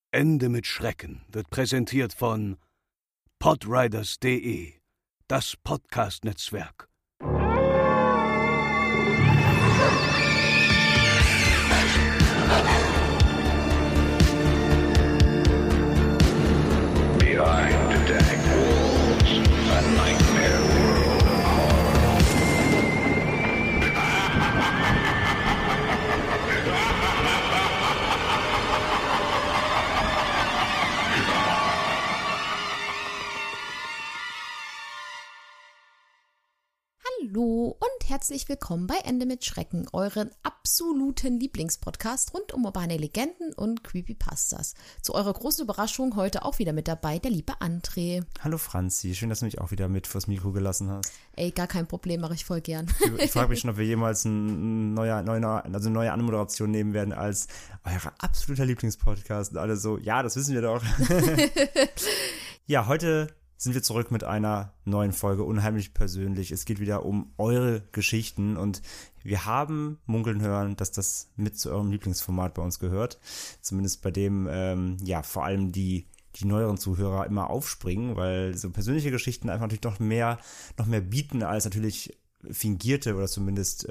Ende mit Schrecken wird präsentiert von podriders.de, das Podcast-Netzwerk. Behind the dank walls, a nightmare world of horror. Hallo und herzlich willkommen bei Ende mit Schrecken, euren absoluten Lieblingspodcast rund um urbane Legenden und Creepypastas. Zu eurer großen Überraschung heute auch wieder mit dabei der liebe André. Hallo Franzi, schön, dass du mich auch wieder mit vors Mikro gelassen hast. Ey, gar kein Problem, mache ich voll gern. Ich frage mich schon, ob wir jemals eine neue Anmoderation nehmen werden als euer absoluter Lieblingspodcast. Und alle so, ja, das wissen wir doch. Ja, heute sind wir zurück mit einer neuen Folge, unheimlich persönlich. Es geht wieder um eure Geschichten und wir haben munkeln hören, dass das mit zu eurem Lieblingsformat bei uns gehört. Zumindest bei dem, vor allem die neueren Zuhörer immer aufspringen, weil so persönliche Geschichten einfach natürlich noch mehr bieten als natürlich fingierte oder zumindest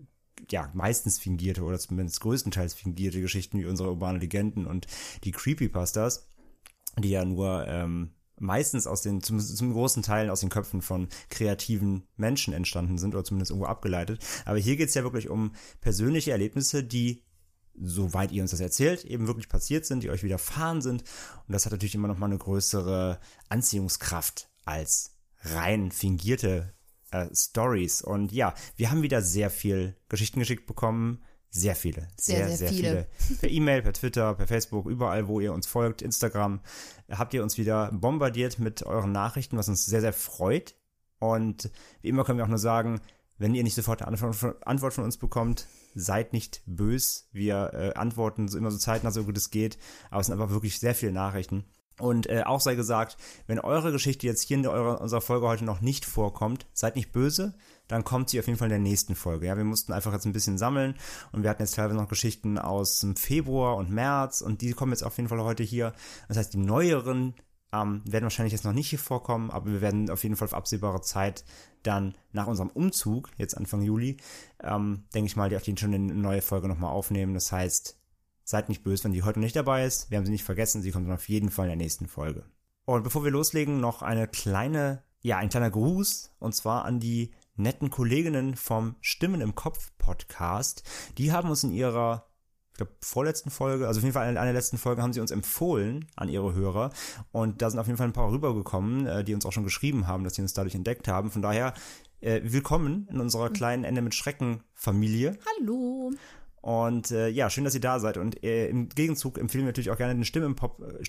meistens fingierte oder zumindest größtenteils fingierte Geschichten wie unsere urbanen Legenden und die Creepypastas, die ja nur meistens zum großen Teil aus den Köpfen von kreativen Menschen entstanden sind oder zumindest irgendwo abgeleitet. Aber hier geht es ja wirklich um persönliche Erlebnisse, die, soweit ihr uns das erzählt, eben wirklich passiert sind, die euch widerfahren sind. Und das hat natürlich immer noch mal eine größere Anziehungskraft als rein fingierte Stories. Und ja, wir haben wieder sehr viel Geschichten geschickt bekommen. Sehr viele. Sehr viele. Per E-Mail, per Twitter, per Facebook, überall, wo ihr uns folgt, Instagram, habt ihr uns wieder bombardiert mit euren Nachrichten, was uns sehr, sehr freut. Und wie immer können wir auch nur sagen, wenn ihr nicht sofort eine Antwort von uns bekommt, seid nicht bös. Wir antworten immer so zeitnah, so gut es geht. Aber es sind einfach wirklich sehr viele Nachrichten. Und auch sei gesagt, wenn eure Geschichte jetzt hier in unserer Folge heute noch nicht vorkommt, seid nicht böse, dann kommt sie auf jeden Fall in der nächsten Folge. Ja, wir mussten einfach jetzt ein bisschen sammeln und wir hatten jetzt teilweise noch Geschichten aus dem Februar und März und die kommen jetzt auf jeden Fall heute hier. Das heißt, die neueren werden wahrscheinlich jetzt noch nicht hier vorkommen, aber wir werden auf jeden Fall auf absehbare Zeit dann nach unserem Umzug, jetzt Anfang Juli, denke ich mal, die schon eine neue Folge nochmal aufnehmen. Das heißt, seid nicht böse, wenn die heute nicht dabei ist. Wir haben sie nicht vergessen, sie kommt dann auf jeden Fall in der nächsten Folge. Und bevor wir loslegen, noch ein kleiner Gruß, und zwar an die netten Kolleginnen vom Stimmen im Kopf Podcast. Die haben uns in ihrer, ich glaube, vorletzten Folge, also auf jeden Fall einer der letzten Folgen, haben sie uns empfohlen an ihre Hörer. Und da sind auf jeden Fall ein paar rübergekommen, die uns auch schon geschrieben haben, dass sie uns dadurch entdeckt haben. Von daher, willkommen in unserer kleinen Ende mit Schrecken Familie. Hallo. Und schön, dass ihr da seid. Und im Gegenzug empfehlen wir natürlich auch gerne den Stimme im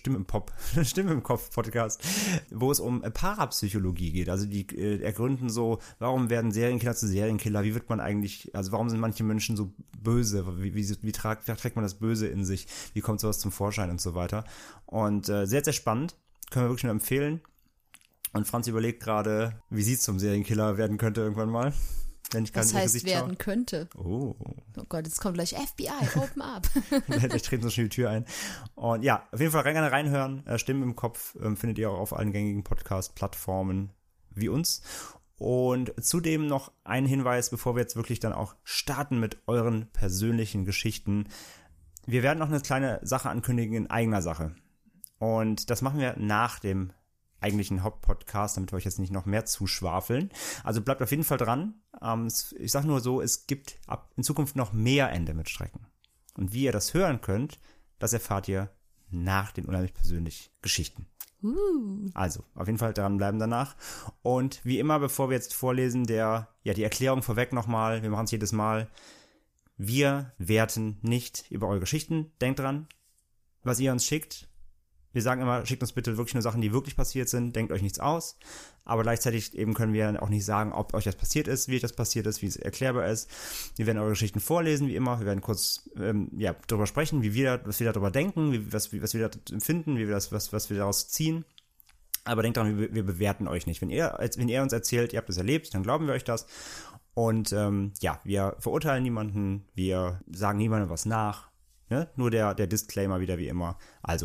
Kopf Podcast, wo es um Parapsychologie geht. Also die ergründen so, warum werden Serienkiller zu Serienkiller? Wie wird man eigentlich, also warum sind manche Menschen so böse? Wie trägt man das Böse in sich? Wie kommt sowas zum Vorschein und so weiter? Und sehr, sehr spannend. Können wir wirklich nur empfehlen. Und Franz überlegt gerade, wie sie zum Serienkiller werden könnte irgendwann mal. Was heißt werden könnte? Oh Gott, jetzt kommt gleich FBI, open up. Vielleicht treten so schnell die Tür ein. Und ja, auf jeden Fall gerne reinhören. Stimmen im Kopf findet ihr auch auf allen gängigen Podcast-Plattformen wie uns. Und zudem noch ein Hinweis, bevor wir jetzt wirklich dann auch starten mit euren persönlichen Geschichten. Wir werden noch eine kleine Sache ankündigen in eigener Sache. Und das machen wir nach dem eigentlichen Hauptpodcast, damit wir euch jetzt nicht noch mehr zuschwafeln. Also bleibt auf jeden Fall dran. Ich sag nur so, es gibt in Zukunft noch mehr Ende mit Schrecken. Und wie ihr das hören könnt, das erfahrt ihr nach den unheimlich persönlichen Geschichten. Also, auf jeden Fall dranbleiben danach. Und wie immer, bevor wir jetzt vorlesen, die Erklärung vorweg nochmal, wir machen es jedes Mal. Wir werten nicht über eure Geschichten. Denkt dran, was ihr uns schickt. Wir sagen immer, schickt uns bitte wirklich nur Sachen, die wirklich passiert sind, denkt euch nichts aus, aber gleichzeitig eben können wir auch nicht sagen, ob euch das passiert ist, wie euch das passiert ist, wie es erklärbar ist. Wir werden eure Geschichten vorlesen, wie immer, wir werden kurz darüber sprechen, was wir darüber denken, was wir da empfinden, was wir daraus ziehen. Aber denkt dran, wir bewerten euch nicht. Wenn ihr uns erzählt, ihr habt das erlebt, dann glauben wir euch das. Und wir verurteilen niemanden, wir sagen niemandem was nach. Ne? Nur der Disclaimer wieder wie immer. Also,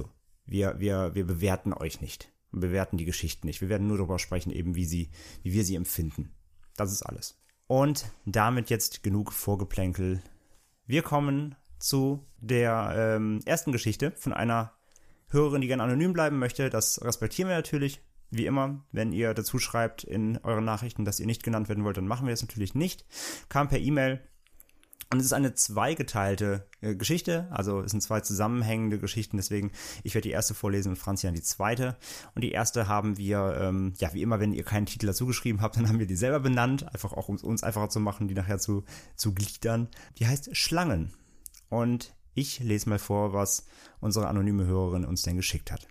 wir bewerten euch nicht. Wir bewerten die Geschichten nicht. Wir werden nur darüber sprechen, eben wie wir sie empfinden. Das ist alles. Und damit jetzt genug Vorgeplänkel. Wir kommen zu der ersten Geschichte von einer Hörerin, die gerne anonym bleiben möchte. Das respektieren wir natürlich. Wie immer, wenn ihr dazu schreibt in euren Nachrichten, dass ihr nicht genannt werden wollt, dann machen wir das natürlich nicht. Kam per E-Mail. Und es ist eine zweigeteilte Geschichte, also es sind zwei zusammenhängende Geschichten, deswegen, ich werde die erste vorlesen und Franzi dann die zweite. Und die erste haben wir, wie immer, wenn ihr keinen Titel dazu geschrieben habt, dann haben wir die selber benannt, einfach auch um es uns einfacher zu machen, die nachher zu gliedern. Die heißt Schlangen. Und ich lese mal vor, was unsere anonyme Hörerin uns denn geschickt hat.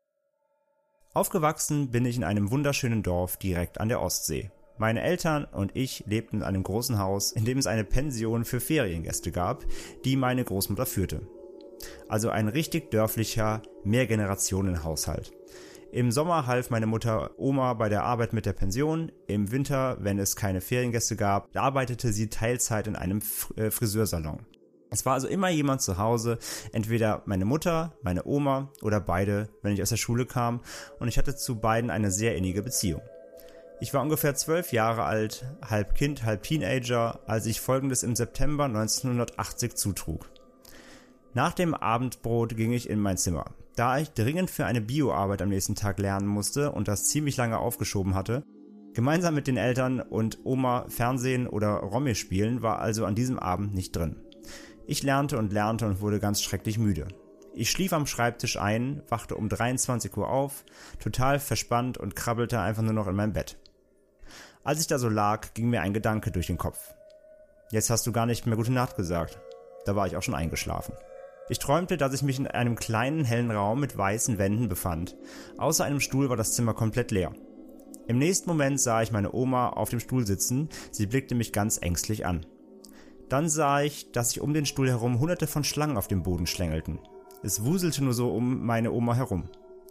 Aufgewachsen bin ich in einem wunderschönen Dorf direkt an der Ostsee. Meine Eltern und ich lebten in einem großen Haus, in dem es eine Pension für Feriengäste gab, die meine Großmutter führte. Also ein richtig dörflicher Mehrgenerationenhaushalt. Im Sommer half meine Mutter Oma bei der Arbeit mit der Pension. Im Winter, wenn es keine Feriengäste gab, arbeitete sie Teilzeit in einem Friseursalon. Es war also immer jemand zu Hause, entweder meine Mutter, meine Oma oder beide, wenn ich aus der Schule kam, und ich hatte zu beiden eine sehr innige Beziehung. Ich war ungefähr 12 Jahre alt, halb Kind, halb Teenager, als ich Folgendes im September 1980 zutrug. Nach dem Abendbrot ging ich in mein Zimmer. Da ich dringend für eine Bioarbeit am nächsten Tag lernen musste und das ziemlich lange aufgeschoben hatte, gemeinsam mit den Eltern und Oma Fernsehen oder Romme spielen, war also an diesem Abend nicht drin. Ich lernte und wurde ganz schrecklich müde. Ich schlief am Schreibtisch ein, wachte um 23 Uhr auf, total verspannt und krabbelte einfach nur noch in meinem Bett. Als ich da so lag, ging mir ein Gedanke durch den Kopf. Jetzt hast du gar nicht mehr gute Nacht gesagt. Da war ich auch schon eingeschlafen. Ich träumte, dass ich mich in einem kleinen, hellen Raum mit weißen Wänden befand. Außer einem Stuhl war das Zimmer komplett leer. Im nächsten Moment sah ich meine Oma auf dem Stuhl sitzen. Sie blickte mich ganz ängstlich an. Dann sah ich, dass sich um den Stuhl herum hunderte von Schlangen auf dem Boden schlängelten. Es wuselte nur so um meine Oma herum.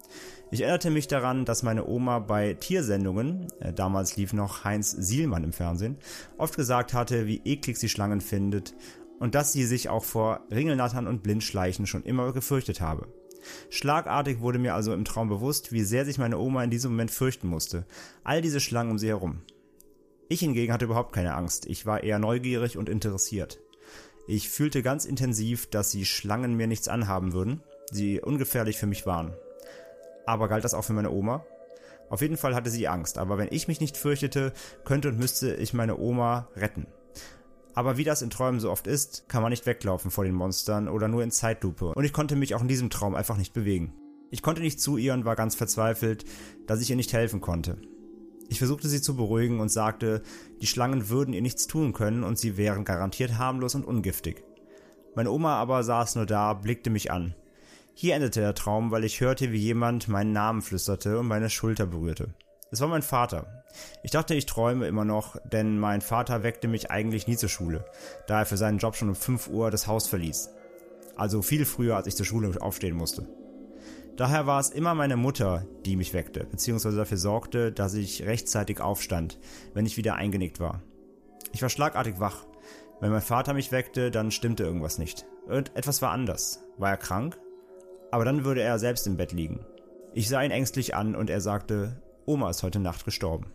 Ich erinnerte mich daran, dass meine Oma bei Tiersendungen, damals lief noch Heinz Sielmann im Fernsehen, oft gesagt hatte, wie eklig sie Schlangen findet und dass sie sich auch vor Ringelnattern und Blindschleichen schon immer gefürchtet habe. Schlagartig wurde mir also im Traum bewusst, wie sehr sich meine Oma in diesem Moment fürchten musste. All diese Schlangen um sie herum. Ich hingegen hatte überhaupt keine Angst. Ich war eher neugierig und interessiert. Ich fühlte ganz intensiv, dass die Schlangen mir nichts anhaben würden, sie ungefährlich für mich waren. Aber galt das auch für meine Oma? Auf jeden Fall hatte sie Angst, aber wenn ich mich nicht fürchtete, könnte und müsste ich meine Oma retten. Aber wie das in Träumen so oft ist, kann man nicht weglaufen vor den Monstern oder nur in Zeitlupe. Und ich konnte mich auch in diesem Traum einfach nicht bewegen. Ich konnte nicht zu ihr und war ganz verzweifelt, dass ich ihr nicht helfen konnte. Ich versuchte sie zu beruhigen und sagte, die Schlangen würden ihr nichts tun können und sie wären garantiert harmlos und ungiftig. Meine Oma aber saß nur da, blickte mich an. Hier endete der Traum, weil ich hörte, wie jemand meinen Namen flüsterte und meine Schulter berührte. Es war mein Vater. Ich dachte, ich träume immer noch, denn mein Vater weckte mich eigentlich nie zur Schule, da er für seinen Job schon um 5 Uhr das Haus verließ. Also viel früher, als ich zur Schule aufstehen musste. Daher war es immer meine Mutter, die mich weckte, beziehungsweise dafür sorgte, dass ich rechtzeitig aufstand, wenn ich wieder eingenickt war. Ich war schlagartig wach. Wenn mein Vater mich weckte, dann stimmte irgendwas nicht. Etwas war anders. War er krank? Aber dann würde er selbst im Bett liegen. Ich sah ihn ängstlich an und er sagte, Oma ist heute Nacht gestorben.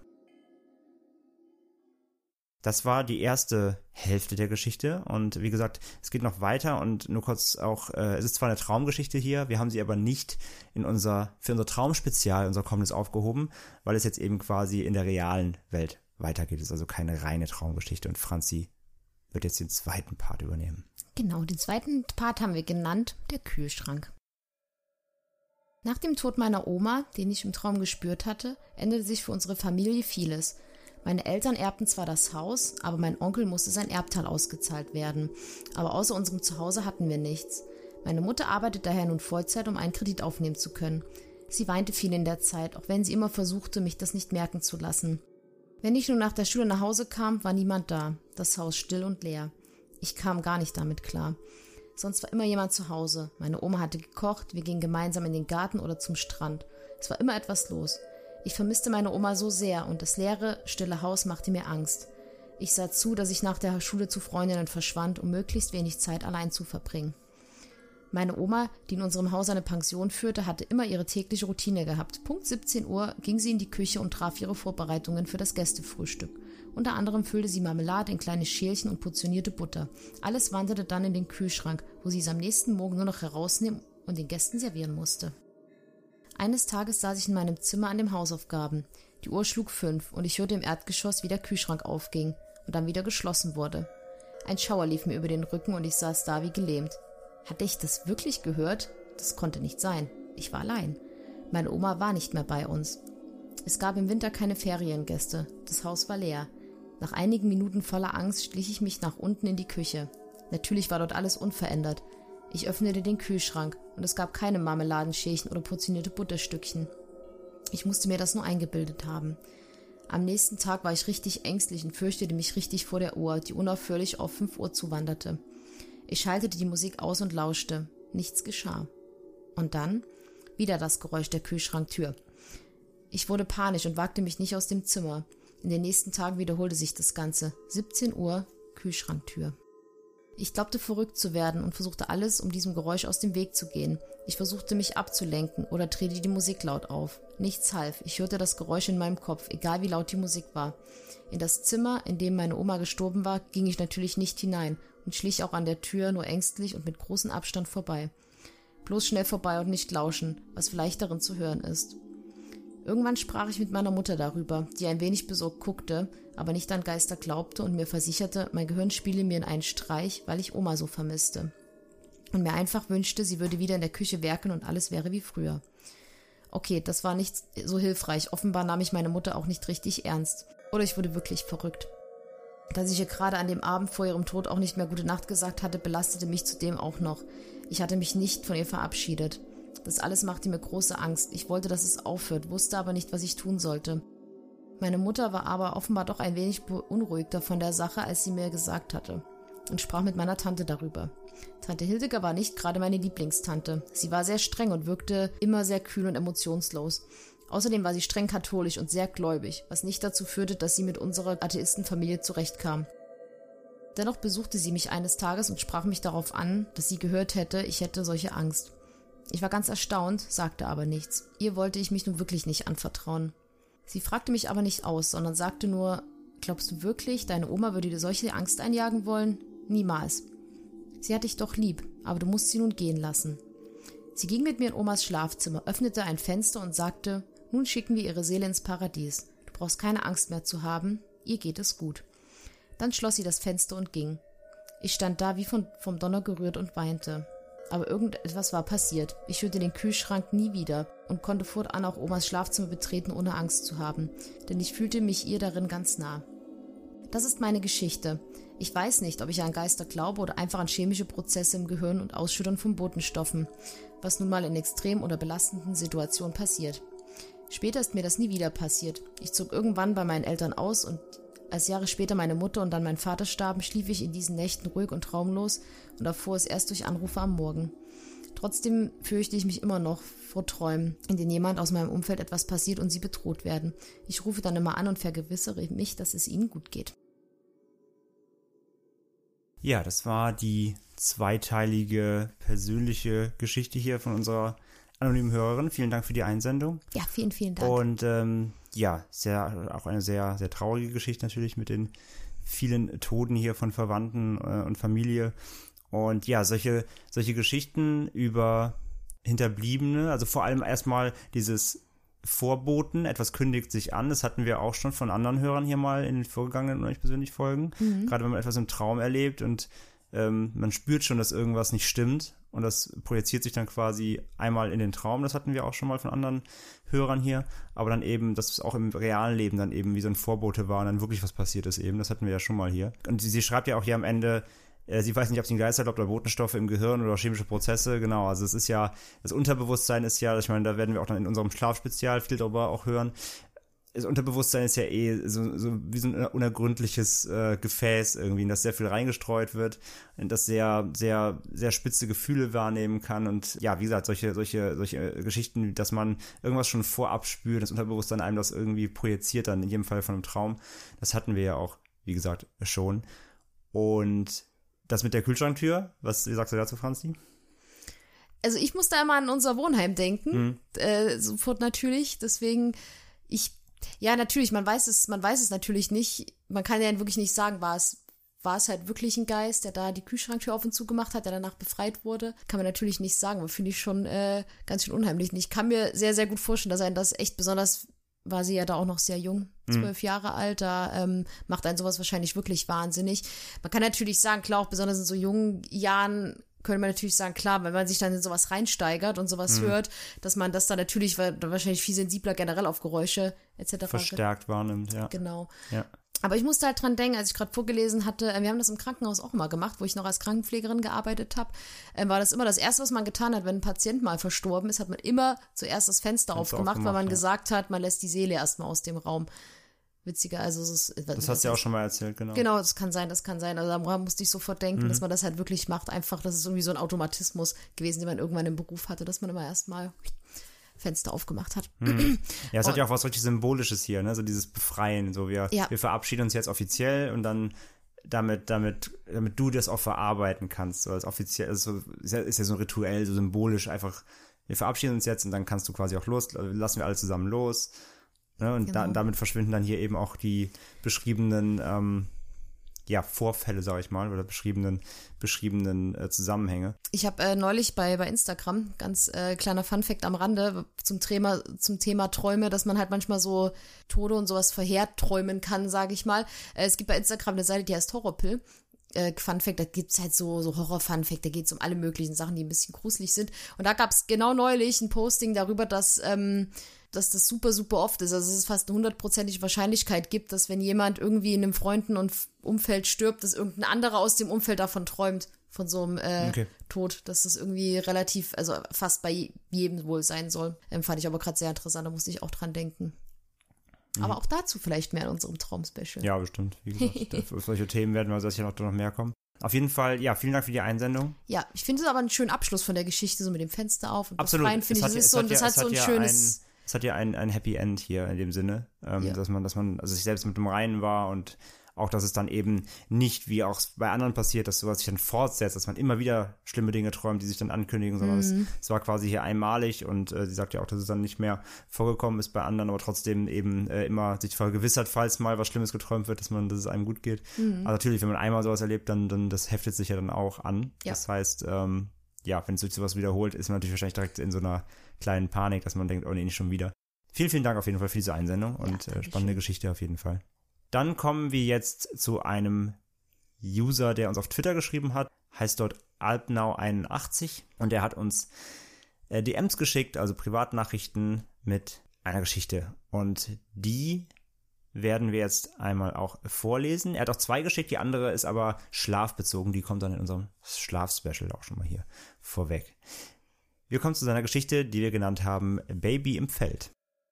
Das war die erste Hälfte der Geschichte und wie gesagt, es geht noch weiter und nur kurz auch, es ist zwar eine Traumgeschichte hier, wir haben sie aber nicht für unser Traumspezial, unser kommendes aufgehoben, weil es jetzt eben quasi in der realen Welt weitergeht. Es ist also keine reine Traumgeschichte und Franzi wird jetzt den zweiten Part übernehmen. Genau, den zweiten Part haben wir genannt, der Kühlschrank. Nach dem Tod meiner Oma, den ich im Traum gespürt hatte, änderte sich für unsere Familie vieles. Meine Eltern erbten zwar das Haus, aber mein Onkel musste sein Erbteil ausgezahlt werden. Aber außer unserem Zuhause hatten wir nichts. Meine Mutter arbeitet daher nun Vollzeit, um einen Kredit aufnehmen zu können. Sie weinte viel in der Zeit, auch wenn sie immer versuchte, mich das nicht merken zu lassen. Wenn ich nun nach der Schule nach Hause kam, war niemand da. Das Haus still und leer. Ich kam gar nicht damit klar. Sonst war immer jemand zu Hause. Meine Oma hatte gekocht, wir gingen gemeinsam in den Garten oder zum Strand. Es war immer etwas los. Ich vermisste meine Oma so sehr und das leere, stille Haus machte mir Angst. Ich sah zu, dass ich nach der Schule zu Freundinnen verschwand, um möglichst wenig Zeit allein zu verbringen. Meine Oma, die in unserem Haus eine Pension führte, hatte immer ihre tägliche Routine gehabt. Punkt 17 Uhr ging sie in die Küche und traf ihre Vorbereitungen für das Gästefrühstück. Unter anderem füllte sie Marmelade in kleine Schälchen und portionierte Butter. Alles wanderte dann in den Kühlschrank, wo sie es am nächsten Morgen nur noch herausnehmen und den Gästen servieren musste. Eines Tages saß ich in meinem Zimmer an den Hausaufgaben. Die Uhr schlug 5 und ich hörte im Erdgeschoss, wie der Kühlschrank aufging und dann wieder geschlossen wurde. Ein Schauer lief mir über den Rücken und ich saß da wie gelähmt. Hatte ich das wirklich gehört? Das konnte nicht sein. Ich war allein. Meine Oma war nicht mehr bei uns. Es gab im Winter keine Feriengäste. Das Haus war leer. Nach einigen Minuten voller Angst schlich ich mich nach unten in die Küche. Natürlich war dort alles unverändert. Ich öffnete den Kühlschrank und es gab keine Marmeladenschälchen oder portionierte Butterstückchen. Ich musste mir das nur eingebildet haben. Am nächsten Tag war ich richtig ängstlich und fürchtete mich richtig vor der Uhr, die unaufhörlich auf 5 Uhr zuwanderte. Ich schaltete die Musik aus und lauschte. Nichts geschah. Und dann wieder das Geräusch der Kühlschranktür. Ich wurde panisch und wagte mich nicht aus dem Zimmer. In den nächsten Tagen wiederholte sich das Ganze. 17 Uhr, Kühlschranktür. Ich glaubte, verrückt zu werden und versuchte alles, um diesem Geräusch aus dem Weg zu gehen. Ich versuchte, mich abzulenken oder drehte die Musik laut auf. Nichts half. Ich hörte das Geräusch in meinem Kopf, egal wie laut die Musik war. In das Zimmer, in dem meine Oma gestorben war, ging ich natürlich nicht hinein und schlich auch an der Tür nur ängstlich und mit großem Abstand vorbei. Bloß schnell vorbei und nicht lauschen, was vielleicht darin zu hören ist. Irgendwann sprach ich mit meiner Mutter darüber, die ein wenig besorgt guckte, aber nicht an Geister glaubte und mir versicherte, mein Gehirn spiele mir in einen Streich, weil ich Oma so vermisste. Und mir einfach wünschte, sie würde wieder in der Küche werkeln und alles wäre wie früher. Okay, das war nicht so hilfreich. Offenbar nahm ich meine Mutter auch nicht richtig ernst. Oder ich wurde wirklich verrückt. Dass ich ihr gerade an dem Abend vor ihrem Tod auch nicht mehr gute Nacht gesagt hatte, belastete mich zudem auch noch. Ich hatte mich nicht von ihr verabschiedet. Das alles machte mir große Angst. Ich wollte, dass es aufhört, wusste aber nicht, was ich tun sollte. Meine Mutter war aber offenbar doch ein wenig beunruhigter von der Sache, als sie mir gesagt hatte, und sprach mit meiner Tante darüber. Tante Hildegard war nicht gerade meine Lieblingstante. Sie war sehr streng und wirkte immer sehr kühl und emotionslos. Außerdem war sie streng katholisch und sehr gläubig, was nicht dazu führte, dass sie mit unserer Atheistenfamilie zurechtkam. Dennoch besuchte sie mich eines Tages und sprach mich darauf an, dass sie gehört hätte, ich hätte solche Angst. Ich war ganz erstaunt, sagte aber nichts. Ihr wollte ich mich nun wirklich nicht anvertrauen. Sie fragte mich aber nicht aus, sondern sagte nur, glaubst du wirklich, deine Oma würde dir solche Angst einjagen wollen? Niemals. Sie hat dich doch lieb, aber du musst sie nun gehen lassen. Sie ging mit mir in Omas Schlafzimmer, öffnete ein Fenster und sagte, nun schicken wir ihre Seele ins Paradies. Du brauchst keine Angst mehr zu haben, ihr geht es gut. Dann schloss sie das Fenster und ging. Ich stand da wie vom Donner gerührt und weinte. Aber irgendetwas war passiert. Ich hörte den Kühlschrank nie wieder und konnte fortan auch Omas Schlafzimmer betreten, ohne Angst zu haben, denn ich fühlte mich ihr darin ganz nah. Das ist meine Geschichte. Ich weiß nicht, ob ich an Geister glaube oder einfach an chemische Prozesse im Gehirn und Ausschüttern von Botenstoffen, was nun mal in extrem oder belastenden Situationen passiert. Später ist mir das nie wieder passiert. Ich zog irgendwann bei meinen Eltern aus und als Jahre später meine Mutter und dann mein Vater starben, schlief ich in diesen Nächten ruhig und traumlos und erfuhr es erst durch Anrufe am Morgen. Trotzdem fürchte ich mich immer noch vor Träumen, in denen jemand aus meinem Umfeld etwas passiert und sie bedroht werden. Ich rufe dann immer an und vergewissere mich, dass es ihnen gut geht. Ja, das war die zweiteilige persönliche Geschichte hier von unserer anonymen Hörerin. Vielen Dank für die Einsendung. Ja, vielen, vielen Dank. Und auch eine sehr, sehr traurige Geschichte natürlich mit den vielen Toten hier von Verwandten und Familie. Und ja, solche Geschichten über Hinterbliebene, also vor allem erstmal dieses Vorboten, etwas kündigt sich an, das hatten wir auch schon von anderen Hörern hier mal in den vorgegangenen und euch persönlich Folgen, gerade wenn man etwas im Traum erlebt und man spürt schon, dass irgendwas nicht stimmt und das projiziert sich dann quasi einmal in den Traum, das hatten wir auch schon mal von anderen Hörern hier, aber dann eben, dass es auch im realen Leben dann eben wie so ein Vorbote war und dann wirklich was passiert ist eben, das hatten wir ja schon mal hier. Und sie schreibt ja auch hier am Ende, sie weiß nicht, ob sie einen Geist hat, ob da Botenstoffe im Gehirn oder chemische Prozesse, genau, also es ist ja, das Unterbewusstsein ist ja, ich meine, da werden wir auch dann in unserem Schlafspezial viel darüber auch hören, das Unterbewusstsein ist ja so wie so ein unergründliches Gefäß irgendwie, in das sehr viel reingestreut wird, in das sehr, sehr, sehr spitze Gefühle wahrnehmen kann und ja, wie gesagt, solche Geschichten, dass man irgendwas schon vorab spürt, das Unterbewusstsein einem das irgendwie projiziert dann, in jedem Fall von einem Traum, das hatten wir ja auch, wie gesagt, schon. Und das mit der Kühlschranktür, wie sagst du dazu, Franzi? Also ich muss da immer an unser Wohnheim denken, sofort natürlich, deswegen natürlich, man weiß es natürlich nicht, man kann ja wirklich nicht sagen, war es halt wirklich ein Geist, der da die Kühlschranktür auf und zu gemacht hat, der danach befreit wurde, kann man natürlich nicht sagen, aber finde ich schon ganz schön unheimlich. Und ich kann mir sehr, sehr gut vorstellen, dass einen das echt besonders, war sie ja da auch noch sehr jung, 12 Jahre alt, da macht einen sowas wahrscheinlich wirklich wahnsinnig. Man kann natürlich sagen, klar, auch besonders in so jungen Jahren könnte man natürlich sagen, klar, wenn man sich dann in sowas reinsteigert und sowas hört, dass man das dann natürlich wahrscheinlich viel sensibler generell auf Geräusche etc. verstärkt wahrnimmt, ja. Genau. Ja. Aber ich musste halt dran denken, als ich gerade vorgelesen hatte, wir haben das im Krankenhaus auch immer gemacht, wo ich noch als Krankenpflegerin gearbeitet habe, war das immer das Erste, was man getan hat, wenn ein Patient mal verstorben ist, hat man immer zuerst das Fenster aufgemacht, weil man gesagt hat, man lässt die Seele erstmal aus dem Raum. Witziger, also das hast du ja auch schon mal erzählt, genau. Genau, das kann sein. Also da musste ich sofort denken, dass man das halt wirklich macht. Einfach, das ist irgendwie so ein Automatismus gewesen, den man irgendwann im Beruf hatte, dass man immer erstmal Fenster aufgemacht hat. Ja, es hat ja auch was richtig Symbolisches hier, ne? So dieses Befreien. So wir verabschieden uns jetzt offiziell und dann damit du das auch verarbeiten kannst. So als offiziell, also ist ja so rituell, so symbolisch einfach, wir verabschieden uns jetzt und dann kannst du quasi auch lassen wir alle zusammen los. Ne, und genau. Damit verschwinden dann hier eben auch die beschriebenen Vorfälle, sage ich mal, oder beschriebenen Zusammenhänge. Ich habe neulich bei Instagram, ganz kleiner Funfact am Rande, zum Thema Träume, dass man halt manchmal so Tode und sowas verheerträumen kann, sage ich mal. Es gibt bei Instagram eine Seite, die heißt Horrorpill. Funfact, da gibt's halt so Horror-Funfact, da geht's um alle möglichen Sachen, die ein bisschen gruselig sind. Und da gab's genau neulich ein Posting darüber, dass das super, super oft ist. Also dass es fast eine 100%ige Wahrscheinlichkeit gibt, dass wenn jemand irgendwie in einem Freunden- und Umfeld stirbt, dass irgendein anderer aus dem Umfeld davon träumt, von so einem Tod. Dass das irgendwie relativ, also fast bei jedem wohl sein soll. Fand ich aber gerade sehr interessant, da musste ich auch dran denken. Aber auch dazu vielleicht mehr in unserem Traum-Special. Ja, bestimmt. Wie gesagt, auf solche Themen werden wir sicher noch mehr kommen. Auf jeden Fall, ja, vielen Dank für die Einsendung. Ja, ich finde es aber einen schönen Abschluss von der Geschichte, so mit dem Fenster auf und absolut. Befreien, finde ich. Es hat ja ein Happy End hier in dem Sinne, dass man also sich selbst mit dem Reinen war und auch, dass es dann eben nicht, wie auch bei anderen passiert, dass sowas sich dann fortsetzt, dass man immer wieder schlimme Dinge träumt, die sich dann ankündigen, sondern es war quasi hier einmalig und sie sagt ja auch, dass es dann nicht mehr vorgekommen ist bei anderen, aber trotzdem eben immer sich vergewissert, falls mal was Schlimmes geträumt wird, dass es einem gut geht. Also natürlich, wenn man einmal sowas erlebt, dann das heftet sich ja dann auch an. Ja. Das heißt, wenn es sich sowas wiederholt, ist man natürlich wahrscheinlich direkt in so einer kleinen Panik, dass man denkt, oh nee, nicht schon wieder. Vielen, vielen Dank auf jeden Fall für diese Einsendung und spannende Geschichte auf jeden Fall. Dann kommen wir jetzt zu einem User, der uns auf Twitter geschrieben hat, heißt dort Alpnau81 und der hat uns DMs geschickt, also Privatnachrichten mit einer Geschichte und die werden wir jetzt einmal auch vorlesen. Er hat auch 2 geschickt, die andere ist aber schlafbezogen, die kommt dann in unserem Schlaf-Special auch schon mal hier vorweg. Wir kommen zu seiner Geschichte, die wir genannt haben, Baby im Feld.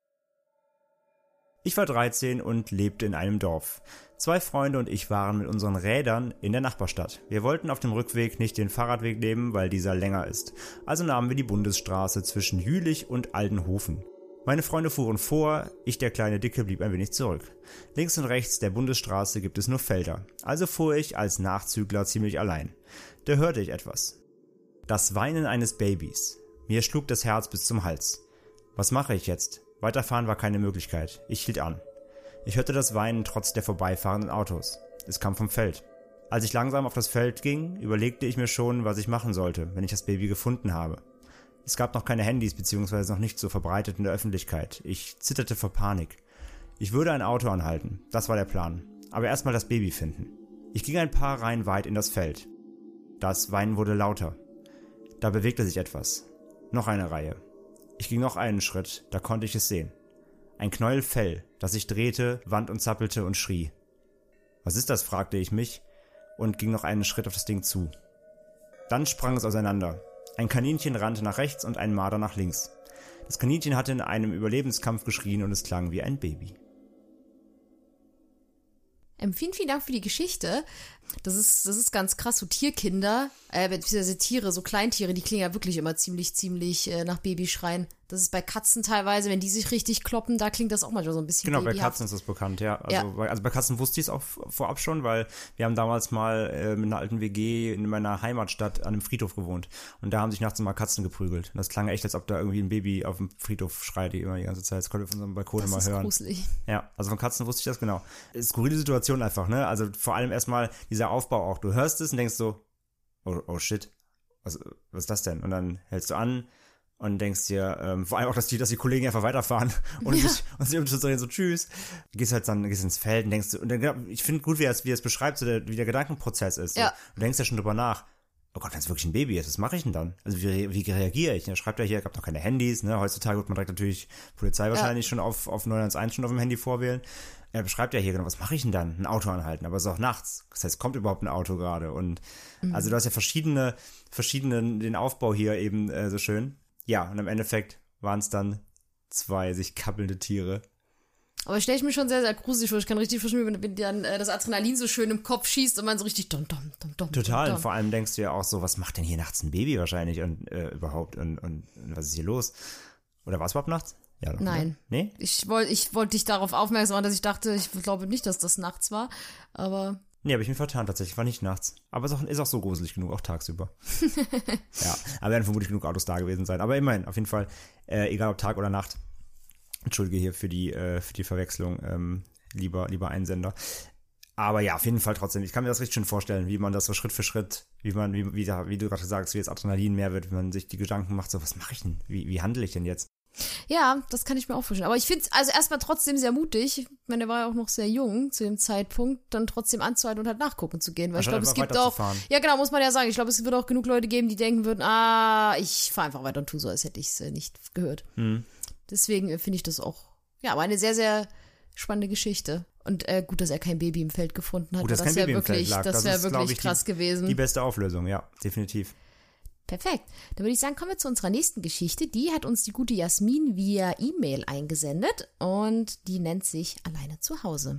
Ich war 13 und lebte in einem Dorf. 2 Freunde und ich waren mit unseren Rädern in der Nachbarstadt. Wir wollten auf dem Rückweg nicht den Fahrradweg nehmen, weil dieser länger ist. Also nahmen wir die Bundesstraße zwischen Jülich und Aldenhofen. Meine Freunde fuhren vor, ich, der kleine Dicke, blieb ein wenig zurück. Links und rechts der Bundesstraße gibt es nur Felder. Also fuhr ich als Nachzügler ziemlich allein. Da hörte ich etwas. Das Weinen eines Babys. Mir schlug das Herz bis zum Hals. Was mache ich jetzt? Weiterfahren war keine Möglichkeit. Ich hielt an. Ich hörte das Weinen trotz der vorbeifahrenden Autos. Es kam vom Feld. Als ich langsam auf das Feld ging, überlegte ich mir schon, was ich machen sollte, wenn ich das Baby gefunden habe. Es gab noch keine Handys bzw. noch nicht so verbreitet in der Öffentlichkeit. Ich zitterte vor Panik. Ich würde ein Auto anhalten. Das war der Plan. Aber erstmal das Baby finden. Ich ging ein paar Reihen weit in das Feld. Das Weinen wurde lauter. Da bewegte sich etwas. Noch eine Reihe. Ich ging noch einen Schritt, da konnte ich es sehen. Ein Knäuel Fell, das sich drehte, wand und zappelte und schrie. Was ist das, fragte ich mich und ging noch einen Schritt auf das Ding zu. Dann sprang es auseinander. Ein Kaninchen rannte nach rechts und ein Marder nach links. Das Kaninchen hatte in einem Überlebenskampf geschrien und es klang wie ein Baby. Vielen, vielen Dank für die Geschichte. Das ist ganz krass, so Tierkinder, beziehungsweise Tiere, so Kleintiere, die klingen ja wirklich immer ziemlich nach Babyschreien. Das ist bei Katzen teilweise, wenn die sich richtig kloppen, da klingt das auch manchmal so ein bisschen Genau, babyhaft. bei Katzen ist das bekannt, ja. Also bei Katzen wusste ich es auch vorab schon, weil wir haben damals mal mit einer alten WG in meiner Heimatstadt an einem Friedhof gewohnt. Und da haben sich nachts immer Katzen geprügelt. Und das klang echt, als ob da irgendwie ein Baby auf dem Friedhof schreit, die immer die ganze Zeit. Das konnte wir von unserem Balkon immer hören. Das ist gruselig. Ja, also von Katzen wusste ich das genau. Skurrile Situation einfach, ne? Also vor allem erstmal dieser Aufbau auch. Du hörst es und denkst so, oh shit, was ist das denn? Und dann hältst du an und denkst dir, vor allem auch, dass die Kollegen einfach weiterfahren und sich umzudrehen, so tschüss. Gehst ins Feld und denkst, und dann, ich finde gut, wie er es beschreibt, so wie der Gedankenprozess ist. Ja. So. Du denkst ja schon drüber nach, oh Gott, wenn es wirklich ein Baby ist, was mache ich denn dann? Also wie reagiere ich? Er schreibt ja hier, es gab noch keine Handys, ne? Heutzutage wird man direkt natürlich Polizei wahrscheinlich schon auf 911 schon auf dem Handy vorwählen. Er beschreibt ja hier genau, was mache ich denn dann? Ein Auto anhalten, aber es ist auch nachts. Das heißt, kommt überhaupt ein Auto gerade? Und also du hast ja verschiedene den Aufbau hier eben so schön. Ja, und im Endeffekt waren es dann 2 sich kappelnde Tiere. Aber stelle ich mir schon sehr, sehr gruselig vor. Ich kann richtig verstehen, wenn dann das Adrenalin so schön im Kopf schießt und man so richtig dom. Total. Und vor allem denkst du ja auch so, was macht denn hier nachts ein Baby wahrscheinlich und überhaupt und was ist hier los? Oder war es überhaupt nachts? Ja, doch, Nein. Oder? Nee? Ich wollte dich darauf aufmerksam machen, dass ich dachte, ich glaube nicht, dass das nachts war, aber... Nee, habe ich mich vertan, tatsächlich, war nicht nachts. Aber es ist auch so gruselig genug, auch tagsüber. Ja, aber werden vermutlich genug Autos da gewesen sein. Aber immerhin, auf jeden Fall, egal ob Tag oder Nacht. Entschuldige hier für die Verwechslung, lieber Einsender. Aber ja, auf jeden Fall trotzdem, ich kann mir das richtig schön vorstellen, wie man das so Schritt für Schritt, wie du gerade sagst, wie das Adrenalin mehr wird, wie man sich die Gedanken macht, so, was mache ich denn? Wie handle ich denn jetzt? Ja, das kann ich mir auch vorstellen. Aber ich finde es also erstmal trotzdem sehr mutig. Ich meine, er war ja auch noch sehr jung zu dem Zeitpunkt, dann trotzdem anzuhalten und halt nachgucken zu gehen. Weil ich glaube, es gibt auch, ja genau, muss man ja sagen, ich glaube, es wird auch genug Leute geben, die denken würden, ich fahre einfach weiter und tue so, als hätte ich es nicht gehört. Deswegen finde ich das auch, ja, aber eine sehr, sehr spannende Geschichte. Und gut, dass er kein Baby im Feld gefunden hat. Gut, das wäre wirklich, wirklich krass gewesen. Die beste Auflösung, ja, definitiv. Perfekt. Dann würde ich sagen, kommen wir zu unserer nächsten Geschichte. Die hat uns die gute Jasmin via E-Mail eingesendet und die nennt sich Alleine zu Hause.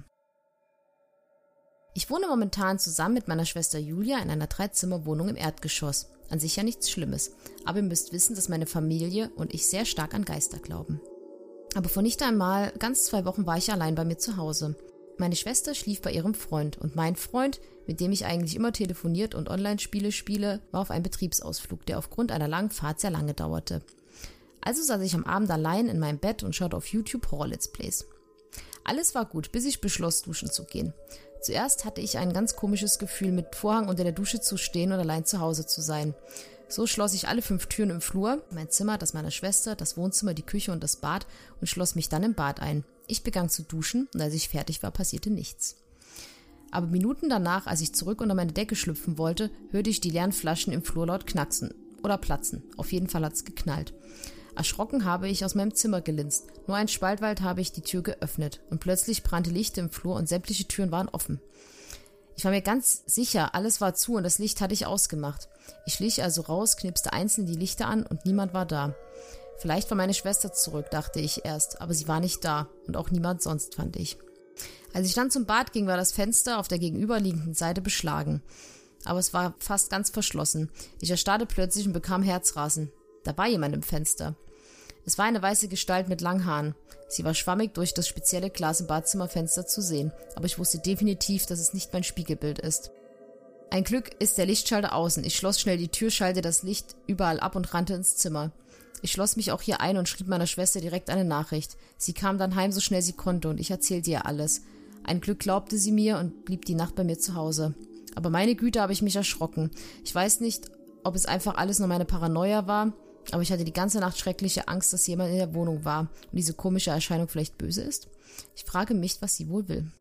Ich wohne momentan zusammen mit meiner Schwester Julia in einer 3-Zimmer-Wohnung im Erdgeschoss. An sich ja nichts Schlimmes. Aber ihr müsst wissen, dass meine Familie und ich sehr stark an Geister glauben. Aber vor nicht einmal ganz 2 Wochen war ich allein bei mir zu Hause. Meine Schwester schlief bei ihrem Freund und mein Freund, mit dem ich eigentlich immer telefoniert und Online-Spiele spiele, war auf einem Betriebsausflug, der aufgrund einer langen Fahrt sehr lange dauerte. Also saß ich am Abend allein in meinem Bett und schaute auf YouTube Horror-Let's Plays. Alles war gut, bis ich beschloss, duschen zu gehen. Zuerst hatte ich ein ganz komisches Gefühl, mit Vorhang unter der Dusche zu stehen und allein zu Hause zu sein. So schloss ich alle 5 Türen im Flur, mein Zimmer, das meiner Schwester, das Wohnzimmer, die Küche und das Bad und schloss mich dann im Bad ein. Ich begann zu duschen und als ich fertig war, passierte nichts. Aber Minuten danach, als ich zurück unter meine Decke schlüpfen wollte, hörte ich die leeren Flaschen im Flur laut knacksen oder platzen. Auf jeden Fall hat's geknallt. Erschrocken habe ich aus meinem Zimmer gelinst. Nur ein Spalt weit habe ich die Tür geöffnet und plötzlich brannte Licht im Flur und sämtliche Türen waren offen. Ich war mir ganz sicher, alles war zu und das Licht hatte ich ausgemacht. Ich schlich also raus, knipste einzeln die Lichter an und niemand war da. Vielleicht war meine Schwester zurück, dachte ich erst, aber sie war nicht da und auch niemand sonst, fand ich. Als ich dann zum Bad ging, war das Fenster auf der gegenüberliegenden Seite beschlagen. Aber es war fast ganz verschlossen. Ich erstarrte plötzlich und bekam Herzrasen. Da war jemand im Fenster. Es war eine weiße Gestalt mit langen Haaren. Sie war schwammig durch das spezielle Glas im Badzimmerfenster zu sehen, aber ich wusste definitiv, dass es nicht mein Spiegelbild ist. Ein Glück ist der Lichtschalter außen. Ich schloss schnell die Tür, schaltete das Licht überall ab und rannte ins Zimmer. Ich schloss mich auch hier ein und schrieb meiner Schwester direkt eine Nachricht. Sie kam dann heim, so schnell sie konnte, und ich erzählte ihr alles. Ein Glück glaubte sie mir und blieb die Nacht bei mir zu Hause. Aber meine Güte, habe ich mich erschrocken. Ich weiß nicht, ob es einfach alles nur meine Paranoia war, aber ich hatte die ganze Nacht schreckliche Angst, dass jemand in der Wohnung war und diese komische Erscheinung vielleicht böse ist. Ich frage mich, was sie wohl will.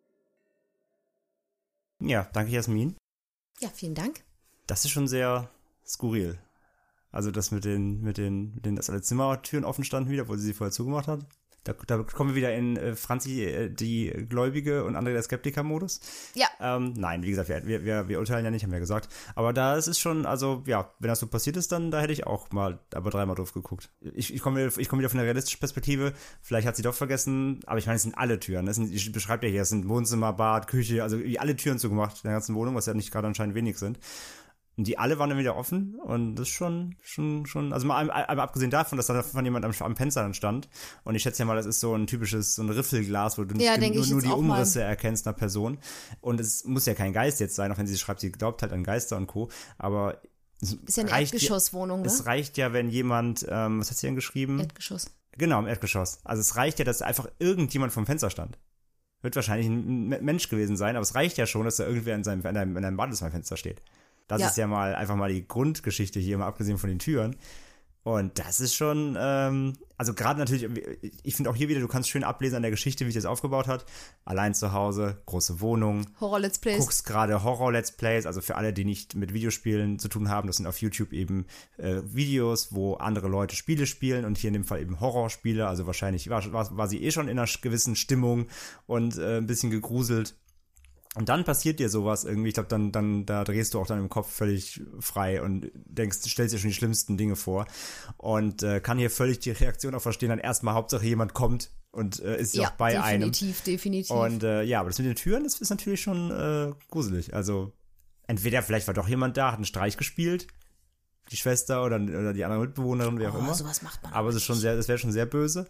Ja, danke Jasmin. Ja, vielen Dank. Das ist schon sehr skurril. Also das mit den, dass alle Zimmertüren offen standen wieder, obwohl sie vorher zugemacht hat. Da kommen wir wieder in Franzi, die Gläubige und André der Skeptiker-Modus. Ja. Nein, wie gesagt, wir urteilen ja nicht, haben wir ja gesagt. Aber da ist es schon, also ja, wenn das so passiert ist, dann da hätte ich auch mal, aber dreimal drauf geguckt. Ich komme wieder von der realistischen Perspektive. Vielleicht hat sie doch vergessen, aber ich meine, es sind alle Türen. Ich beschreibe ja hier, es sind Wohnzimmer, Bad, Küche, also alle Türen zugemacht in der ganzen Wohnung, was ja nicht gerade anscheinend wenig sind. Und die alle waren dann wieder offen und das ist schon, also mal abgesehen davon, dass da von jemand am Fenster dann stand und ich schätze ja mal, das ist so ein typisches, so ein Riffelglas, wo du nur die Umrisse erkennst einer Person und es muss ja kein Geist jetzt sein, auch wenn sie schreibt, sie glaubt halt an Geister und Co., aber ist ja eine Erdgeschosswohnung, ne? Es reicht ja, wenn jemand, was hat sie denn geschrieben? Erdgeschoss. Genau, im Erdgeschoss. Also es reicht ja, dass einfach irgendjemand vom Fenster stand. Wird wahrscheinlich ein Mensch gewesen sein, aber es reicht ja schon, dass da irgendwer in einem Badezimmerfenster steht. Das ist ja einfach mal die Grundgeschichte hier, mal abgesehen von den Türen. Und das ist schon, also gerade natürlich, ich finde auch hier wieder, du kannst schön ablesen an der Geschichte, wie sich das aufgebaut hat. Allein zu Hause, große Wohnung. Horror-Let's Plays. Guckst gerade Horror-Let's Plays, also für alle, die nicht mit Videospielen zu tun haben, das sind auf YouTube eben Videos, wo andere Leute Spiele spielen und hier in dem Fall eben Horrorspiele. Also wahrscheinlich war sie schon in einer gewissen Stimmung und ein bisschen gegruselt. Und dann passiert dir sowas irgendwie, ich glaube, dann da drehst du auch dann im Kopf völlig frei und stellst dir schon die schlimmsten Dinge vor und kann hier völlig die Reaktion auch verstehen, dann erstmal Hauptsache jemand kommt und ist ja auch bei definitiv. Und ja, aber das mit den Türen, das ist natürlich schon gruselig. Also entweder vielleicht war doch jemand da, hat einen Streich gespielt, die Schwester oder die andere Mitbewohnerin, wer auch immer. Sowas macht man aber das wäre schon sehr böse.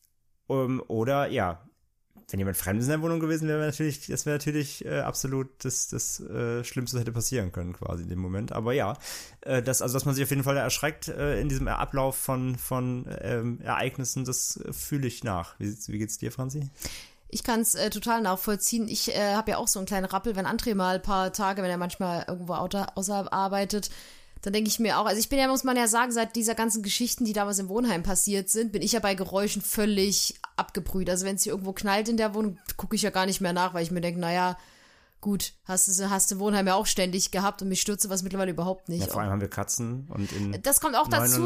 Oder ja, wenn jemand Fremdes in der Wohnung gewesen wäre, das wäre natürlich absolut das Schlimmste, hätte passieren können, quasi in dem Moment. Aber ja, dass man sich auf jeden Fall erschreckt in diesem Ablauf von Ereignissen, das fühle ich nach. Wie geht's dir, Franzi? Ich kann es total nachvollziehen. Ich habe ja auch so einen kleinen Rappel, wenn André mal ein paar Tage, wenn er manchmal irgendwo außerhalb arbeitet, dann denke ich mir auch, also ich bin ja, muss man ja sagen, seit dieser ganzen Geschichten, die damals im Wohnheim passiert sind, bin ich ja bei Geräuschen völlig abgebrüht. Also wenn es hier irgendwo knallt in der Wohnung, gucke ich ja gar nicht mehr nach, weil ich mir denke, naja, gut, hast du Wohnheim ja auch ständig gehabt und mich stört sowas mittlerweile überhaupt nicht. Ja, vor allem haben wir Katzen und in das kommt auch dazu.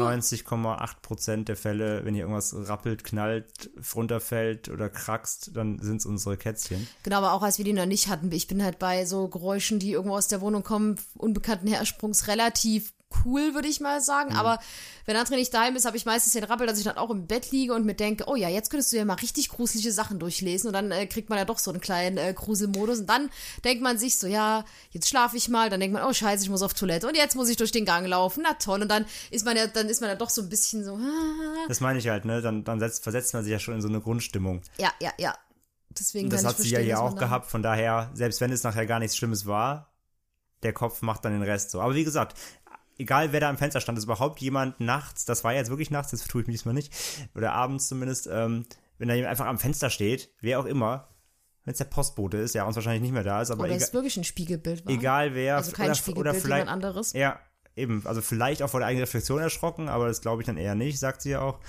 99,8% der Fälle, wenn hier irgendwas rappelt, knallt, runterfällt oder krackst, dann sind es unsere Kätzchen. Genau, aber auch als wir die noch nicht hatten, ich bin halt bei so Geräuschen, die irgendwo aus der Wohnung kommen, unbekannten Hersprungs, relativ cool, würde ich mal sagen, aber wenn André nicht daheim ist, habe ich meistens den Rappel, dass ich dann auch im Bett liege und mir denke, oh ja, jetzt könntest du ja mal richtig gruselige Sachen durchlesen und dann kriegt man ja doch so einen kleinen Gruselmodus und dann denkt man sich so, ja, jetzt schlafe ich mal, dann denkt man, oh scheiße, ich muss auf Toilette und jetzt muss ich durch den Gang laufen, na toll und dann ist man ja doch so ein bisschen so, Das meine ich halt, ne, dann versetzt man sich ja schon in so eine Grundstimmung. Ja. Deswegen das hat sie ja hier auch gehabt, von daher, selbst wenn es nachher gar nichts Schlimmes war, der Kopf macht dann den Rest so. Aber wie gesagt, egal wer da am Fenster stand, ist überhaupt jemand nachts, das war jetzt wirklich nachts, jetzt vertue ich mich diesmal nicht, oder abends zumindest, wenn da jemand einfach am Fenster steht, wer auch immer, wenn es der Postbote ist, der uns wahrscheinlich nicht mehr da ist, aber oder es wirklich ein Spiegelbild war. Egal wer. Also kein Spiegelbild, oder vielleicht, jemand anderes. Ja, eben, also vielleicht auch vor der eigenen Reflexion erschrocken, aber das glaube ich dann eher nicht, sagt sie ja auch.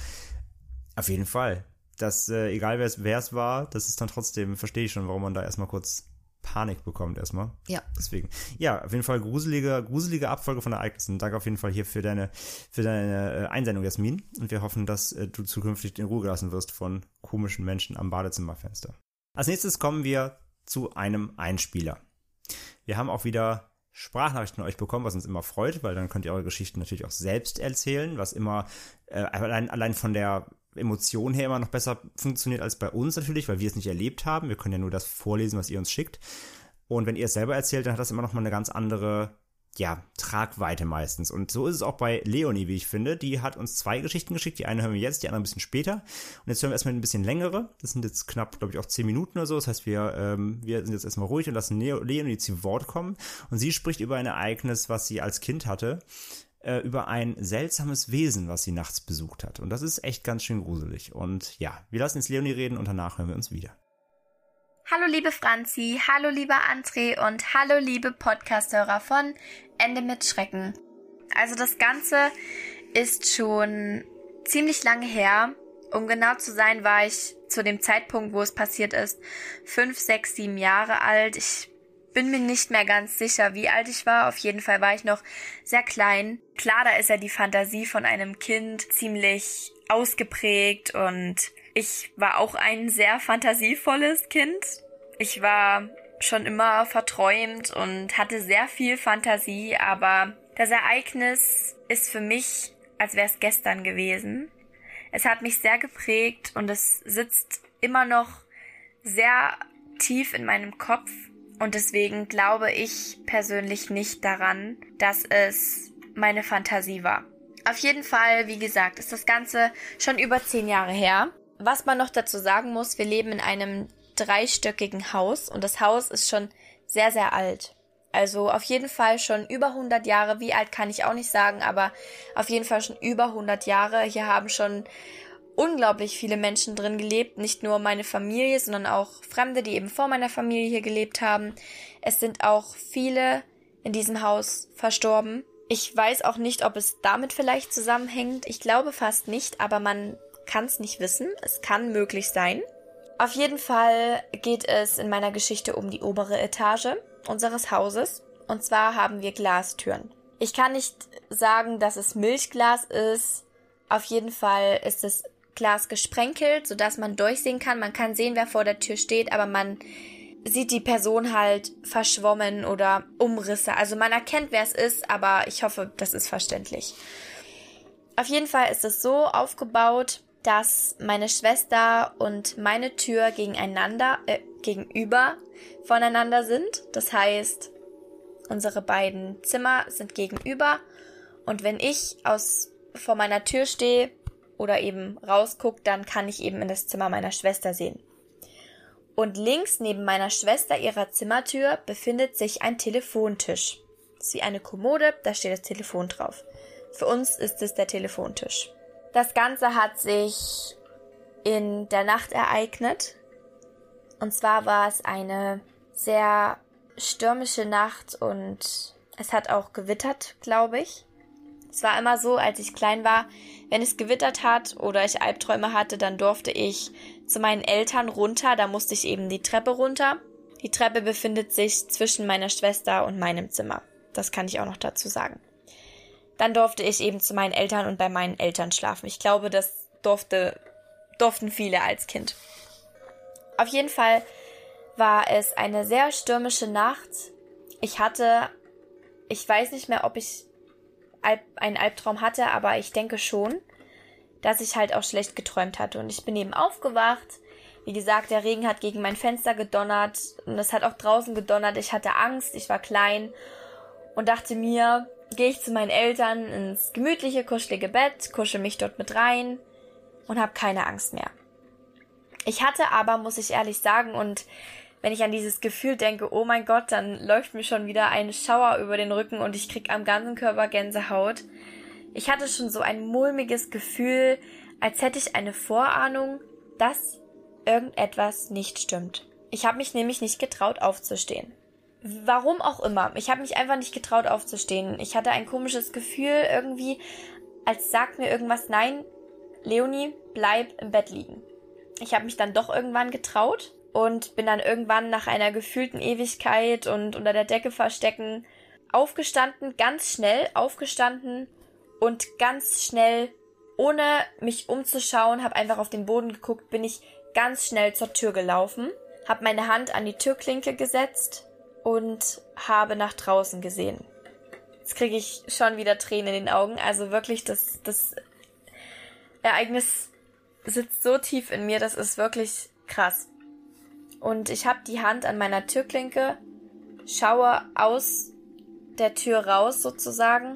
Auf jeden Fall. Dass, egal wer es war, das ist dann trotzdem, verstehe ich schon, warum man da erstmal kurz Panik bekommt erstmal. Ja. Deswegen. Ja, auf jeden Fall gruselige Abfolge von Ereignissen. Danke auf jeden Fall hier für deine Einsendung, Jasmin. Und wir hoffen, dass du zukünftig in Ruhe gelassen wirst von komischen Menschen am Badezimmerfenster. Als nächstes kommen wir zu einem Einspieler. Wir haben auch wieder Sprachnachrichten von euch bekommen, was uns immer freut, weil dann könnt ihr eure Geschichten natürlich auch selbst erzählen, was immer allein von der Emotion her immer noch besser funktioniert als bei uns natürlich, weil wir es nicht erlebt haben. Wir können ja nur das vorlesen, was ihr uns schickt. Und wenn ihr es selber erzählt, dann hat das immer noch mal eine ganz andere, Tragweite meistens. Und so ist es auch bei Leonie, wie ich finde. Die hat uns 2 Geschichten geschickt. Die eine hören wir jetzt, die andere ein bisschen später. Und jetzt hören wir erstmal ein bisschen längere. Das sind jetzt knapp, glaube ich, auch 10 Minuten oder so. Das heißt, wir sind jetzt erstmal ruhig und lassen Leonie zu Wort kommen. Und sie spricht über ein Ereignis, was sie als Kind hatte, über ein seltsames Wesen, was sie nachts besucht hat. Und das ist echt ganz schön gruselig. Und ja, wir lassen jetzt Leonie reden und danach hören wir uns wieder. Hallo liebe Franzi, hallo lieber André und hallo liebe Podcast-Hörer von Ende mit Schrecken. Also das Ganze ist schon ziemlich lange her. Um genau zu sein, war ich zu dem Zeitpunkt, wo es passiert ist, 5, 6, 7 Jahre alt. Ich bin mir nicht mehr ganz sicher, wie alt ich war. Auf jeden Fall war ich noch sehr klein. Klar, da ist ja die Fantasie von einem Kind ziemlich ausgeprägt und Ich war auch ein sehr fantasievolles Kind. Ich war schon immer verträumt und hatte sehr viel Fantasie, aber das Ereignis ist für mich, als wäre es gestern gewesen. Es hat mich sehr geprägt und es sitzt immer noch sehr tief in meinem Kopf. Und deswegen glaube ich persönlich nicht daran, dass es meine Fantasie war. Auf jeden Fall, wie gesagt, ist das Ganze schon über 10 Jahre her. Was man noch dazu sagen muss, wir leben in einem 3-stöckigen Haus und das Haus ist schon sehr, sehr alt. Also auf jeden Fall schon über 100 Jahre. Wie alt kann ich auch nicht sagen, aber auf jeden Fall schon über 100 Jahre. Hier haben schon unglaublich viele Menschen drin gelebt. Nicht nur meine Familie, sondern auch Fremde, die eben vor meiner Familie hier gelebt haben. Es sind auch viele in diesem Haus verstorben. Ich weiß auch nicht, ob es damit vielleicht zusammenhängt. Ich glaube fast nicht, aber man kann es nicht wissen. Es kann möglich sein. Auf jeden Fall geht es in meiner Geschichte um die obere Etage unseres Hauses. Und zwar haben wir Glastüren. Ich kann nicht sagen, dass es Milchglas ist. Auf jeden Fall ist das Glas gesprenkelt, sodass man durchsehen kann. Man kann sehen, wer vor der Tür steht, aber man sieht die Person halt verschwommen oder Umrisse. Also man erkennt, wer es ist, aber ich hoffe, das ist verständlich. Auf jeden Fall ist es so aufgebaut, dass meine Schwester und meine Tür gegenüber voneinander sind. Das heißt, unsere beiden Zimmer sind gegenüber. Und wenn ich vor meiner Tür stehe oder eben rausgucke, dann kann ich eben in das Zimmer meiner Schwester sehen. Und links neben meiner Schwester ihrer Zimmertür befindet sich ein Telefontisch. Das ist wie eine Kommode, da steht das Telefon drauf. Für uns ist es der Telefontisch. Das Ganze hat sich in der Nacht ereignet. Und zwar war es eine sehr stürmische Nacht und es hat auch gewittert, glaube ich. Es war immer so, als ich klein war, wenn es gewittert hat oder ich Albträume hatte, dann durfte ich zu meinen Eltern runter. Da musste ich eben die Treppe runter. Die Treppe befindet sich zwischen meiner Schwester und meinem Zimmer. Das kann ich auch noch dazu sagen. Dann durfte ich eben zu meinen Eltern und bei meinen Eltern schlafen. Ich glaube, das durften viele als Kind. Auf jeden Fall war es eine sehr stürmische Nacht. Ich weiß nicht mehr, ob ich einen Albtraum hatte, aber ich denke schon, dass ich halt auch schlecht geträumt hatte. Und ich bin eben aufgewacht. Wie gesagt, der Regen hat gegen mein Fenster gedonnert und es hat auch draußen gedonnert. Ich hatte Angst, ich war klein und dachte mir, gehe ich zu meinen Eltern ins gemütliche, kuschelige Bett, kuschel mich dort mit rein und habe keine Angst mehr. Ich hatte aber, muss ich ehrlich sagen, und wenn ich an dieses Gefühl denke, oh mein Gott, dann läuft mir schon wieder ein Schauer über den Rücken und ich krieg am ganzen Körper Gänsehaut. Ich hatte schon so ein mulmiges Gefühl, als hätte ich eine Vorahnung, dass irgendetwas nicht stimmt. Ich habe mich nämlich nicht getraut aufzustehen. Warum auch immer. Ich habe mich einfach nicht getraut aufzustehen. Ich hatte ein komisches Gefühl irgendwie, als sagt mir irgendwas, nein, Leonie, bleib im Bett liegen. Ich habe mich dann doch irgendwann getraut und bin dann irgendwann nach einer gefühlten Ewigkeit und unter der Decke verstecken aufgestanden, ganz schnell aufgestanden und ganz schnell, ohne mich umzuschauen, habe einfach auf den Boden geguckt, bin ich ganz schnell zur Tür gelaufen, habe meine Hand an die Türklinke gesetzt und habe nach draußen gesehen. Jetzt kriege ich schon wieder Tränen in den Augen. Also wirklich, das Ereignis sitzt so tief in mir, das ist wirklich krass. Und ich habe die Hand an meiner Türklinke, schaue aus der Tür raus sozusagen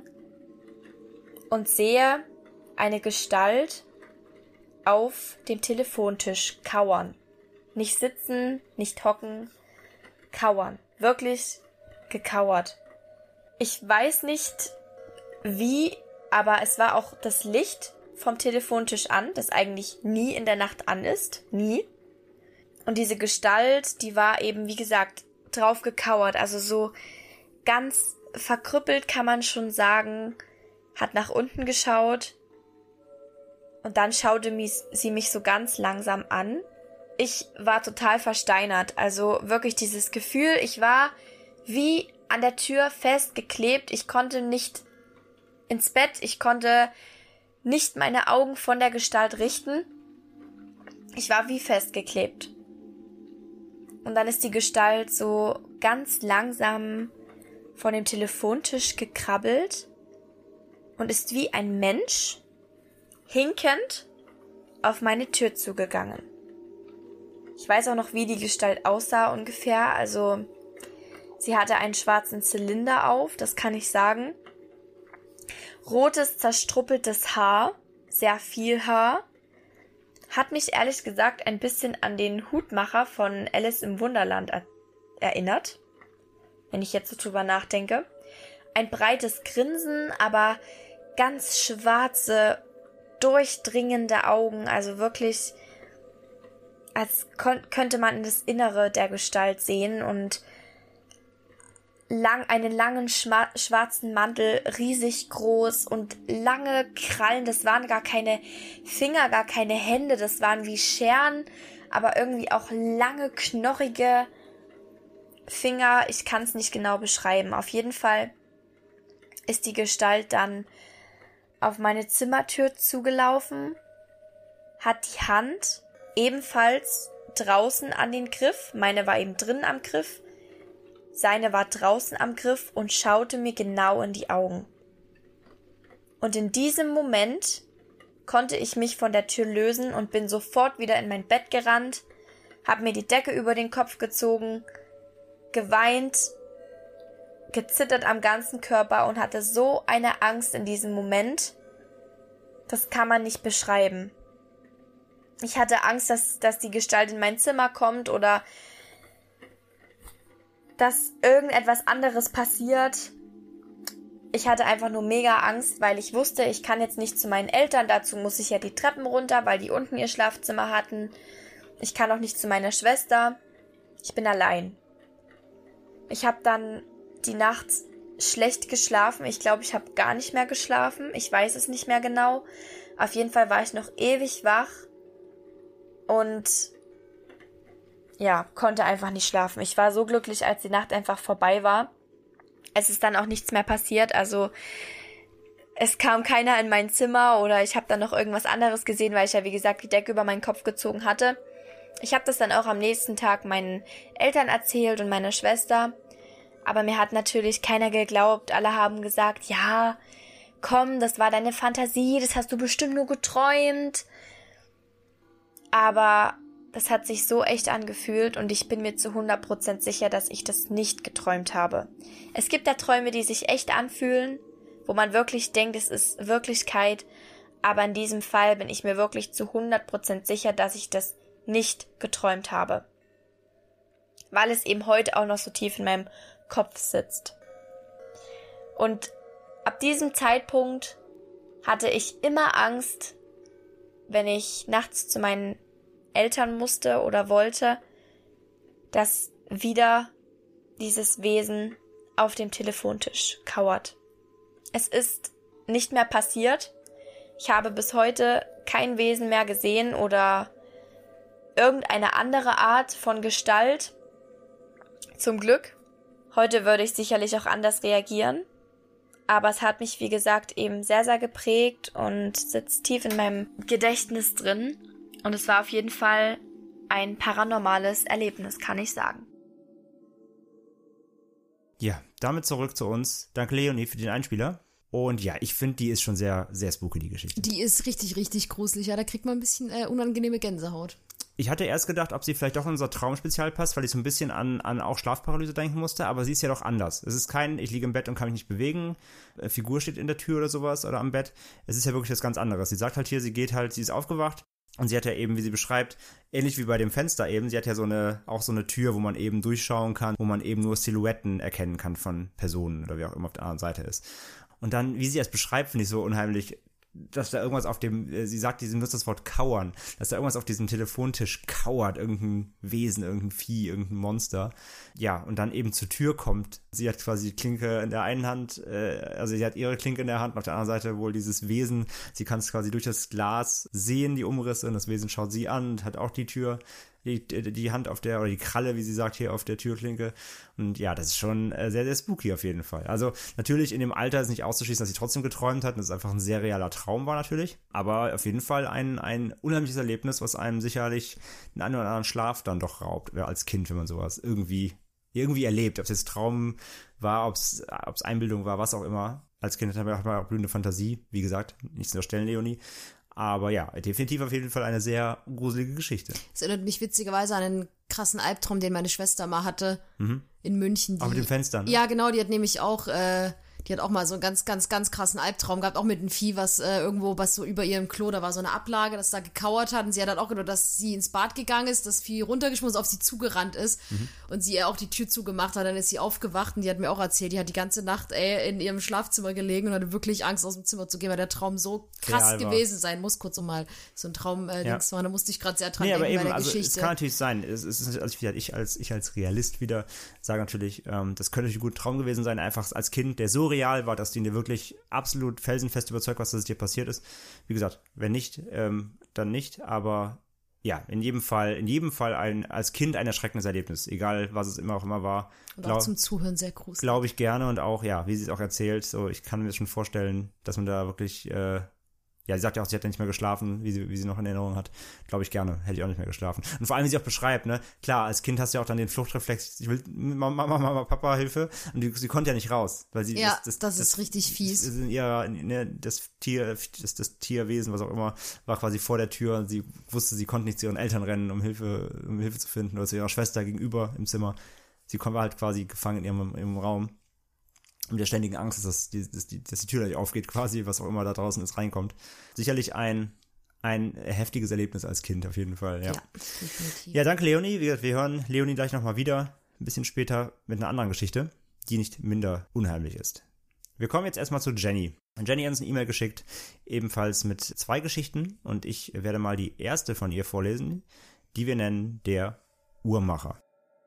und sehe eine Gestalt auf dem Telefontisch kauern. Nicht sitzen, nicht hocken, kauern. Wirklich gekauert. Ich weiß nicht wie, aber es war auch das Licht vom Telefontisch an, das eigentlich nie in der Nacht an ist. Nie. Und diese Gestalt, die war eben, wie gesagt, drauf gekauert. Also so ganz verkrüppelt kann man schon sagen, hat nach unten geschaut. Und dann schaute sie mich so ganz langsam an. Ich war total versteinert. Also wirklich dieses Gefühl, ich war wie an der Tür festgeklebt. Ich konnte nicht ins Bett. Ich konnte nicht meine Augen von der Gestalt richten. Ich war wie festgeklebt. Und dann ist die Gestalt so ganz langsam von dem Telefontisch gekrabbelt und ist wie ein Mensch hinkend auf meine Tür zugegangen. Ich weiß auch noch, wie die Gestalt aussah ungefähr. Also sie hatte einen schwarzen Zylinder auf, das kann ich sagen. Rotes, zerstruppeltes Haar, sehr viel Haar. Hat mich ehrlich gesagt ein bisschen an den Hutmacher von Alice im Wunderland erinnert, wenn ich jetzt so drüber nachdenke. Ein breites Grinsen, aber ganz schwarze, durchdringende Augen, also wirklich, als könnte man in das Innere der Gestalt sehen und einen langen schwarzen Mantel, riesig groß und lange Krallen. Das waren gar keine Finger, gar keine Hände, das waren wie Scheren, aber irgendwie auch lange, knorrige Finger. Ich kann es nicht genau beschreiben. Auf jeden Fall ist die Gestalt dann auf meine Zimmertür zugelaufen, hat die Hand ebenfalls draußen an den Griff, meine war eben drin am Griff, seine war draußen am Griff und schaute mir genau in die Augen. Und in diesem Moment konnte ich mich von der Tür lösen und bin sofort wieder in mein Bett gerannt, habe mir die Decke über den Kopf gezogen, geweint, gezittert am ganzen Körper und hatte so eine Angst in diesem Moment, das kann man nicht beschreiben. Ich hatte Angst, dass die Gestalt in mein Zimmer kommt oder dass irgendetwas anderes passiert. Ich hatte einfach nur mega Angst, weil ich wusste, ich kann jetzt nicht zu meinen Eltern, dazu muss ich ja die Treppen runter, weil die unten ihr Schlafzimmer hatten. Ich kann auch nicht zu meiner Schwester. Ich bin allein. Ich habe dann die Nacht schlecht geschlafen. Ich glaube, ich habe gar nicht mehr geschlafen. Ich weiß es nicht mehr genau. Auf jeden Fall war ich noch ewig wach und ja, konnte einfach nicht schlafen. Ich war so glücklich, als die Nacht einfach vorbei war. Es ist dann auch nichts mehr passiert, also es kam keiner in mein Zimmer oder ich habe dann noch irgendwas anderes gesehen, weil ich ja, wie gesagt, die Decke über meinen Kopf gezogen hatte. Ich habe das dann auch am nächsten Tag meinen Eltern erzählt und meiner Schwester, aber mir hat natürlich keiner geglaubt. Alle haben gesagt, ja, komm, das war deine Fantasie, das hast du bestimmt nur geträumt. Aber das hat sich so echt angefühlt und ich bin mir zu 100% sicher, dass ich das nicht geträumt habe. Es gibt da Träume, die sich echt anfühlen, wo man wirklich denkt, es ist Wirklichkeit, aber in diesem Fall bin ich mir wirklich zu 100% sicher, dass ich das nicht geträumt habe. Weil es eben heute auch noch so tief in meinem Kopf sitzt. Und ab diesem Zeitpunkt hatte ich immer Angst, wenn ich nachts zu meinen Eltern musste oder wollte, dass wieder dieses Wesen auf dem Telefontisch kauert. Es ist nicht mehr passiert. Ich habe bis heute kein Wesen mehr gesehen oder irgendeine andere Art von Gestalt. Zum Glück. Heute würde ich sicherlich auch anders reagieren. Aber es hat mich, wie gesagt, eben sehr, sehr geprägt und sitzt tief in meinem Gedächtnis drin. Und es war auf jeden Fall ein paranormales Erlebnis, kann ich sagen. Ja, damit zurück zu uns. Danke, Leonie, für den Einspieler. Und ja, ich finde, die ist schon sehr, sehr spooky, die Geschichte. Die ist richtig, richtig gruselig. Ja, da kriegt man ein bisschen unangenehme Gänsehaut. Ich hatte erst gedacht, ob sie vielleicht doch in unser Traumspezial passt, weil ich so ein bisschen an auch Schlafparalyse denken musste, aber sie ist ja doch anders. Es ist kein, ich liege im Bett und kann mich nicht bewegen, Figur steht in der Tür oder sowas oder am Bett. Es ist ja wirklich was ganz anderes. Sie sagt halt hier, sie ist aufgewacht und sie hat ja eben, wie sie beschreibt, ähnlich wie bei dem Fenster eben, sie hat ja so eine Tür, wo man eben durchschauen kann, wo man eben nur Silhouetten erkennen kann von Personen oder wie auch immer auf der anderen Seite ist. Und dann, wie sie es beschreibt, finde ich so unheimlich, dass da irgendwas auf dem, sie sagt, sie nutzt das Wort kauern, dass da irgendwas auf diesem Telefontisch kauert, irgendein Wesen, irgendein Vieh, irgendein Monster. Ja, und dann eben zur Tür kommt. Sie hat quasi die Klinke in der einen Hand, also sie hat ihre Klinke in der Hand, und auf der anderen Seite wohl dieses Wesen. Sie kann es quasi durch das Glas sehen, die Umrisse, und das Wesen schaut sie an und hat auch die Tür. die Hand oder die Kralle, wie sie sagt, hier auf der Türklinke. Und ja, das ist schon sehr, sehr spooky auf jeden Fall. Also natürlich in dem Alter ist nicht auszuschließen, dass sie trotzdem geträumt hat und es einfach ein sehr realer Traum war natürlich. Aber auf jeden Fall ein unheimliches Erlebnis, was einem sicherlich einen oder anderen Schlaf dann doch raubt, als Kind, wenn man sowas irgendwie erlebt. Ob es jetzt Traum war, ob es Einbildung war, was auch immer. Als Kind hat man auch blühende Fantasie. Wie gesagt, nichts zu unterstellen, Leonie. Aber ja, definitiv auf jeden Fall eine sehr gruselige Geschichte. Es erinnert mich witzigerweise an einen krassen Albtraum, den meine Schwester mal hatte in München. Auch mit den Fenstern. Ne? Ja, genau, die hat nämlich auch, mal so einen ganz, ganz, ganz krassen Albtraum gehabt, auch mit einem Vieh, was was so über ihrem Klo, da war so eine Ablage, das da gekauert hat und sie hat dann auch gedacht, dass sie ins Bad gegangen ist, das Vieh runtergeschmissen, auf sie zugerannt ist und sie ihr auch die Tür zugemacht hat, dann ist sie aufgewacht und die hat mir auch erzählt, die hat die ganze Nacht in ihrem Schlafzimmer gelegen und hatte wirklich Angst, aus dem Zimmer zu gehen, weil der Traum so krass gewesen sein muss, kurz um mal so ein Traum Dings machen, da musste ich gerade sehr dran denken bei der Geschichte. Es kann natürlich sein, es ist, also ich als Realist wieder sage natürlich, das könnte ein guter Traum gewesen sein, einfach als Kind, der so real war, dass du dir wirklich absolut felsenfest überzeugt warst, dass es dir passiert ist. Wie gesagt, wenn nicht, dann nicht, aber ja, in jedem Fall als Kind ein erschreckendes Erlebnis, egal was es immer war. Und auch zum Zuhören sehr gruselig. Glaube ich gerne und auch, ja, wie sie es auch erzählt, so, ich kann mir das schon vorstellen, dass man da wirklich, sie sagt ja auch, sie hat ja nicht mehr geschlafen, wie sie noch in Erinnerung hat. Glaube ich gerne, hätte ich auch nicht mehr geschlafen. Und vor allem, wie sie auch beschreibt, ne, klar, als Kind hast du ja auch dann den Fluchtreflex, ich will, Mama, Papa, Hilfe. Und sie konnte ja nicht raus, weil sie, das ist richtig fies. Das Tierwesen, was auch immer, war quasi vor der Tür und sie wusste, sie konnte nicht zu ihren Eltern rennen, um Hilfe zu finden, oder zu ihrer Schwester gegenüber im Zimmer. Sie war halt quasi gefangen in ihrem Raum. Mit der ständigen Angst, dass die Tür gleich aufgeht, quasi, was auch immer da draußen ist, reinkommt. Sicherlich ein heftiges Erlebnis als Kind, auf jeden Fall, ja. Ja, definitiv. Ja, danke, Leonie. Wie gesagt, wir hören Leonie gleich nochmal wieder, ein bisschen später, mit einer anderen Geschichte, die nicht minder unheimlich ist. Wir kommen jetzt erstmal zu Jenny. Jenny hat uns eine E-Mail geschickt, ebenfalls mit 2 Geschichten, und ich werde mal die erste von ihr vorlesen, die wir nennen der Uhrmacher.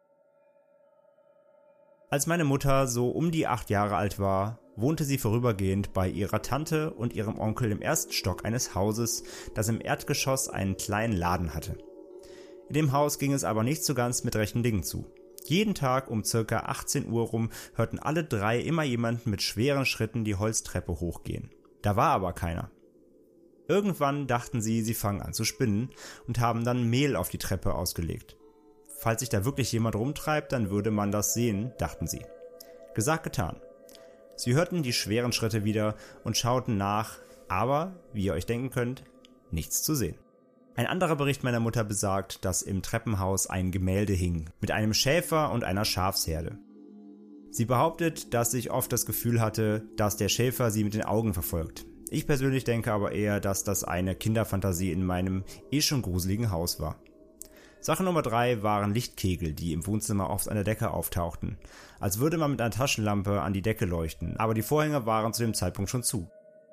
Als meine Mutter so um die 8 Jahre alt war, wohnte sie vorübergehend bei ihrer Tante und ihrem Onkel im ersten Stock eines Hauses, das im Erdgeschoss einen kleinen Laden hatte. In dem Haus ging es aber nicht so ganz mit rechten Dingen zu. Jeden Tag um ca. 18 Uhr rum hörten alle 3 immer jemanden mit schweren Schritten die Holztreppe hochgehen. Da war aber keiner. Irgendwann dachten sie fangen an zu spinnen und haben dann Mehl auf die Treppe ausgelegt. Falls sich da wirklich jemand rumtreibt, dann würde man das sehen, dachten sie. Gesagt, getan. Sie hörten die schweren Schritte wieder und schauten nach, aber, wie ihr euch denken könnt, nichts zu sehen. Ein anderer Bericht meiner Mutter besagt, dass im Treppenhaus ein Gemälde hing, mit einem Schäfer und einer Schafsherde. Sie behauptet, dass ich oft das Gefühl hatte, dass der Schäfer sie mit den Augen verfolgt. Ich persönlich denke aber eher, dass das eine Kinderfantasie in meinem schon gruseligen Haus war. Sache Nummer 3 waren Lichtkegel, die im Wohnzimmer oft an der Decke auftauchten, als würde man mit einer Taschenlampe an die Decke leuchten, aber die Vorhänge waren zu dem Zeitpunkt schon zu.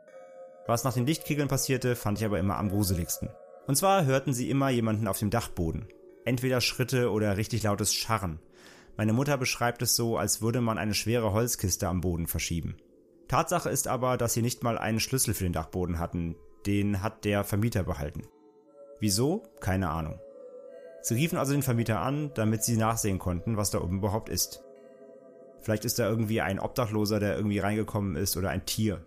Was nach den Lichtkegeln passierte, fand ich aber immer am gruseligsten. Und zwar hörten sie immer jemanden auf dem Dachboden. Entweder Schritte oder richtig lautes Scharren. Meine Mutter beschreibt es so, als würde man eine schwere Holzkiste am Boden verschieben. Tatsache ist aber, dass sie nicht mal einen Schlüssel für den Dachboden hatten, den hat der Vermieter behalten. Wieso? Keine Ahnung. Sie riefen also den Vermieter an, damit sie nachsehen konnten, was da oben überhaupt ist. Vielleicht ist da irgendwie ein Obdachloser, der irgendwie reingekommen ist, oder ein Tier.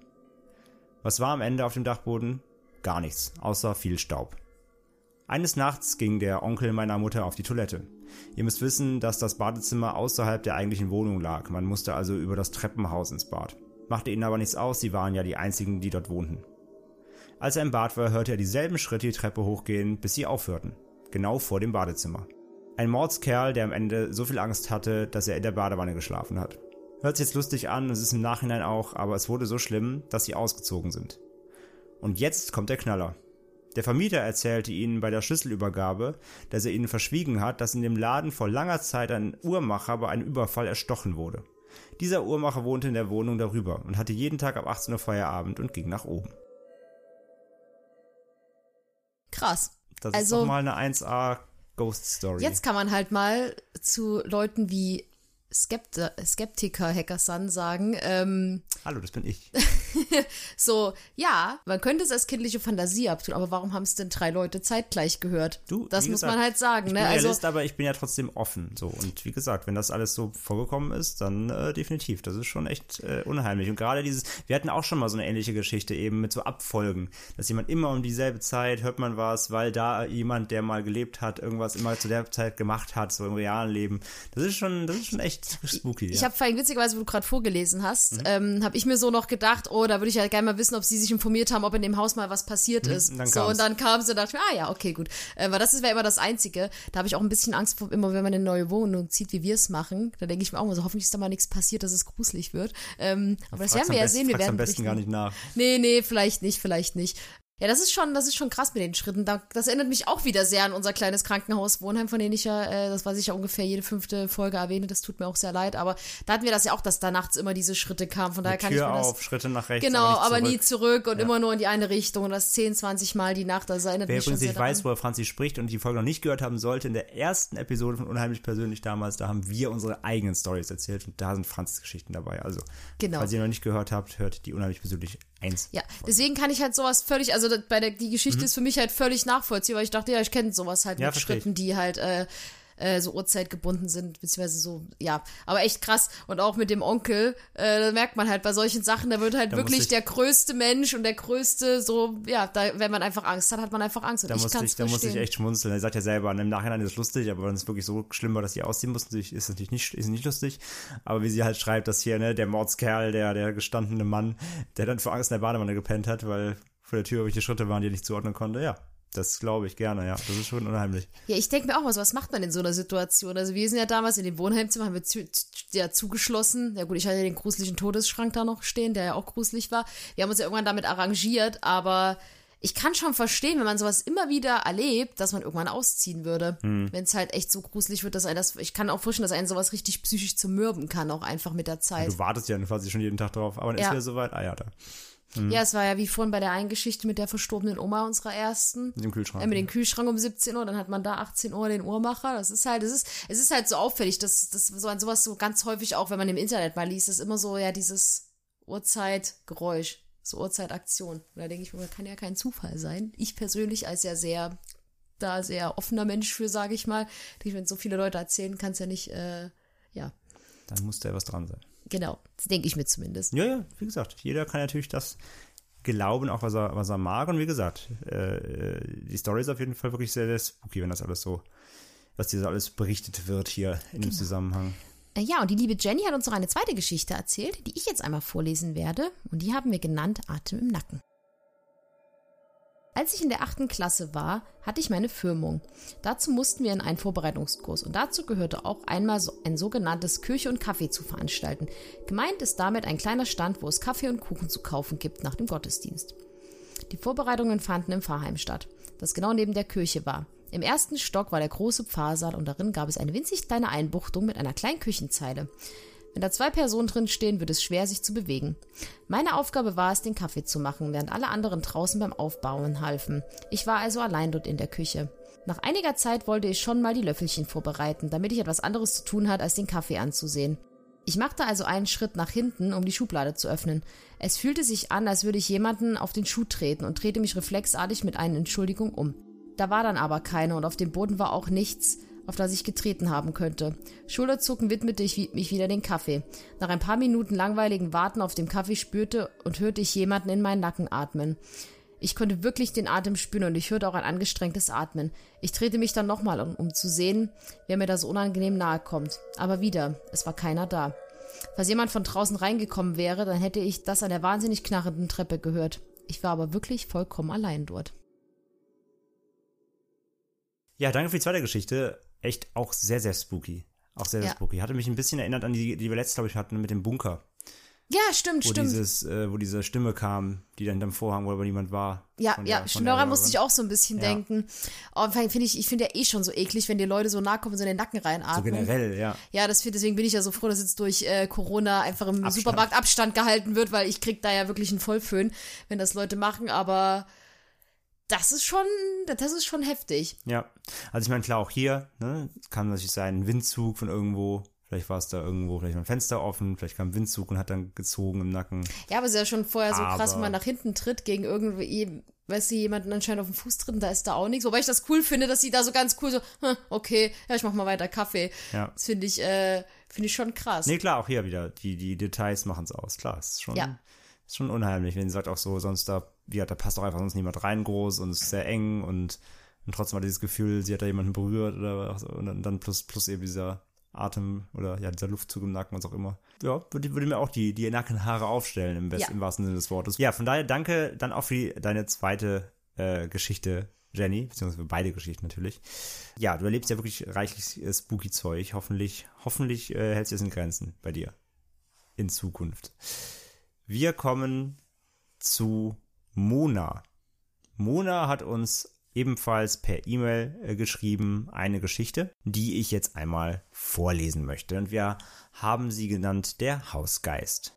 Was war am Ende auf dem Dachboden? Gar nichts, außer viel Staub. Eines Nachts ging der Onkel meiner Mutter auf die Toilette. Ihr müsst wissen, dass das Badezimmer außerhalb der eigentlichen Wohnung lag. Man musste also über das Treppenhaus ins Bad. Machte ihnen aber nichts aus, sie waren ja die einzigen, die dort wohnten. Als er im Bad war, hörte er dieselben Schritte die Treppe hochgehen, bis sie aufhörten. Genau vor dem Badezimmer. Ein Mordskerl, der am Ende so viel Angst hatte, dass er in der Badewanne geschlafen hat. Hört sich jetzt lustig an, es ist im Nachhinein auch, aber es wurde so schlimm, dass sie ausgezogen sind. Und jetzt kommt der Knaller. Der Vermieter erzählte ihnen bei der Schlüsselübergabe, dass er ihnen verschwiegen hat, dass in dem Laden vor langer Zeit ein Uhrmacher bei einem Überfall erstochen wurde. Dieser Uhrmacher wohnte in der Wohnung darüber und hatte jeden Tag ab 18 Uhr Feierabend und ging nach oben. Krass. Das ist doch mal eine 1A Ghost Story. Jetzt kann man halt mal zu Leuten wie Skeptiker Hackersan sagen, Hallo, das bin ich. so, ja, man könnte es als kindliche Fantasie abtun, aber warum haben es denn 3 Leute zeitgleich gehört? Du, das wie muss gesagt, man halt sagen, ich ne? bin Also, Realist, aber ich bin ja trotzdem offen. So. Und wie gesagt, wenn das alles so vorgekommen ist, dann definitiv. Das ist schon echt unheimlich. Und gerade wir hatten auch schon mal so eine ähnliche Geschichte eben mit so Abfolgen, dass jemand immer um dieselbe Zeit hört man was, weil da jemand, der mal gelebt hat, irgendwas immer zu der Zeit gemacht hat, so im realen Leben. Das ist schon echt spooky. Ich habe vorhin witzigerweise, wo du gerade vorgelesen hast, habe ich mir so noch gedacht, oh, da würde ich ja gerne mal wissen, ob sie sich informiert haben, ob in dem Haus mal was passiert ist. Und dann kam sie und dachte ich, ja, okay, gut. Weil das wäre immer das Einzige. Da habe ich auch ein bisschen Angst vor, immer wenn man eine neue Wohnung zieht, wie wir es machen. Da denke ich mir auch immer so, hoffentlich ist da mal nichts passiert, dass es gruselig wird. Aber das werden wir ja sehen. Wir werden am besten gar nicht nach. Nee, vielleicht nicht. Ja, das ist schon krass mit den Schritten. Das erinnert mich auch wieder sehr an unser kleines Krankenhaus Wohnheim, von dem ich ja, das was ich ja ungefähr jede 5. Folge erwähne, das tut mir auch sehr leid, aber da hatten wir das ja auch, dass da nachts immer diese Schritte kamen, von daher kann ich mir das... auf, Schritte nach rechts, genau, aber nie zurück und ja. immer nur in die eine Richtung und das 10, 20 Mal die Nacht, das erinnert mich schon sehr daran. Wer übrigens nicht weiß, wo Franzi spricht und die Folge noch nicht gehört haben sollte, in der ersten Episode von Unheimlich Persönlich damals, da haben wir unsere eigenen Storys erzählt und da sind Franzis Geschichten dabei, also falls ihr noch nicht gehört habt, hört die Unheimlich Persönlich 1. Ja, deswegen kann ich halt sowas völlig, also die Geschichte ist für mich halt völlig nachvollziehbar, weil ich dachte, ja, ich kenne sowas halt mit Schritten, die halt so uhrzeitgebunden sind, beziehungsweise so, ja, aber echt krass. Und auch mit dem Onkel, da merkt man halt bei solchen Sachen, da wird halt wirklich der größte Mensch und der größte, so, ja, da, wenn man einfach Angst hat, hat man einfach Angst. Und da musste ich echt schmunzeln. Er sagt ja selber, im Nachhinein ist es lustig, aber wenn es wirklich so schlimm war, dass sie ausziehen mussten, ist es natürlich nicht lustig. Aber wie sie halt schreibt, dass hier, ne, der Mordskerl, der gestandene Mann, der dann vor Angst in der Badewanne gepennt hat, weil vor der Tür irgendwelche Schritte waren, die er nicht zuordnen konnte, ja. Das glaube ich gerne, ja. Das ist schon unheimlich. Ja, ich denke mir auch mal so, was macht man in so einer Situation? Also wir sind ja damals in dem Wohnheimzimmer, haben wir zugeschlossen. Ja gut, ich hatte ja den gruseligen Todesschrank da noch stehen, der ja auch gruselig war. Wir haben uns ja irgendwann damit arrangiert, aber ich kann schon verstehen, wenn man sowas immer wieder erlebt, dass man irgendwann ausziehen würde. Wenn es halt echt so gruselig wird, ich kann auch vorstellen, dass einen sowas richtig psychisch zermürben kann, auch einfach mit der Zeit. Ja, du wartest ja quasi schon jeden Tag drauf, aber dann ist wieder soweit, da. Ja, es war ja wie vorhin bei der einen Geschichte mit der verstorbenen Oma unserer ersten. Mit dem Kühlschrank. Mit dem Kühlschrank um 17 Uhr, dann hat man da 18 Uhr den Uhrmacher. Das ist halt, es ist halt so auffällig, dass so an sowas so ganz häufig auch, wenn man im Internet mal liest, ist immer so, ja, dieses Uhrzeitgeräusch, so Uhrzeitaktion. Und da denke ich mir, kann ja kein Zufall sein. Ich persönlich als ja sehr offener Mensch für, sage ich mal, wenn so viele Leute erzählen, kann es ja nicht, ja. Dann muss da was dran sein. Genau, das denke ich mir zumindest. Ja, wie gesagt, jeder kann natürlich das glauben, auch was er mag. Und wie gesagt, die Story ist auf jeden Fall wirklich sehr, sehr spooky, wenn das alles so, was dir so alles berichtet wird hier in dem Zusammenhang. Ja, und die liebe Jenny hat uns noch eine zweite Geschichte erzählt, die ich jetzt einmal vorlesen werde. Und die haben wir genannt Atem im Nacken. Als ich in der 8. Klasse war, hatte ich meine Firmung. Dazu mussten wir in einen Vorbereitungskurs und dazu gehörte auch einmal ein sogenanntes Kirche und Kaffee zu veranstalten. Gemeint ist damit ein kleiner Stand, wo es Kaffee und Kuchen zu kaufen gibt nach dem Gottesdienst. Die Vorbereitungen fanden im Pfarrheim statt, das genau neben der Kirche war. Im 1. Stock war der große Pfarrsaal und darin gab es eine winzig kleine Einbuchtung mit einer kleinen Küchenzeile. Wenn da 2 Personen drin stehen, wird es schwer, sich zu bewegen. Meine Aufgabe war es, den Kaffee zu machen, während alle anderen draußen beim Aufbauen halfen. Ich war also allein dort in der Küche. Nach einiger Zeit wollte ich schon mal die Löffelchen vorbereiten, damit ich etwas anderes zu tun hatte, als den Kaffee anzusehen. Ich machte also einen Schritt nach hinten, um die Schublade zu öffnen. Es fühlte sich an, als würde ich jemanden auf den Schuh treten und drehte mich reflexartig mit einer Entschuldigung um. Da war dann aber keine und auf dem Boden war auch nichts, auf das ich getreten haben könnte. Schulterzucken widmete ich mich wieder den Kaffee. Nach ein paar Minuten langweiligen Warten auf dem Kaffee spürte und hörte ich jemanden in meinen Nacken atmen. Ich konnte wirklich den Atem spüren und ich hörte auch ein angestrengtes Atmen. Ich drehte mich dann nochmal um zu sehen, wer mir da so unangenehm nahe kommt. Aber wieder, es war keiner da. Falls jemand von draußen reingekommen wäre, dann hätte ich das an der wahnsinnig knarrenden Treppe gehört. Ich war aber wirklich vollkommen allein dort. Ja, danke für die zweite Geschichte. Echt auch sehr, sehr spooky. Auch sehr, sehr spooky. Hatte mich ein bisschen erinnert an die wir letztes, glaube ich, hatten mit dem Bunker. Ja, stimmt. Wo diese Stimme kam, die dann hinterm Vorhang, wo aber niemand war. Stimmt. Daran musste ich auch so ein bisschen denken. Oh, ich finde ja so eklig, wenn die Leute so nahe kommen und so in den Nacken reinatmen. So generell, ja. Ja, deswegen bin ich ja so froh, dass jetzt durch Corona einfach im Supermarkt Abstand gehalten wird, weil ich krieg da ja wirklich einen Vollföhn, wenn das Leute machen, aber das ist schon heftig. Ja, also ich meine, klar, auch hier, ne, kann natürlich sein, ein Windzug von irgendwo, Vielleicht war es da irgendwo, vielleicht war ein Fenster offen, vielleicht kam ein Windzug und hat dann gezogen im Nacken. Ja, aber es ist ja schon vorher so krass, Aber- wenn man nach hinten tritt, gegen irgendwie, weißt du, jemanden anscheinend auf den Fuß tritt und da ist da auch nichts. Wobei ich das cool finde, dass sie da so ganz cool so, okay, ja, ich mach mal weiter Kaffee. Ja. Das finde ich schon krass. Nee, klar, auch hier wieder, die Details machen es aus, klar, ist schon, Ja. ist schon unheimlich, wenn sie sagt auch so, sonst da passt auch einfach sonst niemand rein groß und es ist sehr eng und trotzdem hat dieses Gefühl, sie hat da jemanden berührt oder so, und dann plus eben dieser Atem oder ja, dieser Luftzug im Nacken, was auch immer. Ja, würde mir auch die Nackenhaare aufstellen, im wahrsten Sinne des Wortes. Ja, von daher danke dann auch für deine zweite Geschichte, Jenny, beziehungsweise beide Geschichten natürlich. Ja, du erlebst ja wirklich reichlich spooky Zeug. Hoffentlich hältst du es in Grenzen bei dir in Zukunft. Wir kommen zu Mona. Mona hat uns ebenfalls per E-Mail geschrieben eine Geschichte, die ich jetzt einmal vorlesen möchte. Und wir haben sie genannt der Hausgeist.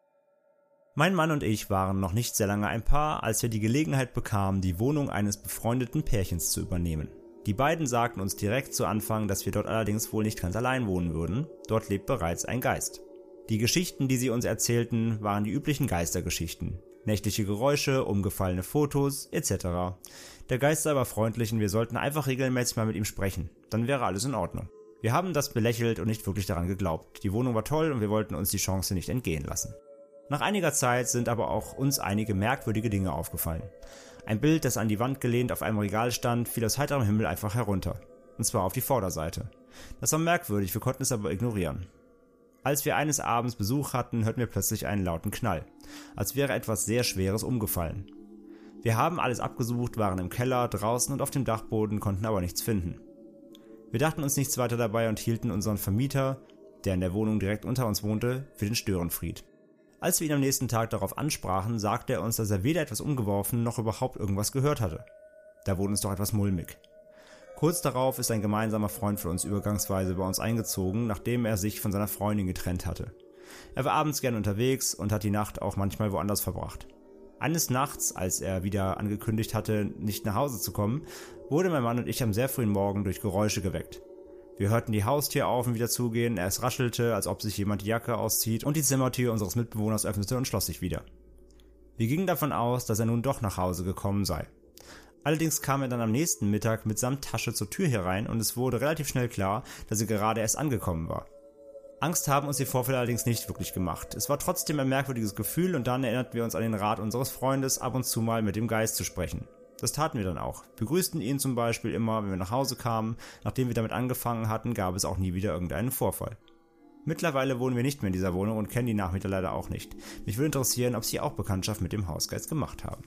Mein Mann und ich waren noch nicht sehr lange ein Paar, als wir die Gelegenheit bekamen, die Wohnung eines befreundeten Pärchens zu übernehmen. Die beiden sagten uns direkt zu Anfang, dass wir dort allerdings wohl nicht ganz allein wohnen würden. Dort lebt bereits ein Geist. Die Geschichten, die sie uns erzählten, waren die üblichen Geistergeschichten. Nächtliche Geräusche, umgefallene Fotos, etc. Der Geist sei aber freundlich und wir sollten einfach regelmäßig mal mit ihm sprechen. Dann wäre alles in Ordnung. Wir haben das belächelt und nicht wirklich daran geglaubt. Die Wohnung war toll und wir wollten uns die Chance nicht entgehen lassen. Nach einiger Zeit sind aber auch uns einige merkwürdige Dinge aufgefallen. Ein Bild, das an die Wand gelehnt auf einem Regal stand, fiel aus heiterem Himmel einfach herunter. Und zwar auf die Vorderseite. Das war merkwürdig, wir konnten es aber ignorieren. Als wir eines Abends Besuch hatten, hörten wir plötzlich einen lauten Knall, als wäre etwas sehr Schweres umgefallen. Wir haben alles abgesucht, waren im Keller, draußen und auf dem Dachboden, konnten aber nichts finden. Wir dachten uns nichts weiter dabei und hielten unseren Vermieter, der in der Wohnung direkt unter uns wohnte, für den Störenfried. Als wir ihn am nächsten Tag darauf ansprachen, sagte er uns, dass er weder etwas umgeworfen noch überhaupt irgendwas gehört hatte. Da wurde uns doch etwas mulmig. Kurz darauf ist ein gemeinsamer Freund von uns übergangsweise bei uns eingezogen, nachdem er sich von seiner Freundin getrennt hatte. Er war abends gern unterwegs und hat die Nacht auch manchmal woanders verbracht. Eines Nachts, als er wieder angekündigt hatte, nicht nach Hause zu kommen, wurde mein Mann und ich am sehr frühen Morgen durch Geräusche geweckt. Wir hörten die Haustür auf und wieder zugehen, es raschelte, als ob sich jemand die Jacke auszieht und die Zimmertür unseres Mitbewohners öffnete und schloss sich wieder. Wir gingen davon aus, dass er nun doch nach Hause gekommen sei. Allerdings kam er dann am nächsten Mittag mitsamt Tasche zur Tür herein und es wurde relativ schnell klar, dass er gerade erst angekommen war. Angst haben uns die Vorfälle allerdings nicht wirklich gemacht. Es war trotzdem ein merkwürdiges Gefühl und dann erinnerten wir uns an den Rat unseres Freundes, ab und zu mal mit dem Geist zu sprechen. Das taten wir dann auch. Wir grüßten ihn zum Beispiel immer, wenn wir nach Hause kamen. Nachdem wir damit angefangen hatten, gab es auch nie wieder irgendeinen Vorfall. Mittlerweile wohnen wir nicht mehr in dieser Wohnung und kennen die Nachmieter leider auch nicht. Mich würde interessieren, ob sie auch Bekanntschaft mit dem Hausgeist gemacht haben.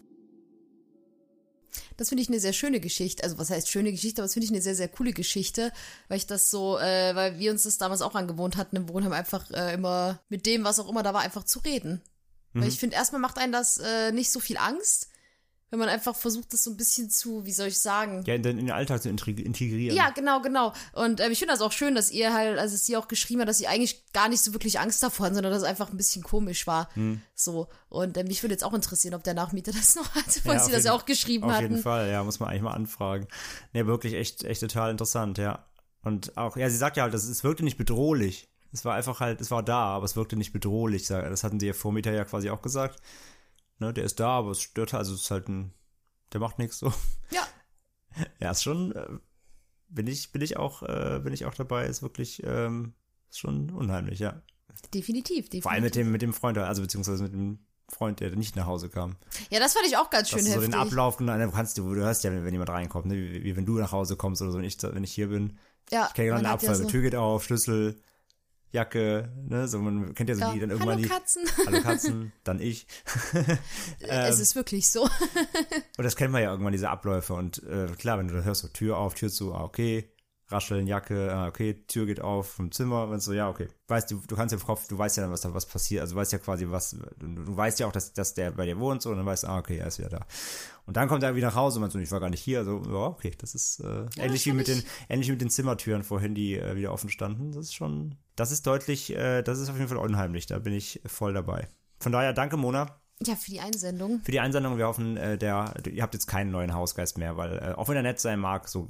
Das finde ich eine sehr schöne Geschichte. Also was heißt schöne Geschichte, aber das finde ich eine sehr, sehr coole Geschichte, weil ich das so, weil wir uns das damals auch angewohnt hatten im Wohnheim, einfach immer mit dem, was auch immer da war, einfach zu reden. Weil ich finde, erstmal macht einen das nicht so viel Angst, wenn man einfach versucht, das so ein bisschen zu, wie soll ich sagen? Ja, in den Alltag zu integrieren. Ja, genau. Und ich finde das auch schön, dass ihr halt, also sie auch geschrieben hat, dass sie eigentlich gar nicht so wirklich Angst davor hat, sondern dass es einfach ein bisschen komisch war. So. Und mich würde jetzt auch interessieren, ob der Nachmieter das noch hat, weil sie das ja auch geschrieben hatten. Auf jeden Fall, ja, muss man eigentlich mal anfragen. Nee, wirklich echt total interessant, ja. Und auch, ja, sie sagt ja halt, es wirkte nicht bedrohlich. Es war einfach halt, es war da, aber es wirkte nicht bedrohlich. Das hatten die ja Vormieter ja quasi auch gesagt. Ne, der ist da, aber es stört halt, also es ist halt der macht nichts so. Ja. Ja, ist schon, bin ich auch dabei, ist wirklich, ist schon unheimlich, ja. Definitiv. Vor allem mit dem Freund, also beziehungsweise mit dem Freund, der nicht nach Hause kam. Ja, das fand ich auch ganz schön heftig. So den Ablauf, du hörst ja, wenn jemand reinkommt, ne, wie wenn du nach Hause kommst oder so, wenn ich hier bin. Ja, ich kenne genau den Abfall, ja so. Tür geht auf, Schlüssel, Jacke, ne, so man kennt ja so die dann irgendwann Hallo Katzen. Hallo Katzen, dann ich. Es ist wirklich so. Und das kennt man ja irgendwann, diese Abläufe und klar, wenn du da hörst, so Tür auf, Tür zu, okay, rascheln, Jacke, okay, Tür geht auf vom Zimmer und so, ja, okay. Weißt du kannst ja im Kopf, du weißt ja dann, was da was passiert, also du weißt ja quasi du weißt ja auch, dass der bei dir wohnt so und dann weißt du, okay, er ist wieder da. Und dann kommt er wieder nach Hause und man so, ich war gar nicht hier, also, ja, okay, das ist ähnlich wie mit den Zimmertüren vorhin, die wieder offen standen, das ist deutlich, das ist auf jeden Fall unheimlich, da bin ich voll dabei. Von daher, danke Mona. Ja, für die Einsendung. Wir hoffen, ihr habt jetzt keinen neuen Hausgeist mehr, weil auch wenn er nett sein mag, so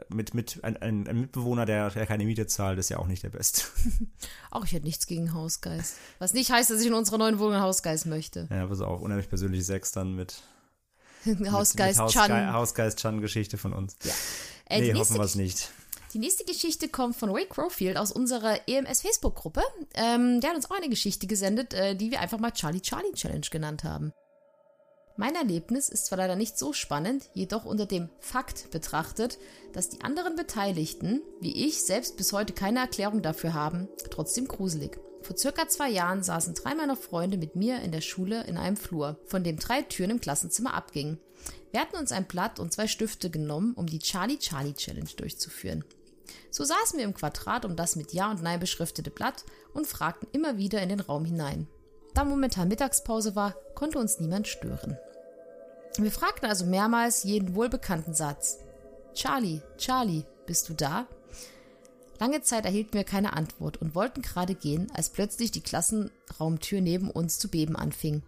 ein Mitbewohner, der keine Miete zahlt, ist ja auch nicht der Beste. Auch ich hätte nichts gegen Hausgeist. Was nicht heißt, dass ich in unserer neuen Wohnung einen Hausgeist möchte. Ja, pass auf, unheimlich persönlich Sex dann mit Hausgeist-Chan. Hausgeist-Chan-Geschichte von uns. Ja. Nee, hoffen wir es nicht. Die nächste Geschichte kommt von Ray Crowfield aus unserer EMS-Facebook-Gruppe. Der hat uns auch eine Geschichte gesendet, die wir einfach mal Charlie Charlie Challenge genannt haben. Mein Erlebnis ist zwar leider nicht so spannend, jedoch unter dem Fakt betrachtet, dass die anderen Beteiligten, wie ich, selbst bis heute keine Erklärung dafür haben, trotzdem gruselig. Vor circa 2 Jahren saßen 3 meiner Freunde mit mir in der Schule in einem Flur, von dem 3 Türen im Klassenzimmer abgingen. Wir hatten uns ein Blatt und 2 Stifte genommen, um die Charlie Charlie Challenge durchzuführen. So saßen wir im Quadrat um das mit Ja und Nein beschriftete Blatt und fragten immer wieder in den Raum hinein. Da momentan Mittagspause war, konnte uns niemand stören. Wir fragten also mehrmals jeden wohlbekannten Satz. Charlie, Charlie, bist du da? Lange Zeit erhielten wir keine Antwort und wollten gerade gehen, als plötzlich die Klassenraumtür neben uns zu beben anfing.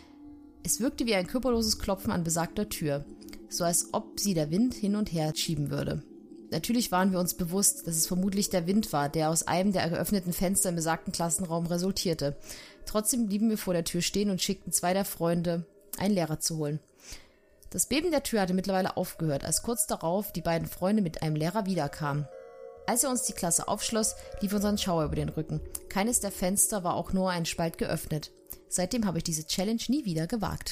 Es wirkte wie ein körperloses Klopfen an besagter Tür, so als ob sie der Wind hin und her schieben würde. Natürlich waren wir uns bewusst, dass es vermutlich der Wind war, der aus einem der geöffneten Fenster im besagten Klassenraum resultierte. Trotzdem blieben wir vor der Tür stehen und schickten 2 der Freunde, einen Lehrer zu holen. Das Beben der Tür hatte mittlerweile aufgehört, als kurz darauf die beiden Freunde mit einem Lehrer wiederkamen. Als er uns die Klasse aufschloss, lief uns ein Schauer über den Rücken. Keines der Fenster war auch nur ein Spalt geöffnet. Seitdem habe ich diese Challenge nie wieder gewagt.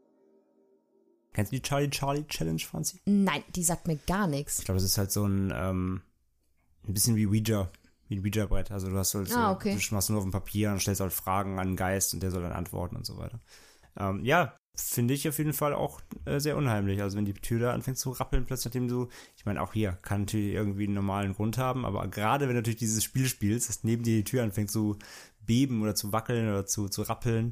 Kennst du die Charlie Charlie Challenge, Franzi? Nein, die sagt mir gar nichts. Ich glaube, das ist halt so ein bisschen wie ein Ouija-Brett. Also du hast halt okay. Du machst nur auf dem Papier und stellst halt Fragen an den Geist und der soll dann antworten und so weiter. Ja, finde ich auf jeden Fall auch sehr unheimlich. Also wenn die Tür da anfängt zu rappeln, plötzlich nachdem ich meine, auch hier kann natürlich irgendwie einen normalen Grund haben, aber gerade wenn du natürlich dieses Spiel spielst, dass neben dir die Tür anfängt zu beben oder zu wackeln oder zu rappeln,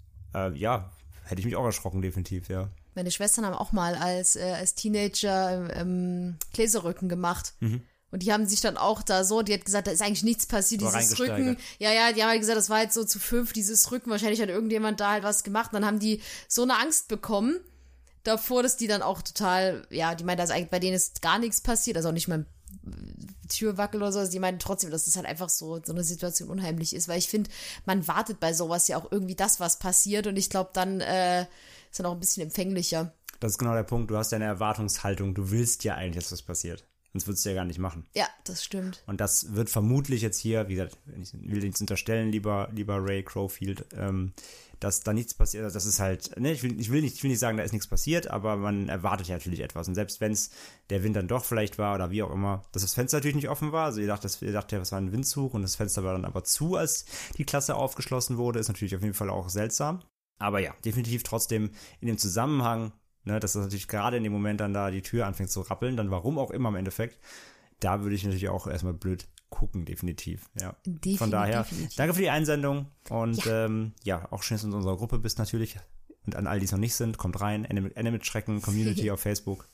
ja, hätte ich mich auch erschrocken, definitiv, ja. Meine Schwestern haben auch mal als Teenager Gläserrücken gemacht. Mhm. Und die haben sich dann auch die hat gesagt, da ist eigentlich nichts passiert, dieses Rücken. Ja, die haben halt gesagt, das war halt so zu 5, dieses Rücken, wahrscheinlich hat irgendjemand da halt was gemacht. Und dann haben die so eine Angst bekommen davor, dass die dann auch total, ja, die meinen, dass eigentlich bei denen ist gar nichts passiert, also auch nicht mal Türwackel oder so, also die meinen trotzdem, dass das halt einfach so eine Situation unheimlich ist, weil ich finde, man wartet bei sowas ja auch irgendwie das, was passiert und ich glaube, dann ist dann auch ein bisschen empfänglicher. Das ist genau der Punkt, du hast ja eine Erwartungshaltung, du willst ja eigentlich, dass was passiert. Sonst würdest du ja gar nicht machen. Ja, das stimmt. Und das wird vermutlich jetzt hier, wie gesagt, ich will nichts unterstellen, lieber Ray Crowfield, dass da nichts passiert. Also das ist halt, ne, ich will nicht sagen, da ist nichts passiert, aber man erwartet ja natürlich etwas. Und selbst wenn es der Wind dann doch vielleicht war oder wie auch immer, dass das Fenster natürlich nicht offen war. Also ihr dachte, das war ein Windzug und das Fenster war dann aber zu, als die Klasse aufgeschlossen wurde, ist natürlich auf jeden Fall auch seltsam. Aber ja, definitiv trotzdem in dem Zusammenhang, ne, dass das natürlich gerade in dem Moment dann da die Tür anfängt zu rappeln, dann warum auch immer im Endeffekt, da würde ich natürlich auch erstmal blöd gucken, definitiv. Ja. Von daher, danke für die Einsendung und ja, auch schön, dass du in unserer Gruppe bist natürlich und an all die es noch nicht sind, kommt rein, Ende mit Schrecken, Community auf Facebook,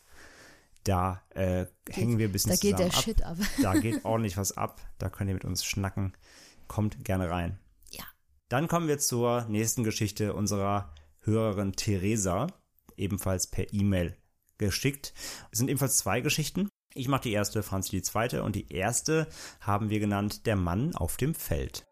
da hängen wir ein bisschen zusammen ab. Da geht der Shit ab. Da geht ordentlich was ab, da könnt ihr mit uns schnacken, kommt gerne rein. Ja. Dann kommen wir zur nächsten Geschichte unserer Hörerin Theresa, ebenfalls per E-Mail geschickt. Es sind ebenfalls 2 Geschichten. Ich mache die erste, Franzi die zweite und die erste haben wir genannt Der Mann auf dem Feld.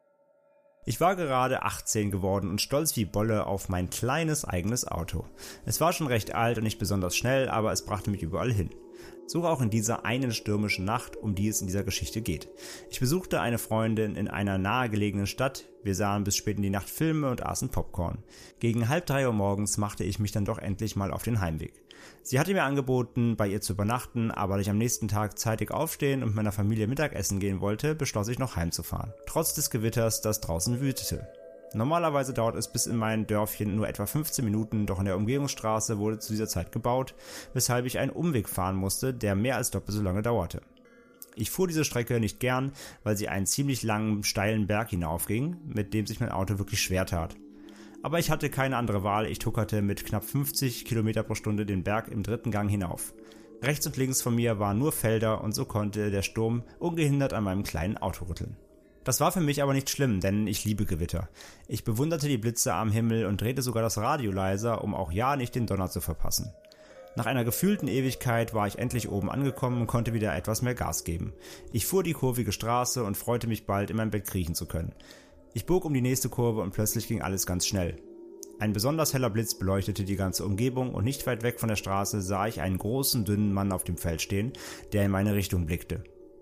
Ich war gerade 18 geworden und stolz wie Bolle auf mein kleines eigenes Auto. Es war schon recht alt und nicht besonders schnell, aber es brachte mich überall hin. So auch in dieser einen stürmischen Nacht, um die es in dieser Geschichte geht. Ich besuchte eine Freundin in einer nahegelegenen Stadt. Wir sahen bis spät in die Nacht Filme und aßen Popcorn. Gegen 2:30 Uhr morgens machte ich mich dann doch endlich mal auf den Heimweg. Sie hatte mir angeboten, bei ihr zu übernachten, aber da ich am nächsten Tag zeitig aufstehen und mit meiner Familie Mittagessen gehen wollte, beschloss ich noch heimzufahren. Trotz des Gewitters, das draußen wütete. Normalerweise dauert es bis in mein Dörfchen nur etwa 15 Minuten, doch in der Umgehungsstraße wurde zu dieser Zeit gebaut, weshalb ich einen Umweg fahren musste, der mehr als doppelt so lange dauerte. Ich fuhr diese Strecke nicht gern, weil sie einen ziemlich langen, steilen Berg hinaufging, mit dem sich mein Auto wirklich schwer tat. Aber ich hatte keine andere Wahl, ich tuckerte mit knapp 50 km pro Stunde den Berg im 3. Gang hinauf. Rechts und links von mir waren nur Felder und so konnte der Sturm ungehindert an meinem kleinen Auto rütteln. Das war für mich aber nicht schlimm, denn ich liebe Gewitter. Ich bewunderte die Blitze am Himmel und drehte sogar das Radio leiser, um auch ja nicht den Donner zu verpassen. Nach einer gefühlten Ewigkeit war ich endlich oben angekommen und konnte wieder etwas mehr Gas geben. Ich fuhr die kurvige Straße und freute mich bald, in mein Bett kriechen zu können. Ich bog um die nächste Kurve und plötzlich ging alles ganz schnell. Ein besonders heller Blitz beleuchtete die ganze Umgebung und nicht weit weg von der Straße sah ich einen großen, dünnen Mann auf dem Feld stehen, der in meine Richtung blickte.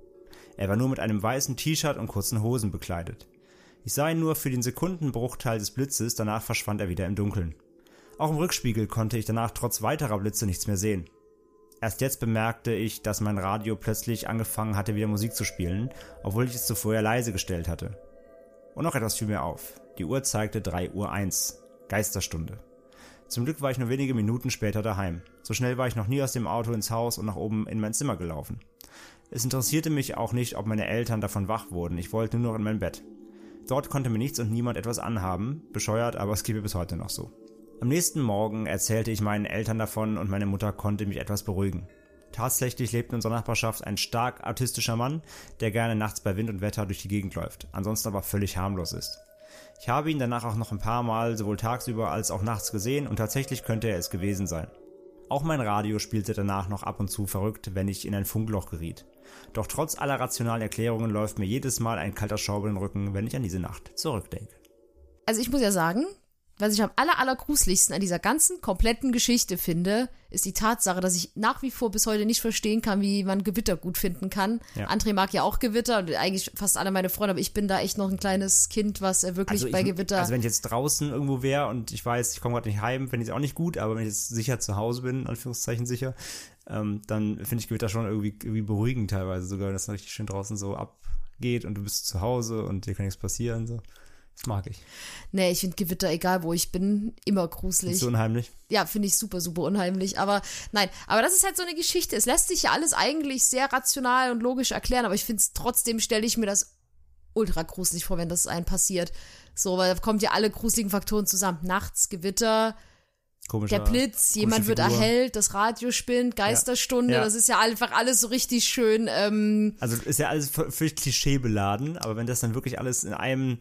Er war nur mit einem weißen T-Shirt und kurzen Hosen bekleidet. Ich sah ihn nur für den Sekundenbruchteil des Blitzes, danach verschwand er wieder im Dunkeln. Auch im Rückspiegel konnte ich danach trotz weiterer Blitze nichts mehr sehen. Erst jetzt bemerkte ich, dass mein Radio plötzlich angefangen hatte, wieder Musik zu spielen, obwohl ich es zuvor ja leise gestellt hatte. Und noch etwas fiel mir auf. Die Uhr zeigte 3:01 Uhr. Geisterstunde. Zum Glück war ich nur wenige Minuten später daheim. So schnell war ich noch nie aus dem Auto ins Haus und nach oben in mein Zimmer gelaufen. Es interessierte mich auch nicht, ob meine Eltern davon wach wurden. Ich wollte nur noch in mein Bett. Dort konnte mir nichts und niemand etwas anhaben. Bescheuert, aber es geht mir bis heute noch so. Am nächsten Morgen erzählte ich meinen Eltern davon und meine Mutter konnte mich etwas beruhigen. Tatsächlich lebt in unserer Nachbarschaft ein stark autistischer Mann, der gerne nachts bei Wind und Wetter durch die Gegend läuft, ansonsten aber völlig harmlos ist. Ich habe ihn danach auch noch ein paar Mal sowohl tagsüber als auch nachts gesehen und tatsächlich könnte er es gewesen sein. Auch mein Radio spielte danach noch ab und zu verrückt, wenn ich in ein Funkloch geriet. Doch trotz aller rationalen Erklärungen läuft mir jedes Mal ein kalter Schauer über den Rücken, wenn ich an diese Nacht zurückdenke. Also ich muss ja sagen, was ich am allergruseligsten an dieser ganzen kompletten Geschichte finde, ist die Tatsache, dass ich nach wie vor bis heute nicht verstehen kann, wie man Gewitter gut finden kann. Ja. André mag ja auch Gewitter und eigentlich fast alle meine Freunde, aber ich bin da echt noch ein kleines Kind, was wirklich bei Gewitter... Also wenn ich jetzt draußen irgendwo wäre und ich weiß, ich komme gerade nicht heim, finde ich es auch nicht gut, aber wenn ich jetzt sicher zu Hause bin, in Anführungszeichen sicher, dann finde ich Gewitter schon irgendwie beruhigend teilweise sogar, dass es richtig schön draußen so abgeht und du bist zu Hause und dir kann nichts passieren, so. Das mag ich. Nee, ich finde Gewitter, egal wo ich bin, immer gruselig. Ist so unheimlich? Ja, finde ich super, super unheimlich. Aber nein, aber das ist halt so eine Geschichte. Es lässt sich ja alles eigentlich sehr rational und logisch erklären, aber ich finde es trotzdem, stelle ich mir das ultra gruselig vor, wenn das einem passiert. So, weil da kommt ja alle gruseligen Faktoren zusammen. Nachts, Gewitter, der Blitz, jemand wird erhellt, das Radio spinnt, Geisterstunde, ja. Das ist ja einfach alles so richtig schön. Also ist ja alles völlig klischeebeladen, aber wenn das dann wirklich alles in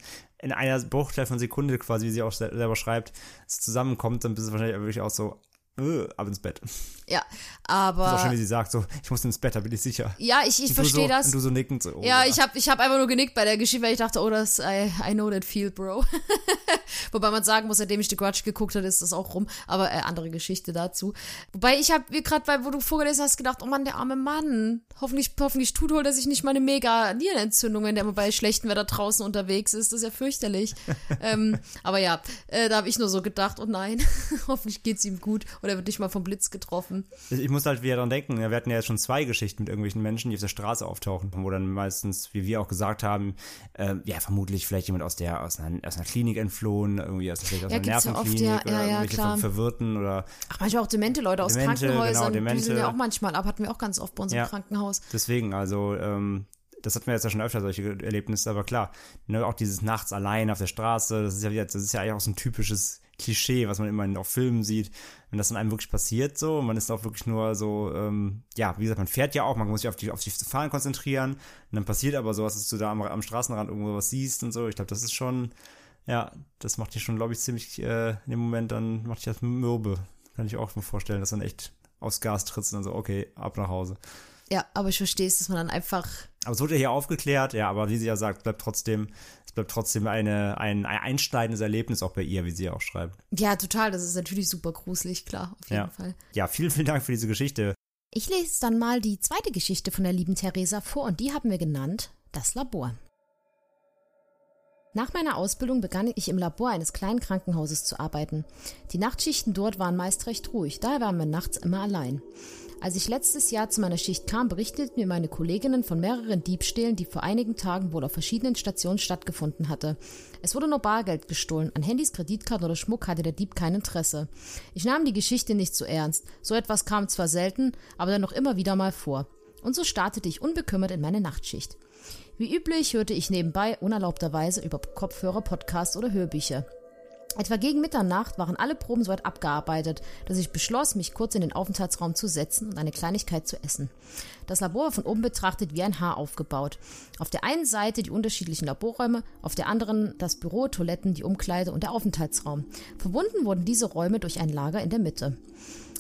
einer Bruchteil von Sekunde quasi, wie sie auch selber schreibt, zusammenkommt, dann bist du wahrscheinlich wirklich auch so, ab ins Bett. Ja, aber... Das ist auch schön, wie sie sagt, so, ich muss ins Bett, da bin ich sicher. Ja, ich verstehe das. Und du so nickend so. Ja, ich hab einfach nur genickt bei der Geschichte, weil ich dachte, I know that feel, bro. Wobei man sagen muss, seitdem ich The Grudge geguckt habe, ist das auch rum. Aber andere Geschichte dazu. Wobei ich habe, gerade wo du vorgelesen hast, gedacht, oh Mann, der arme Mann. Hoffentlich holt er sich nicht mal eine mega Nierenentzündung, wenn der mal bei schlechtem Wetter draußen unterwegs ist. Das ist ja fürchterlich. Aber ja, da habe ich nur so gedacht, oh nein, hoffentlich geht's ihm gut. Oder er wird nicht mal vom Blitz getroffen. Ich muss halt wieder daran denken, wir hatten ja jetzt schon 2 Geschichten mit irgendwelchen Menschen, die auf der Straße auftauchen, wo dann meistens, wie wir auch gesagt haben, vermutlich vielleicht jemand aus einer Klinik entflohen, irgendwie aus einer Nervenklinik oder irgendwelche Verwirrten oder... Ach, manchmal auch demente Leute aus Krankenhäusern, genau, die sind ja auch manchmal ab, hatten wir auch ganz oft bei uns im Krankenhaus. Deswegen, also... Das hatten wir jetzt ja schon öfter, solche Erlebnisse, aber klar, ne, auch dieses Nachts allein auf der Straße, das ist ja eigentlich auch so ein typisches Klischee, was man immer auf Filmen sieht, wenn das dann einem wirklich passiert so, und man ist auch wirklich nur so, wie gesagt, man fährt ja auch, man muss sich auf die Fahren konzentrieren, und dann passiert aber sowas, dass du da am Straßenrand irgendwo was siehst und so, ich glaube, das ist schon, das macht dich schon, glaube ich, ziemlich, in dem Moment, dann macht dich das mürbe, kann ich auch mir vorstellen, dass dann echt aufs Gas trittst und dann so, okay, ab nach Hause. Ja, aber ich verstehe es, dass man dann einfach... Aber es wurde ja hier aufgeklärt, ja, aber wie sie ja sagt, es bleibt trotzdem ein einschneidendes Erlebnis auch bei ihr, wie sie ja auch schreibt. Ja, total, das ist natürlich super gruselig, klar, auf jeden Fall. Ja, vielen, vielen Dank für diese Geschichte. Ich lese dann mal die zweite Geschichte von der lieben Theresa vor und die haben wir genannt, das Labor. Nach meiner Ausbildung begann ich im Labor eines kleinen Krankenhauses zu arbeiten. Die Nachtschichten dort waren meist recht ruhig, daher waren wir nachts immer allein. Als ich letztes Jahr zu meiner Schicht kam, berichteten mir meine Kolleginnen von mehreren Diebstählen, die vor einigen Tagen wohl auf verschiedenen Stationen stattgefunden hatte. Es wurde nur Bargeld gestohlen, an Handys, Kreditkarten oder Schmuck hatte der Dieb kein Interesse. Ich nahm die Geschichte nicht so ernst. So etwas kam zwar selten, aber dann noch immer wieder mal vor. Und so startete ich unbekümmert in meine Nachtschicht. Wie üblich hörte ich nebenbei unerlaubterweise über Kopfhörer, Podcasts oder Hörbücher. Etwa gegen Mitternacht waren alle Proben soweit abgearbeitet, dass ich beschloss, mich kurz in den Aufenthaltsraum zu setzen und eine Kleinigkeit zu essen. Das Labor war von oben betrachtet wie ein Haar aufgebaut. Auf der einen Seite die unterschiedlichen Laborräume, auf der anderen das Büro, Toiletten, die Umkleide und der Aufenthaltsraum. Verbunden wurden diese Räume durch ein Lager in der Mitte.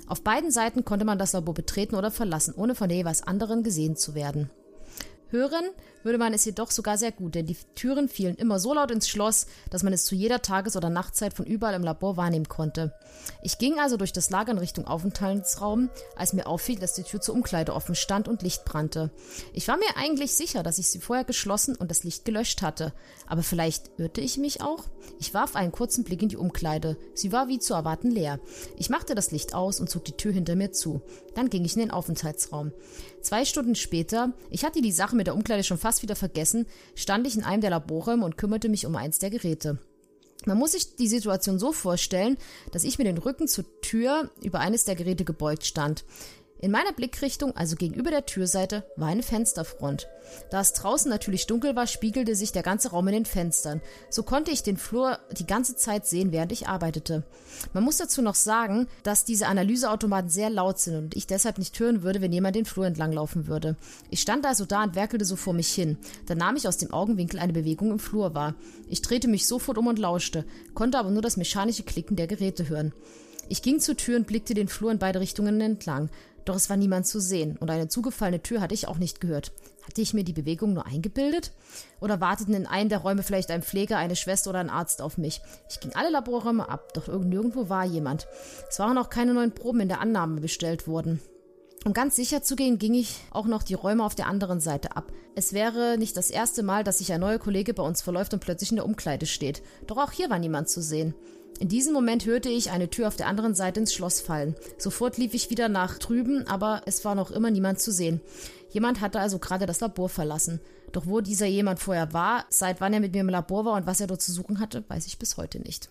Auf beiden Seiten konnte man das Labor betreten oder verlassen, ohne von der jeweils anderen gesehen zu werden. Hören würde man es jedoch sogar sehr gut, denn die Türen fielen immer so laut ins Schloss, dass man es zu jeder Tages- oder Nachtzeit von überall im Labor wahrnehmen konnte. Ich ging also durch das Lager in Richtung Aufenthaltsraum, als mir auffiel, dass die Tür zur Umkleide offen stand und Licht brannte. Ich war mir eigentlich sicher, dass ich sie vorher geschlossen und das Licht gelöscht hatte. Aber vielleicht irrte ich mich auch? Ich warf einen kurzen Blick in die Umkleide. Sie war wie zu erwarten leer. Ich machte das Licht aus und zog die Tür hinter mir zu. Dann ging ich in den Aufenthaltsraum. 2 Stunden später, ich hatte die Sache mit der Umkleide schon fast wieder vergessen, stand ich in einem der Laborräume und kümmerte mich um eins der Geräte. Man muss sich die Situation so vorstellen, dass ich mit dem Rücken zur Tür über eines der Geräte gebeugt stand. In meiner Blickrichtung, also gegenüber der Türseite, war eine Fensterfront. Da es draußen natürlich dunkel war, spiegelte sich der ganze Raum in den Fenstern. So konnte ich den Flur die ganze Zeit sehen, während ich arbeitete. Man muss dazu noch sagen, dass diese Analyseautomaten sehr laut sind und ich deshalb nicht hören würde, wenn jemand den Flur entlang laufen würde. Ich stand also da und werkelte so vor mich hin. Dann nahm ich aus dem Augenwinkel eine Bewegung im Flur wahr. Ich drehte mich sofort um und lauschte, konnte aber nur das mechanische Klicken der Geräte hören. Ich ging zur Tür und blickte den Flur in beide Richtungen entlang. Doch es war niemand zu sehen und eine zugefallene Tür hatte ich auch nicht gehört. Hatte ich mir die Bewegung nur eingebildet? Oder warteten in einem der Räume vielleicht ein Pfleger, eine Schwester oder ein Arzt auf mich? Ich ging alle Laborräume ab, doch nirgendwo war jemand. Es waren auch keine neuen Proben in der Annahme bestellt worden. Um ganz sicher zu gehen, ging ich auch noch die Räume auf der anderen Seite ab. Es wäre nicht das erste Mal, dass sich ein neuer Kollege bei uns verläuft und plötzlich in der Umkleide steht. Doch auch hier war niemand zu sehen. In diesem Moment hörte ich eine Tür auf der anderen Seite ins Schloss fallen. Sofort lief ich wieder nach drüben, aber es war noch immer niemand zu sehen. Jemand hatte also gerade das Labor verlassen. Doch wo dieser jemand vorher war, seit wann er mit mir im Labor war und was er dort zu suchen hatte, weiß ich bis heute nicht.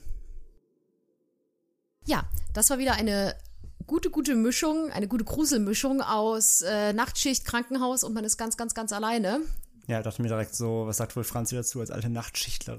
Ja, das war wieder eine gute Mischung, eine gute Gruselmischung aus Nachtschicht, Krankenhaus und man ist ganz alleine. Ja, dachte mir direkt so, was sagt wohl Franzi dazu als alte Nachtschichtlerin?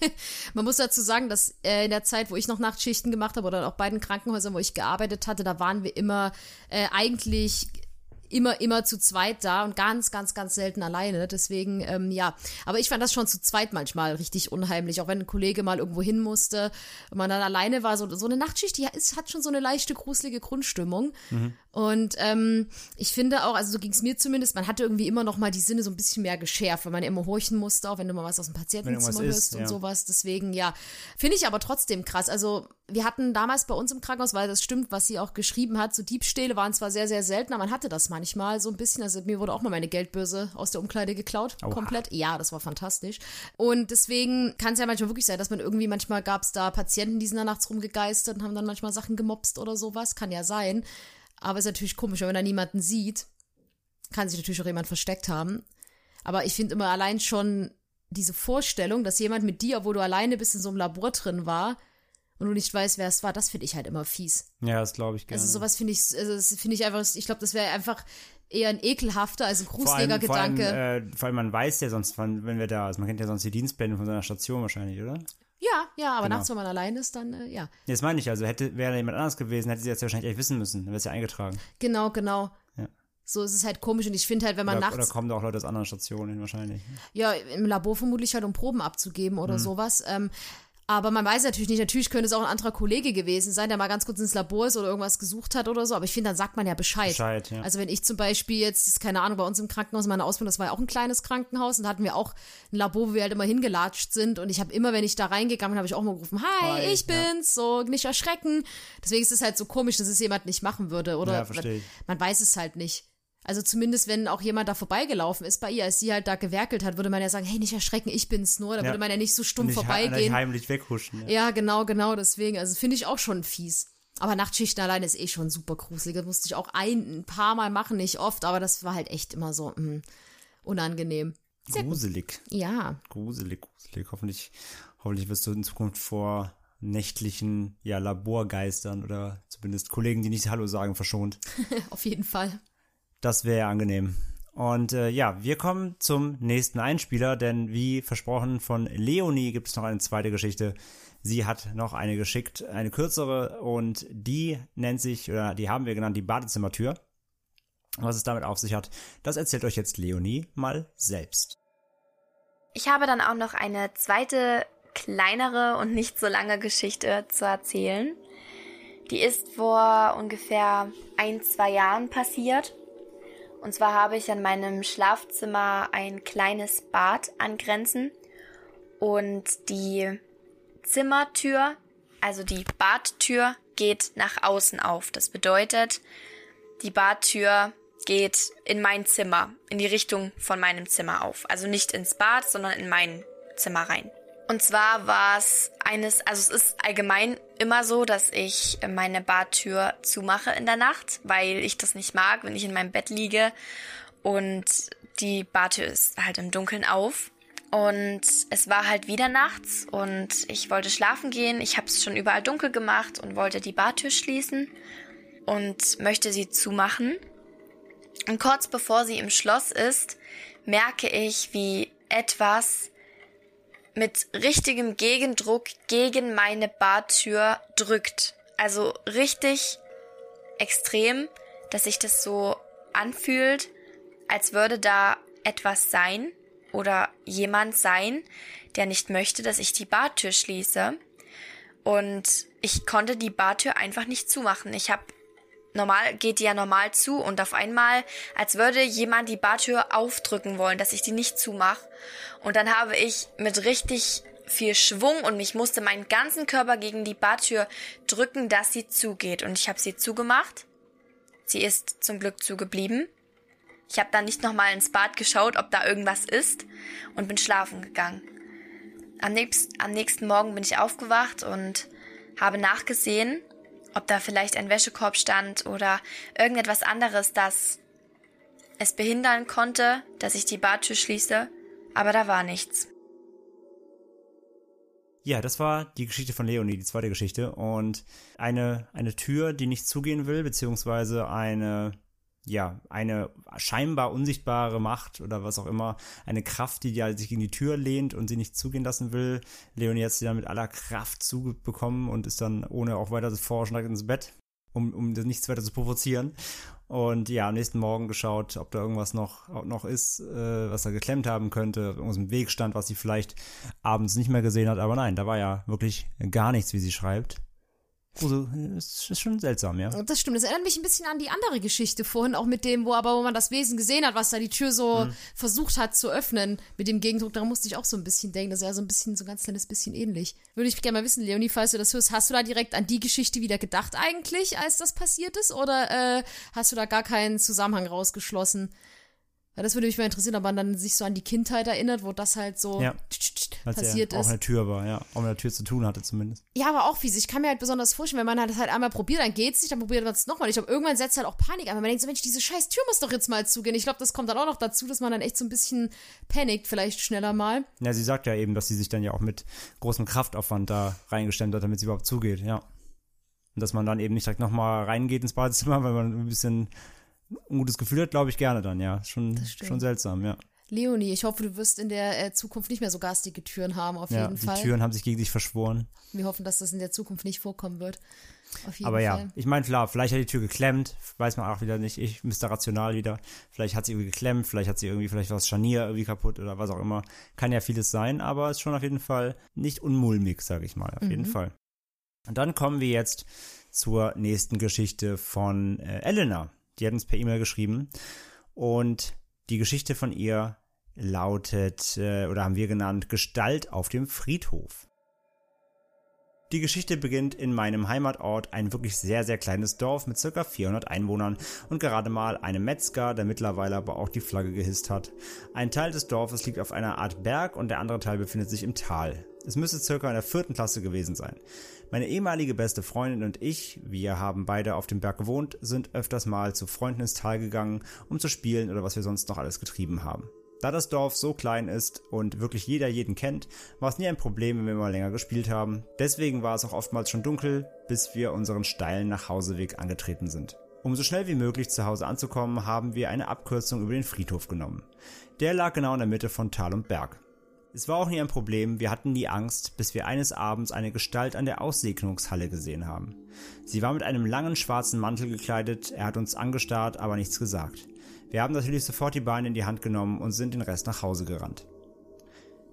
Man muss dazu sagen, dass in der Zeit, wo ich noch Nachtschichten gemacht habe oder auch bei den Krankenhäusern, wo ich gearbeitet hatte, da waren wir immer eigentlich immer zu zweit da und ganz selten alleine. Deswegen, ja. Aber ich fand das schon zu zweit manchmal richtig unheimlich, auch wenn ein Kollege mal irgendwo hin musste und man dann alleine war. So eine Nachtschicht, die hat schon so eine leichte, gruselige Grundstimmung. Mhm. Und ich finde auch, also so ging es mir zumindest, man hatte irgendwie immer noch mal die Sinne so ein bisschen mehr geschärft, weil man immer horchen musste, auch wenn du mal was aus dem Patientenzimmer hörst und sowas. Deswegen, ja, finde ich aber trotzdem krass. Also wir hatten damals bei uns im Krankenhaus, weil das stimmt, was sie auch geschrieben hat, so Diebstähle waren zwar sehr, sehr selten, aber man hatte das manchmal so ein bisschen. Also mir wurde auch mal meine Geldbörse aus der Umkleide geklaut, komplett. Ja, das war fantastisch. Und deswegen kann es ja manchmal wirklich sein, dass man irgendwie, manchmal gab es da Patienten, die sind da nachts rumgegeistert und haben dann manchmal Sachen gemopst oder sowas. Kann ja sein. Aber ist natürlich komisch, wenn man da niemanden sieht, kann sich natürlich auch jemand versteckt haben. Aber ich finde immer allein schon diese Vorstellung, dass jemand mit dir, obwohl du alleine bist, in so einem Labor drin war und du nicht weißt, wer es war, das finde ich halt immer fies. Ja, das glaube ich gerne. Also sowas finde ich einfach, ich glaube, das wäre einfach eher ein ekelhafter als ein gruseliger Gedanke. Vor allem, man weiß ja sonst, wenn wir da, also man kennt ja sonst die Dienstpläne von seiner Station wahrscheinlich, oder? Ja, aber genau. Nachts, wenn man allein ist, dann, ja. Das meine ich, also wäre jemand anders gewesen, hätte sie jetzt wahrscheinlich echt wissen müssen, dann wäre es ja eingetragen. Genau. Ja. So ist es halt komisch und ich finde halt, wenn man nachts... Oder kommen da auch Leute aus anderen Stationen hin wahrscheinlich. Ja, im Labor vermutlich halt, um Proben abzugeben oder sowas. Aber man weiß natürlich nicht, natürlich könnte es auch ein anderer Kollege gewesen sein, der mal ganz kurz ins Labor ist oder irgendwas gesucht hat oder so, aber ich finde, dann sagt man ja Bescheid. Ja. Also wenn ich zum Beispiel jetzt, keine Ahnung, bei uns im Krankenhaus, meine Ausbildung, das war ja auch ein kleines Krankenhaus und da hatten wir auch ein Labor, wo wir halt immer hingelatscht sind und ich habe immer, wenn ich da reingegangen bin, habe ich auch mal gerufen, Hi, ich bin's, so, nicht erschrecken. Deswegen ist es halt so komisch, dass es jemand nicht machen würde, oder? Ja, verstehe ich. Man weiß es halt nicht. Also zumindest, wenn auch jemand da vorbeigelaufen ist bei ihr, als sie halt da gewerkelt hat, würde man ja sagen, hey, nicht erschrecken, ich bin's nur. Da würde man ja nicht so stumm vorbeigehen. Nicht heimlich weghuschen. Ja, genau, deswegen. Also finde ich auch schon fies. Aber Nachtschichten alleine ist eh schon super gruselig. Das musste ich auch ein paar Mal machen, nicht oft, aber das war halt echt immer so unangenehm. Gruselig. Ja. Gruselig. Hoffentlich wirst du in Zukunft vor nächtlichen Laborgeistern oder zumindest Kollegen, die nicht Hallo sagen, verschont. Auf jeden Fall. Das wäre angenehm. Und wir kommen zum nächsten Einspieler, denn wie versprochen von Leonie gibt es noch eine zweite Geschichte. Sie hat noch eine geschickt, eine kürzere und die nennt sich, oder die haben wir genannt, die Badezimmertür. Was es damit auf sich hat, das erzählt euch jetzt Leonie mal selbst. Ich habe dann auch noch eine zweite, kleinere und nicht so lange Geschichte zu erzählen. Die ist vor ungefähr 1-2 Jahren passiert. Und zwar habe ich an meinem Schlafzimmer ein kleines Bad angrenzend und die Zimmertür, also die Badtür, geht nach außen auf. Das bedeutet, die Badtür geht in mein Zimmer, in die Richtung von meinem Zimmer auf. Also nicht ins Bad, sondern in mein Zimmer rein. Und zwar war es es ist allgemein immer so, dass ich meine Badtür zumache in der Nacht, weil ich das nicht mag, wenn ich in meinem Bett liege und die Badtür ist halt im Dunkeln auf. Und es war halt wieder nachts und ich wollte schlafen gehen. Ich habe es schon überall dunkel gemacht und wollte die Badtür schließen und möchte sie zumachen. Und kurz bevor sie im Schloss ist, merke ich, wie etwas mit richtigem Gegendruck gegen meine Badtür drückt. Also richtig extrem, dass sich das so anfühlt, als würde da etwas sein oder jemand sein, der nicht möchte, dass ich die Badtür schließe. Und ich konnte die Badtür einfach nicht zumachen. Geht die ja normal zu und auf einmal, als würde jemand die Badtür aufdrücken wollen, dass ich die nicht zumache. Und dann habe ich mit richtig viel Schwung und ich musste meinen ganzen Körper gegen die Badtür drücken, dass sie zugeht. Und ich habe sie zugemacht. Sie ist zum Glück zugeblieben. Ich habe dann nicht nochmal ins Bad geschaut, ob da irgendwas ist und bin schlafen gegangen. Am nächsten Morgen bin ich aufgewacht und habe nachgesehen, ob da vielleicht ein Wäschekorb stand oder irgendetwas anderes, das es behindern konnte, dass ich die Badtür schließe, aber da war nichts. Ja, das war die Geschichte von Leonie, die zweite Geschichte. Und eine Tür, die nicht zugehen will, beziehungsweise eine scheinbar unsichtbare Macht oder was auch immer, eine Kraft, die ja sich gegen die Tür lehnt und sie nicht zugehen lassen will. Leonie hat sie dann mit aller Kraft zubekommen und ist dann, ohne auch weiter zu forschen, direkt ins Bett, um nichts weiter zu provozieren. Und ja, am nächsten Morgen geschaut, ob da irgendwas noch ist, was da geklemmt haben könnte, irgendwas im Weg stand, was sie vielleicht abends nicht mehr gesehen hat. Aber nein, da war ja wirklich gar nichts, wie sie schreibt. Also, es ist schon seltsam, ja. Das stimmt, das erinnert mich ein bisschen an die andere Geschichte vorhin, auch mit dem, wo man das Wesen gesehen hat, was da die Tür so versucht hat zu öffnen, mit dem Gegendruck. Daran musste ich auch so ein bisschen denken, das ist ja so ein ganz kleines bisschen ähnlich. Würde ich gerne mal wissen, Leonie, falls du das hörst, hast du da direkt an die Geschichte wieder gedacht eigentlich, als das passiert ist, oder hast du da gar keinen Zusammenhang rausgeschlossen? Ja, das würde mich mal interessieren, ob man dann sich so an die Kindheit erinnert, wo das halt so passiert ist. Auch eine Tür war, ja. Auch mit der Tür zu tun hatte zumindest. Ja, aber auch fies. Ich kann mir halt besonders vorstellen, wenn man das halt einmal probiert, dann geht's nicht, dann probiert man es nochmal. Ich glaube, irgendwann setzt halt auch Panik ein, weil man denkt so, Mensch, diese scheiß Tür muss doch jetzt mal zugehen. Ich glaube, das kommt dann auch noch dazu, dass man dann echt so ein bisschen panikt, vielleicht schneller mal. Ja, sie sagt ja eben, dass sie sich dann ja auch mit großem Kraftaufwand da reingestemmt hat, damit sie überhaupt zugeht, ja. Und dass man dann eben nicht direkt nochmal reingeht ins Badezimmer, weil man ein bisschen ein gutes Gefühl hat, glaube ich, gerne dann, ja. Schon seltsam, ja. Leonie, ich hoffe, du wirst in der Zukunft nicht mehr so garstige Türen haben, auf jeden Fall. Ja, die Türen haben sich gegen sich verschworen. Wir hoffen, dass das in der Zukunft nicht vorkommen wird. Auf jeden Fall. Aber ja, ich meine, klar, vielleicht hat die Tür geklemmt, weiß man auch wieder nicht. Ich Mr. Rational wieder. Vielleicht hat sie irgendwie geklemmt, vielleicht war das Scharnier irgendwie kaputt oder was auch immer. Kann ja vieles sein, aber ist schon auf jeden Fall nicht unmulmig, sage ich mal, auf jeden Fall. Und dann kommen wir jetzt zur nächsten Geschichte von Elena. Die hat uns per E-Mail geschrieben und die Geschichte von ihr lautet, oder haben wir genannt, Gestalt auf dem Friedhof. Die Geschichte beginnt in meinem Heimatort, ein wirklich sehr, sehr kleines Dorf mit ca. 400 Einwohnern und gerade mal einem Metzger, der mittlerweile aber auch die Flagge gehisst hat. Ein Teil des Dorfes liegt auf einer Art Berg und der andere Teil befindet sich im Tal. Es müsste ca. in der 4. Klasse gewesen sein. Meine ehemalige beste Freundin und ich, wir haben beide auf dem Berg gewohnt, sind öfters mal zu Freunden ins Tal gegangen, um zu spielen oder was wir sonst noch alles getrieben haben. Da das Dorf so klein ist und wirklich jeder jeden kennt, war es nie ein Problem, wenn wir mal länger gespielt haben. Deswegen war es auch oftmals schon dunkel, bis wir unseren steilen Nachhauseweg angetreten sind. Um so schnell wie möglich zu Hause anzukommen, haben wir eine Abkürzung über den Friedhof genommen. Der lag genau in der Mitte von Tal und Berg. Es war auch nie ein Problem, wir hatten nie Angst, bis wir eines Abends eine Gestalt an der Aussegnungshalle gesehen haben. Sie war mit einem langen schwarzen Mantel gekleidet, er hat uns angestarrt, aber nichts gesagt. Wir haben natürlich sofort die Beine in die Hand genommen und sind den Rest nach Hause gerannt.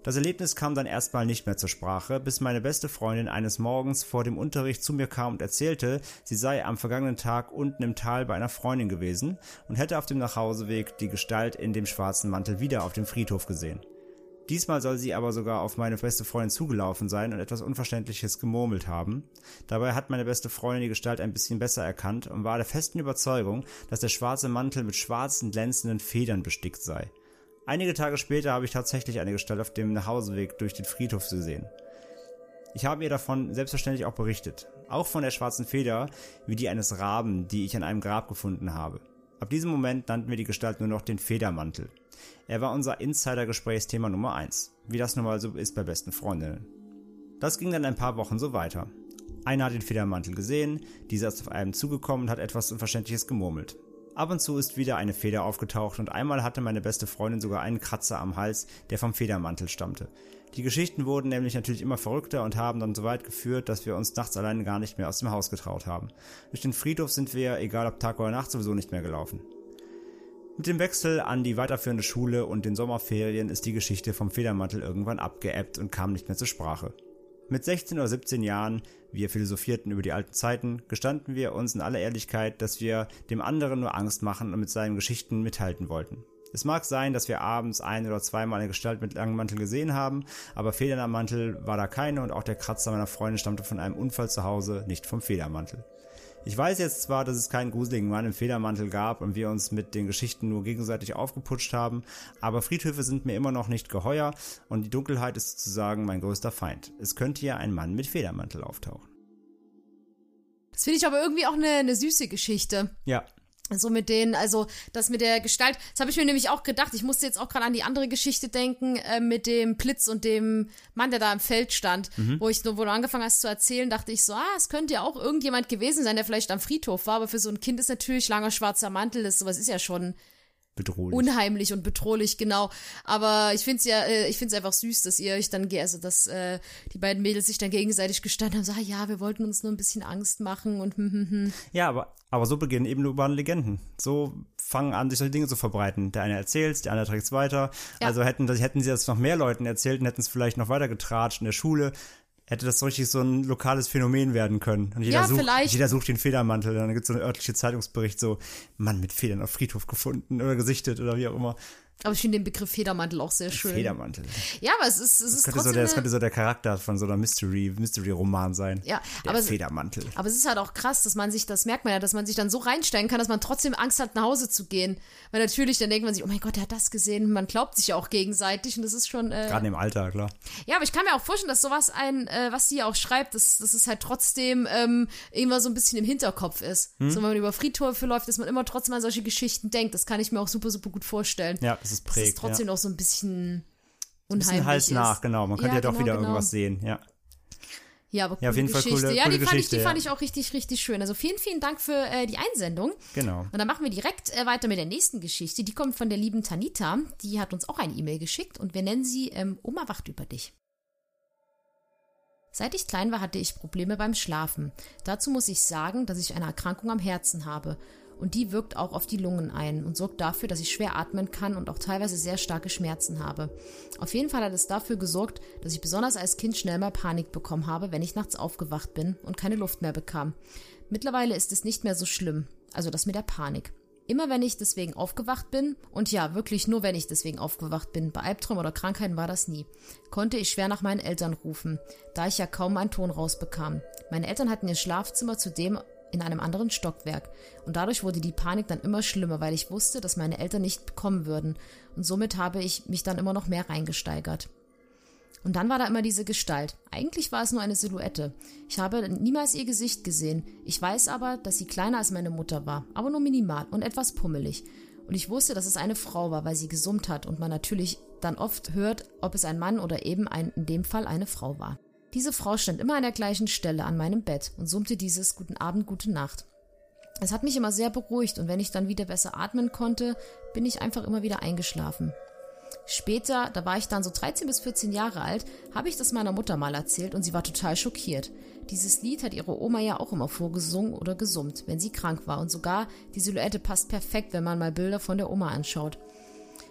Das Erlebnis kam dann erstmal nicht mehr zur Sprache, bis meine beste Freundin eines Morgens vor dem Unterricht zu mir kam und erzählte, sie sei am vergangenen Tag unten im Tal bei einer Freundin gewesen und hätte auf dem Nachhauseweg die Gestalt in dem schwarzen Mantel wieder auf dem Friedhof gesehen. Diesmal soll sie aber sogar auf meine beste Freundin zugelaufen sein und etwas Unverständliches gemurmelt haben. Dabei hat meine beste Freundin die Gestalt ein bisschen besser erkannt und war der festen Überzeugung, dass der schwarze Mantel mit schwarzen glänzenden Federn bestickt sei. Einige Tage später habe ich tatsächlich eine Gestalt auf dem Nachhauseweg durch den Friedhof gesehen. Ich habe ihr davon selbstverständlich auch berichtet. Auch von der schwarzen Feder, wie die eines Raben, die ich an einem Grab gefunden habe. Ab diesem Moment nannten wir die Gestalt nur noch den Federmantel. Er war unser Insider-Gesprächsthema Nummer 1, wie das nun mal so ist bei besten Freundinnen. Das ging dann ein paar Wochen so weiter. Einer hat den Federmantel gesehen, dieser ist auf einen zugekommen und hat etwas Unverständliches gemurmelt. Ab und zu ist wieder eine Feder aufgetaucht und einmal hatte meine beste Freundin sogar einen Kratzer am Hals, der vom Federmantel stammte. Die Geschichten wurden nämlich natürlich immer verrückter und haben dann so weit geführt, dass wir uns nachts alleine gar nicht mehr aus dem Haus getraut haben. Durch den Friedhof sind wir, egal ob Tag oder Nacht, sowieso nicht mehr gelaufen. Mit dem Wechsel an die weiterführende Schule und den Sommerferien ist die Geschichte vom Federmantel irgendwann abgeebbt und kam nicht mehr zur Sprache. Mit 16 oder 17 Jahren, wir philosophierten über die alten Zeiten, gestanden wir uns in aller Ehrlichkeit, dass wir dem anderen nur Angst machen und mit seinen Geschichten mithalten wollten. Es mag sein, dass wir abends ein- oder zweimal eine Gestalt mit langem Mantel gesehen haben, aber Federn am Mantel war da keine und auch der Kratzer meiner Freundin stammte von einem Unfall zu Hause, nicht vom Federmantel. Ich weiß jetzt zwar, dass es keinen gruseligen Mann im Federmantel gab und wir uns mit den Geschichten nur gegenseitig aufgeputscht haben, aber Friedhöfe sind mir immer noch nicht geheuer und die Dunkelheit ist sozusagen mein größter Feind. Es könnte ja ein Mann mit Federmantel auftauchen. Das finde ich aber irgendwie auch eine süße Geschichte. Ja. So mit denen, also das mit der Gestalt, das habe ich mir nämlich auch gedacht. Ich musste jetzt auch gerade an die andere Geschichte denken, mit dem Blitz und dem Mann, der da im Feld stand, wo du angefangen hast zu erzählen, dachte ich so, es könnte ja auch irgendjemand gewesen sein, der vielleicht am Friedhof war, aber für so ein Kind ist natürlich langer schwarzer Mantel, sowas ist ja schon bedrohlich. Unheimlich und bedrohlich, genau. Aber ich find's einfach süß, dass ihr euch dann, also dass die beiden Mädels sich dann gegenseitig gestanden haben, so, ja, wir wollten uns nur ein bisschen Angst machen und Ja, aber so beginnen eben urbanen Legenden. So fangen an, sich solche Dinge zu verbreiten. Der eine erzählt's, der andere trägt's weiter. Ja. Also hätten sie das noch mehr Leuten erzählt und hätten es vielleicht noch weiter getratscht in der Schule, hätte das so richtig so ein lokales Phänomen werden können. Und jeder sucht den Federmantel. Dann gibt es so einen örtlichen Zeitungsbericht, so Mann mit Federn auf Friedhof gefunden oder gesichtet oder wie auch immer. Aber ich finde den Begriff Federmantel auch sehr schön. Federmantel. Ja, aber es ist trotzdem das könnte so der Charakter von so einer Mystery-Roman sein. Ja, der Federmantel. Aber es ist halt auch krass, dass man sich, das merkt man ja, dass man sich dann so reinstellen kann, dass man trotzdem Angst hat, nach Hause zu gehen. Weil natürlich, dann denkt man sich, oh mein Gott, der hat das gesehen. Man glaubt sich ja auch gegenseitig und das ist schon... Gerade im Alter, klar. Ja, aber ich kann mir auch vorstellen, dass sowas was sie auch schreibt, dass es halt trotzdem immer so ein bisschen im Hinterkopf ist. So, wenn man über Friedhöfe läuft, dass man immer trotzdem an solche Geschichten denkt. Das kann ich mir auch super, super gut vorstellen. Ja, das ist prägt. Dass es trotzdem noch so ein bisschen unheimlich ein bisschen Hals nach, genau. Man könnte ja doch wieder irgendwas sehen, ja. Ja, aber auf jeden Fall coole Geschichte. Die fand ich auch richtig, richtig schön. Also vielen, vielen Dank für die Einsendung. Genau. Und dann machen wir direkt weiter mit der nächsten Geschichte. Die kommt von der lieben Tanita. Die hat uns auch eine E-Mail geschickt und wir nennen sie Oma wacht über dich. Seit ich klein war, hatte ich Probleme beim Schlafen. Dazu muss ich sagen, dass ich eine Erkrankung am Herzen habe. Und die wirkt auch auf die Lungen ein und sorgt dafür, dass ich schwer atmen kann und auch teilweise sehr starke Schmerzen habe. Auf jeden Fall hat es dafür gesorgt, dass ich besonders als Kind schnell mal Panik bekommen habe, wenn ich nachts aufgewacht bin und keine Luft mehr bekam. Mittlerweile ist es nicht mehr so schlimm, also das mit der Panik. Immer wenn ich deswegen aufgewacht bin, und ja, wirklich nur wenn ich deswegen aufgewacht bin, bei Albträumen oder Krankheiten war das nie, konnte ich schwer nach meinen Eltern rufen, da ich ja kaum einen Ton rausbekam. Meine Eltern hatten ihr Schlafzimmer zudem in einem anderen Stockwerk und dadurch wurde die Panik dann immer schlimmer, weil ich wusste, dass meine Eltern nicht kommen würden und somit habe ich mich dann immer noch mehr reingesteigert. Und dann war da immer diese Gestalt. Eigentlich war es nur eine Silhouette. Ich habe niemals ihr Gesicht gesehen. Ich weiß aber, dass sie kleiner als meine Mutter war, aber nur minimal und etwas pummelig. Und ich wusste, dass es eine Frau war, weil sie gesummt hat und man natürlich dann oft hört, ob es ein Mann oder eben in dem Fall eine Frau war. Diese Frau stand immer an der gleichen Stelle an meinem Bett und summte dieses Guten Abend, gute Nacht. Es hat mich immer sehr beruhigt und wenn ich dann wieder besser atmen konnte, bin ich einfach immer wieder eingeschlafen. Später, da war ich dann so 13 bis 14 Jahre alt, habe ich das meiner Mutter mal erzählt und sie war total schockiert. Dieses Lied hat ihre Oma ja auch immer vorgesungen oder gesummt, wenn sie krank war und sogar die Silhouette passt perfekt, wenn man mal Bilder von der Oma anschaut.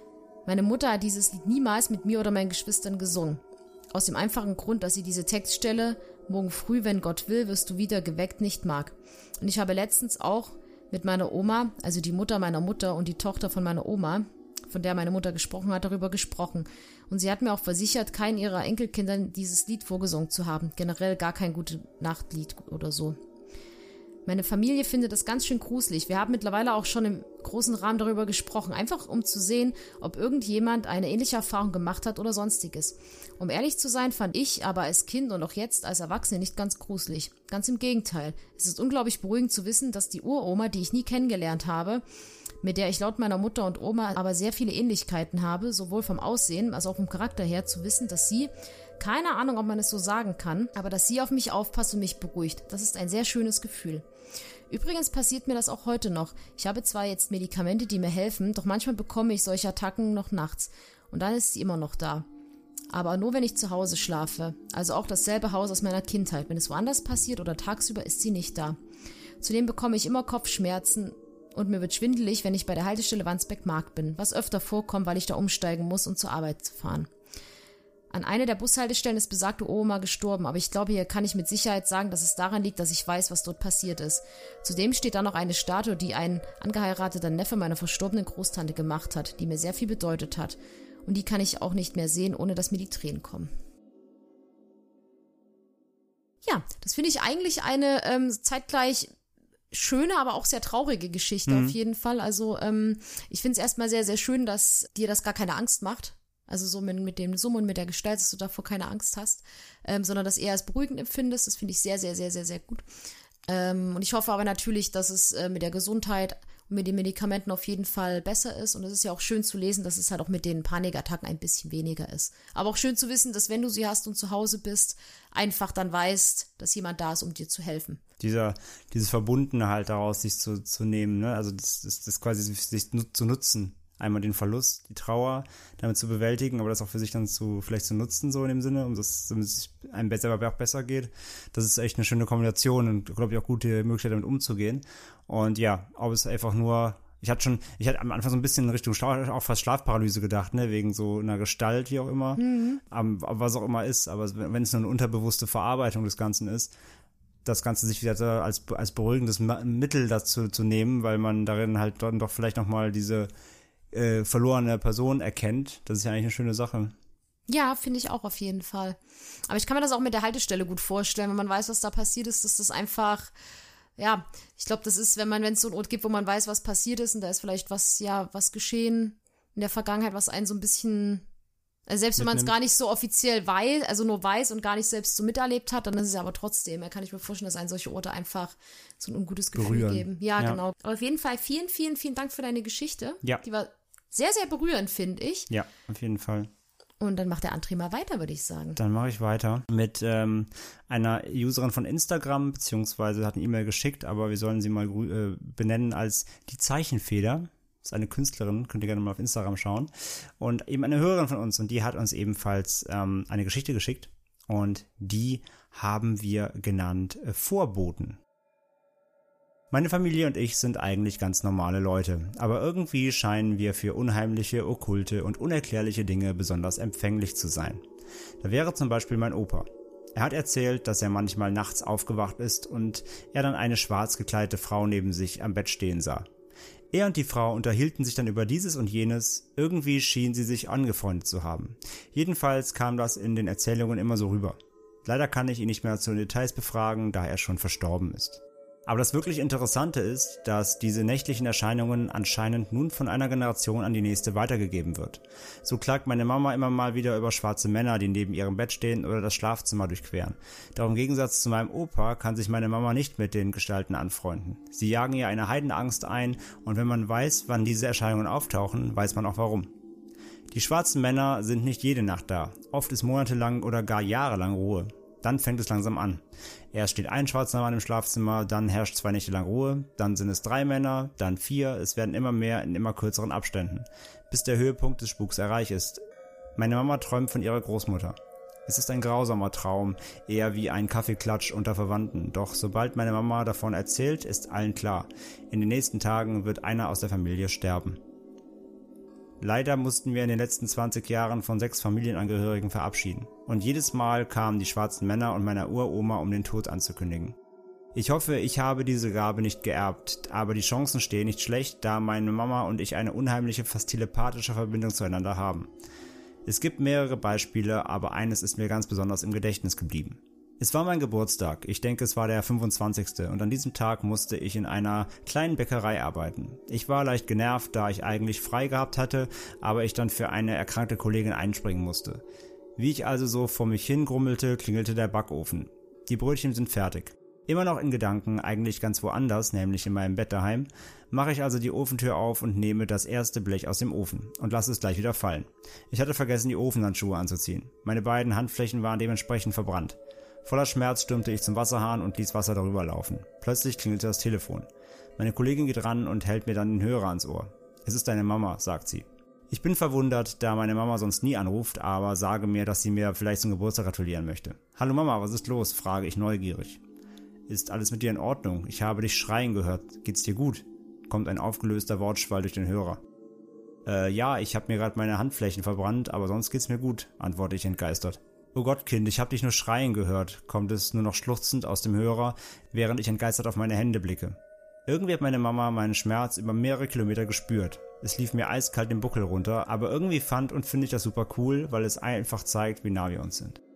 Meine Mutter hat dieses Lied niemals mit mir oder meinen Geschwistern gesungen. Aus dem einfachen Grund, dass sie diese Textstelle "Morgen früh, wenn Gott will, wirst du wieder geweckt" nicht mag. Und ich habe letztens auch mit meiner Oma, also die Mutter meiner Mutter und die Tochter von meiner Oma, von der meine Mutter gesprochen hat, darüber gesprochen. Und sie hat mir auch versichert, keinen ihrer Enkelkindern dieses Lied vorgesungen zu haben. Generell gar kein Gute-Nacht-Lied oder so. Meine Familie findet das ganz schön gruselig. Wir haben mittlerweile auch schon im großen Rahmen darüber gesprochen, einfach um zu sehen, ob irgendjemand eine ähnliche Erfahrung gemacht hat oder sonstiges. Um ehrlich zu sein, fand ich aber als Kind und auch jetzt als Erwachsene nicht ganz gruselig. Ganz im Gegenteil. Es ist unglaublich beruhigend zu wissen, dass die Uroma, die ich nie kennengelernt habe, mit der ich laut meiner Mutter und Oma aber sehr viele Ähnlichkeiten habe, sowohl vom Aussehen als auch vom Charakter her, zu wissen, dass sie, keine Ahnung, ob man es so sagen kann, aber dass sie auf mich aufpasst und mich beruhigt. Das ist ein sehr schönes Gefühl. Übrigens passiert mir das auch heute noch. Ich habe zwar jetzt Medikamente, die mir helfen, doch manchmal bekomme ich solche Attacken noch nachts. Und dann ist sie immer noch da. Aber nur, wenn ich zu Hause schlafe. Also auch dasselbe Haus aus meiner Kindheit. Wenn es woanders passiert oder tagsüber, ist sie nicht da. Zudem bekomme ich immer Kopfschmerzen und mir wird schwindelig, wenn ich bei der Haltestelle Wandsbek-Markt bin, was öfter vorkommt, weil ich da umsteigen muss, um zur Arbeit zu fahren. An einer der Bushaltestellen ist besagte Oma gestorben, aber ich glaube, hier kann ich mit Sicherheit sagen, dass es daran liegt, dass ich weiß, was dort passiert ist. Zudem steht da noch eine Statue, die ein angeheirateter Neffe meiner verstorbenen Großtante gemacht hat, die mir sehr viel bedeutet hat. Und die kann ich auch nicht mehr sehen, ohne dass mir die Tränen kommen. Ja, das finde ich eigentlich eine zeitgleich schöne, aber auch sehr traurige Geschichte auf jeden Fall. Also ich finde es erstmal sehr, sehr schön, dass dir das gar keine Angst macht. Also so mit dem Summ und mit der Gestalt, dass du davor keine Angst hast, sondern das eher als beruhigend empfindest. Das finde ich sehr, sehr, sehr, sehr, sehr gut. Und ich hoffe aber natürlich, dass es mit der Gesundheit und mit den Medikamenten auf jeden Fall besser ist. Und es ist ja auch schön zu lesen, dass es halt auch mit den Panikattacken ein bisschen weniger ist. Aber auch schön zu wissen, dass wenn du sie hast und zu Hause bist, einfach dann weißt, dass jemand da ist, um dir zu helfen. Dieses Verbundene halt daraus sich zu nehmen, ne? Also das quasi sich zu nutzen. Einmal den Verlust, die Trauer, damit zu bewältigen, aber das auch für sich dann vielleicht zu nutzen, so in dem Sinne, damit es einem selber auch besser geht. Das ist echt eine schöne Kombination und, glaube ich, auch gute Möglichkeit, damit umzugehen. Und ja, ob es einfach nur, ich hatte am Anfang so ein bisschen in Richtung auch fast Schlafparalyse gedacht, ne, wegen so einer Gestalt, wie auch immer, aber was auch immer ist, aber wenn es nur eine unterbewusste Verarbeitung des Ganzen ist, das Ganze sich wieder als beruhigendes Mittel dazu zu nehmen, weil man darin halt dann doch vielleicht nochmal diese verlorene Person erkennt. Das ist ja eigentlich eine schöne Sache. Ja, finde ich auch auf jeden Fall. Aber ich kann mir das auch mit der Haltestelle gut vorstellen, wenn man weiß, was da passiert ist, dass das einfach, ja, ich glaube, das ist, wenn es so einen Ort gibt, wo man weiß, was passiert ist und da ist vielleicht was geschehen in der Vergangenheit, was einen so ein bisschen, also selbst wenn man es gar nicht so offiziell weiß, also nur weiß und gar nicht selbst so miterlebt hat, dann ist es aber trotzdem, da kann ich mir vorstellen, dass einen solche Orte einfach so ein ungutes Gefühl geben. Ja, genau. Aber auf jeden Fall vielen, vielen, vielen Dank für deine Geschichte. Ja. Die war sehr, sehr berührend, finde ich. Ja, auf jeden Fall. Und dann macht der André mal weiter, würde ich sagen. Dann mache ich weiter mit einer Userin von Instagram, beziehungsweise hat eine E-Mail geschickt, aber wir sollen sie mal benennen als die Zeichenfeder. Das ist eine Künstlerin, könnt ihr gerne mal auf Instagram schauen. Und eben eine Hörerin von uns und die hat uns ebenfalls eine Geschichte geschickt und die haben wir genannt Vorboten. Meine Familie und ich sind eigentlich ganz normale Leute, aber irgendwie scheinen wir für unheimliche, okkulte und unerklärliche Dinge besonders empfänglich zu sein. Da wäre zum Beispiel mein Opa. Er hat erzählt, dass er manchmal nachts aufgewacht ist und er dann eine schwarz gekleidete Frau neben sich am Bett stehen sah. Er und die Frau unterhielten sich dann über dieses und jenes, irgendwie schienen sie sich angefreundet zu haben. Jedenfalls kam das in den Erzählungen immer so rüber. Leider kann ich ihn nicht mehr zu den Details befragen, da er schon verstorben ist. Aber das wirklich Interessante ist, dass diese nächtlichen Erscheinungen anscheinend nun von einer Generation an die nächste weitergegeben wird. So klagt meine Mama immer mal wieder über schwarze Männer, die neben ihrem Bett stehen oder das Schlafzimmer durchqueren. Doch im Gegensatz zu meinem Opa kann sich meine Mama nicht mit den Gestalten anfreunden. Sie jagen ihr eine Heidenangst ein und wenn man weiß, wann diese Erscheinungen auftauchen, weiß man auch warum. Die schwarzen Männer sind nicht jede Nacht da. Oft ist monatelang oder gar jahrelang Ruhe. Dann fängt es langsam an. Erst steht ein schwarzer Mann im Schlafzimmer, dann herrscht 2 Nächte lang Ruhe, dann sind es 3 Männer, dann 4, es werden immer mehr in immer kürzeren Abständen, bis der Höhepunkt des Spuks erreicht ist. Meine Mama träumt von ihrer Großmutter. Es ist ein grausamer Traum, eher wie ein Kaffeeklatsch unter Verwandten, doch sobald meine Mama davon erzählt, ist allen klar, in den nächsten Tagen wird einer aus der Familie sterben. Leider mussten wir in den letzten 20 Jahren von 6 Familienangehörigen verabschieden. Und jedes Mal kamen die schwarzen Männer und meine Uroma, um den Tod anzukündigen. Ich hoffe, ich habe diese Gabe nicht geerbt, aber die Chancen stehen nicht schlecht, da meine Mama und ich eine unheimliche, fast telepathische Verbindung zueinander haben. Es gibt mehrere Beispiele, aber eines ist mir ganz besonders im Gedächtnis geblieben. Es war mein Geburtstag, ich denke es war der 25. und an diesem Tag musste ich in einer kleinen Bäckerei arbeiten. Ich war leicht genervt, da ich eigentlich frei gehabt hatte, aber ich dann für eine erkrankte Kollegin einspringen musste. Wie ich also so vor mich hingrummelte, klingelte der Backofen. Die Brötchen sind fertig. Immer noch in Gedanken, eigentlich ganz woanders, nämlich in meinem Bett daheim, mache ich also die Ofentür auf und nehme das erste Blech aus dem Ofen und lasse es gleich wieder fallen. Ich hatte vergessen, die Ofenhandschuhe anzuziehen. Meine beiden Handflächen waren dementsprechend verbrannt. Voller Schmerz stürmte ich zum Wasserhahn und ließ Wasser darüber laufen. Plötzlich klingelte das Telefon. Meine Kollegin geht ran und hält mir dann den Hörer ans Ohr. Es ist deine Mama, sagt sie. Ich bin verwundert, da meine Mama sonst nie anruft, aber sage mir, dass sie mir vielleicht zum Geburtstag gratulieren möchte. Hallo Mama, was ist los? Frage ich neugierig. Ist alles mit dir in Ordnung? Ich habe dich schreien gehört. Geht's dir gut? Kommt ein aufgelöster Wortschwall durch den Hörer. Ja, ich habe mir gerade meine Handflächen verbrannt, aber sonst geht's mir gut, antworte ich entgeistert. Oh Gott, Kind, ich habe dich nur schreien gehört, kommt es nur noch schluchzend aus dem Hörer, während ich entgeistert auf meine Hände blicke. Irgendwie hat meine Mama meinen Schmerz über mehrere Kilometer gespürt. Es lief mir eiskalt den Buckel runter, aber irgendwie fand und finde ich das super cool, weil es einfach zeigt, wie nah wir uns sind.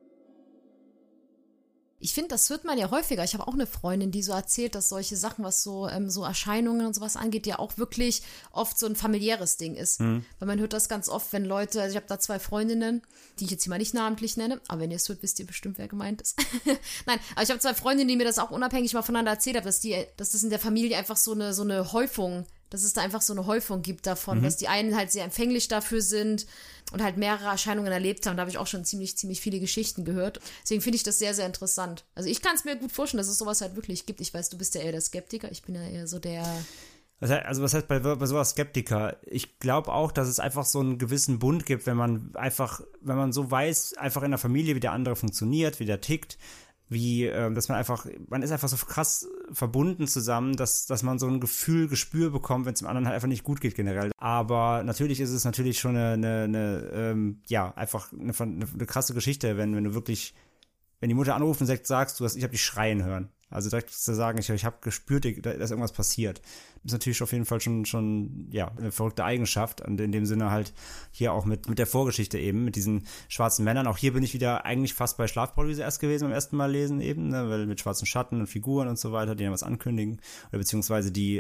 Ich finde, das hört man ja häufiger. Ich habe auch eine Freundin, die so erzählt, dass solche Sachen, was so Erscheinungen und sowas angeht, ja auch wirklich oft so ein familiäres Ding ist. Weil man hört das ganz oft, wenn Leute, also ich habe da 2 Freundinnen, die ich jetzt hier mal nicht namentlich nenne, aber wenn ihr es hört, wisst ihr bestimmt, wer gemeint ist. Nein, aber ich habe 2 Freundinnen, die mir das auch unabhängig mal voneinander erzählt haben, dass das in der Familie einfach so eine Häufung, dass es da einfach so eine Häufung gibt davon, dass die einen halt sehr empfänglich dafür sind und halt mehrere Erscheinungen erlebt haben. Da habe ich auch schon ziemlich viele Geschichten gehört. Deswegen finde ich das sehr, sehr interessant. Also ich kann es mir gut vorstellen, dass es sowas halt wirklich gibt. Ich weiß, du bist ja eher der Skeptiker. Ich bin ja eher so der... Also was heißt bei sowas Skeptiker? Ich glaube auch, dass es einfach so einen gewissen Bund gibt, wenn man so weiß, einfach in der Familie, wie der andere funktioniert, wie der tickt, dass man ist einfach so krass verbunden zusammen, dass man so ein Gespür bekommt, wenn es dem anderen halt einfach nicht gut geht generell. Aber natürlich ist es natürlich schon eine krasse Geschichte, wenn die Mutter anruft und sagst du, ich habe dich schreien hören. Also direkt zu sagen, ich habe gespürt, da ist irgendwas passiert. Das ist natürlich auf jeden Fall schon eine verrückte Eigenschaft. Und in dem Sinne halt hier auch mit der Vorgeschichte eben, mit diesen schwarzen Männern. Auch hier bin ich wieder eigentlich fast bei Schlafparalyse erst gewesen beim ersten Mal lesen eben, ne, weil mit schwarzen Schatten und Figuren und so weiter, die dann was ankündigen. Oder beziehungsweise die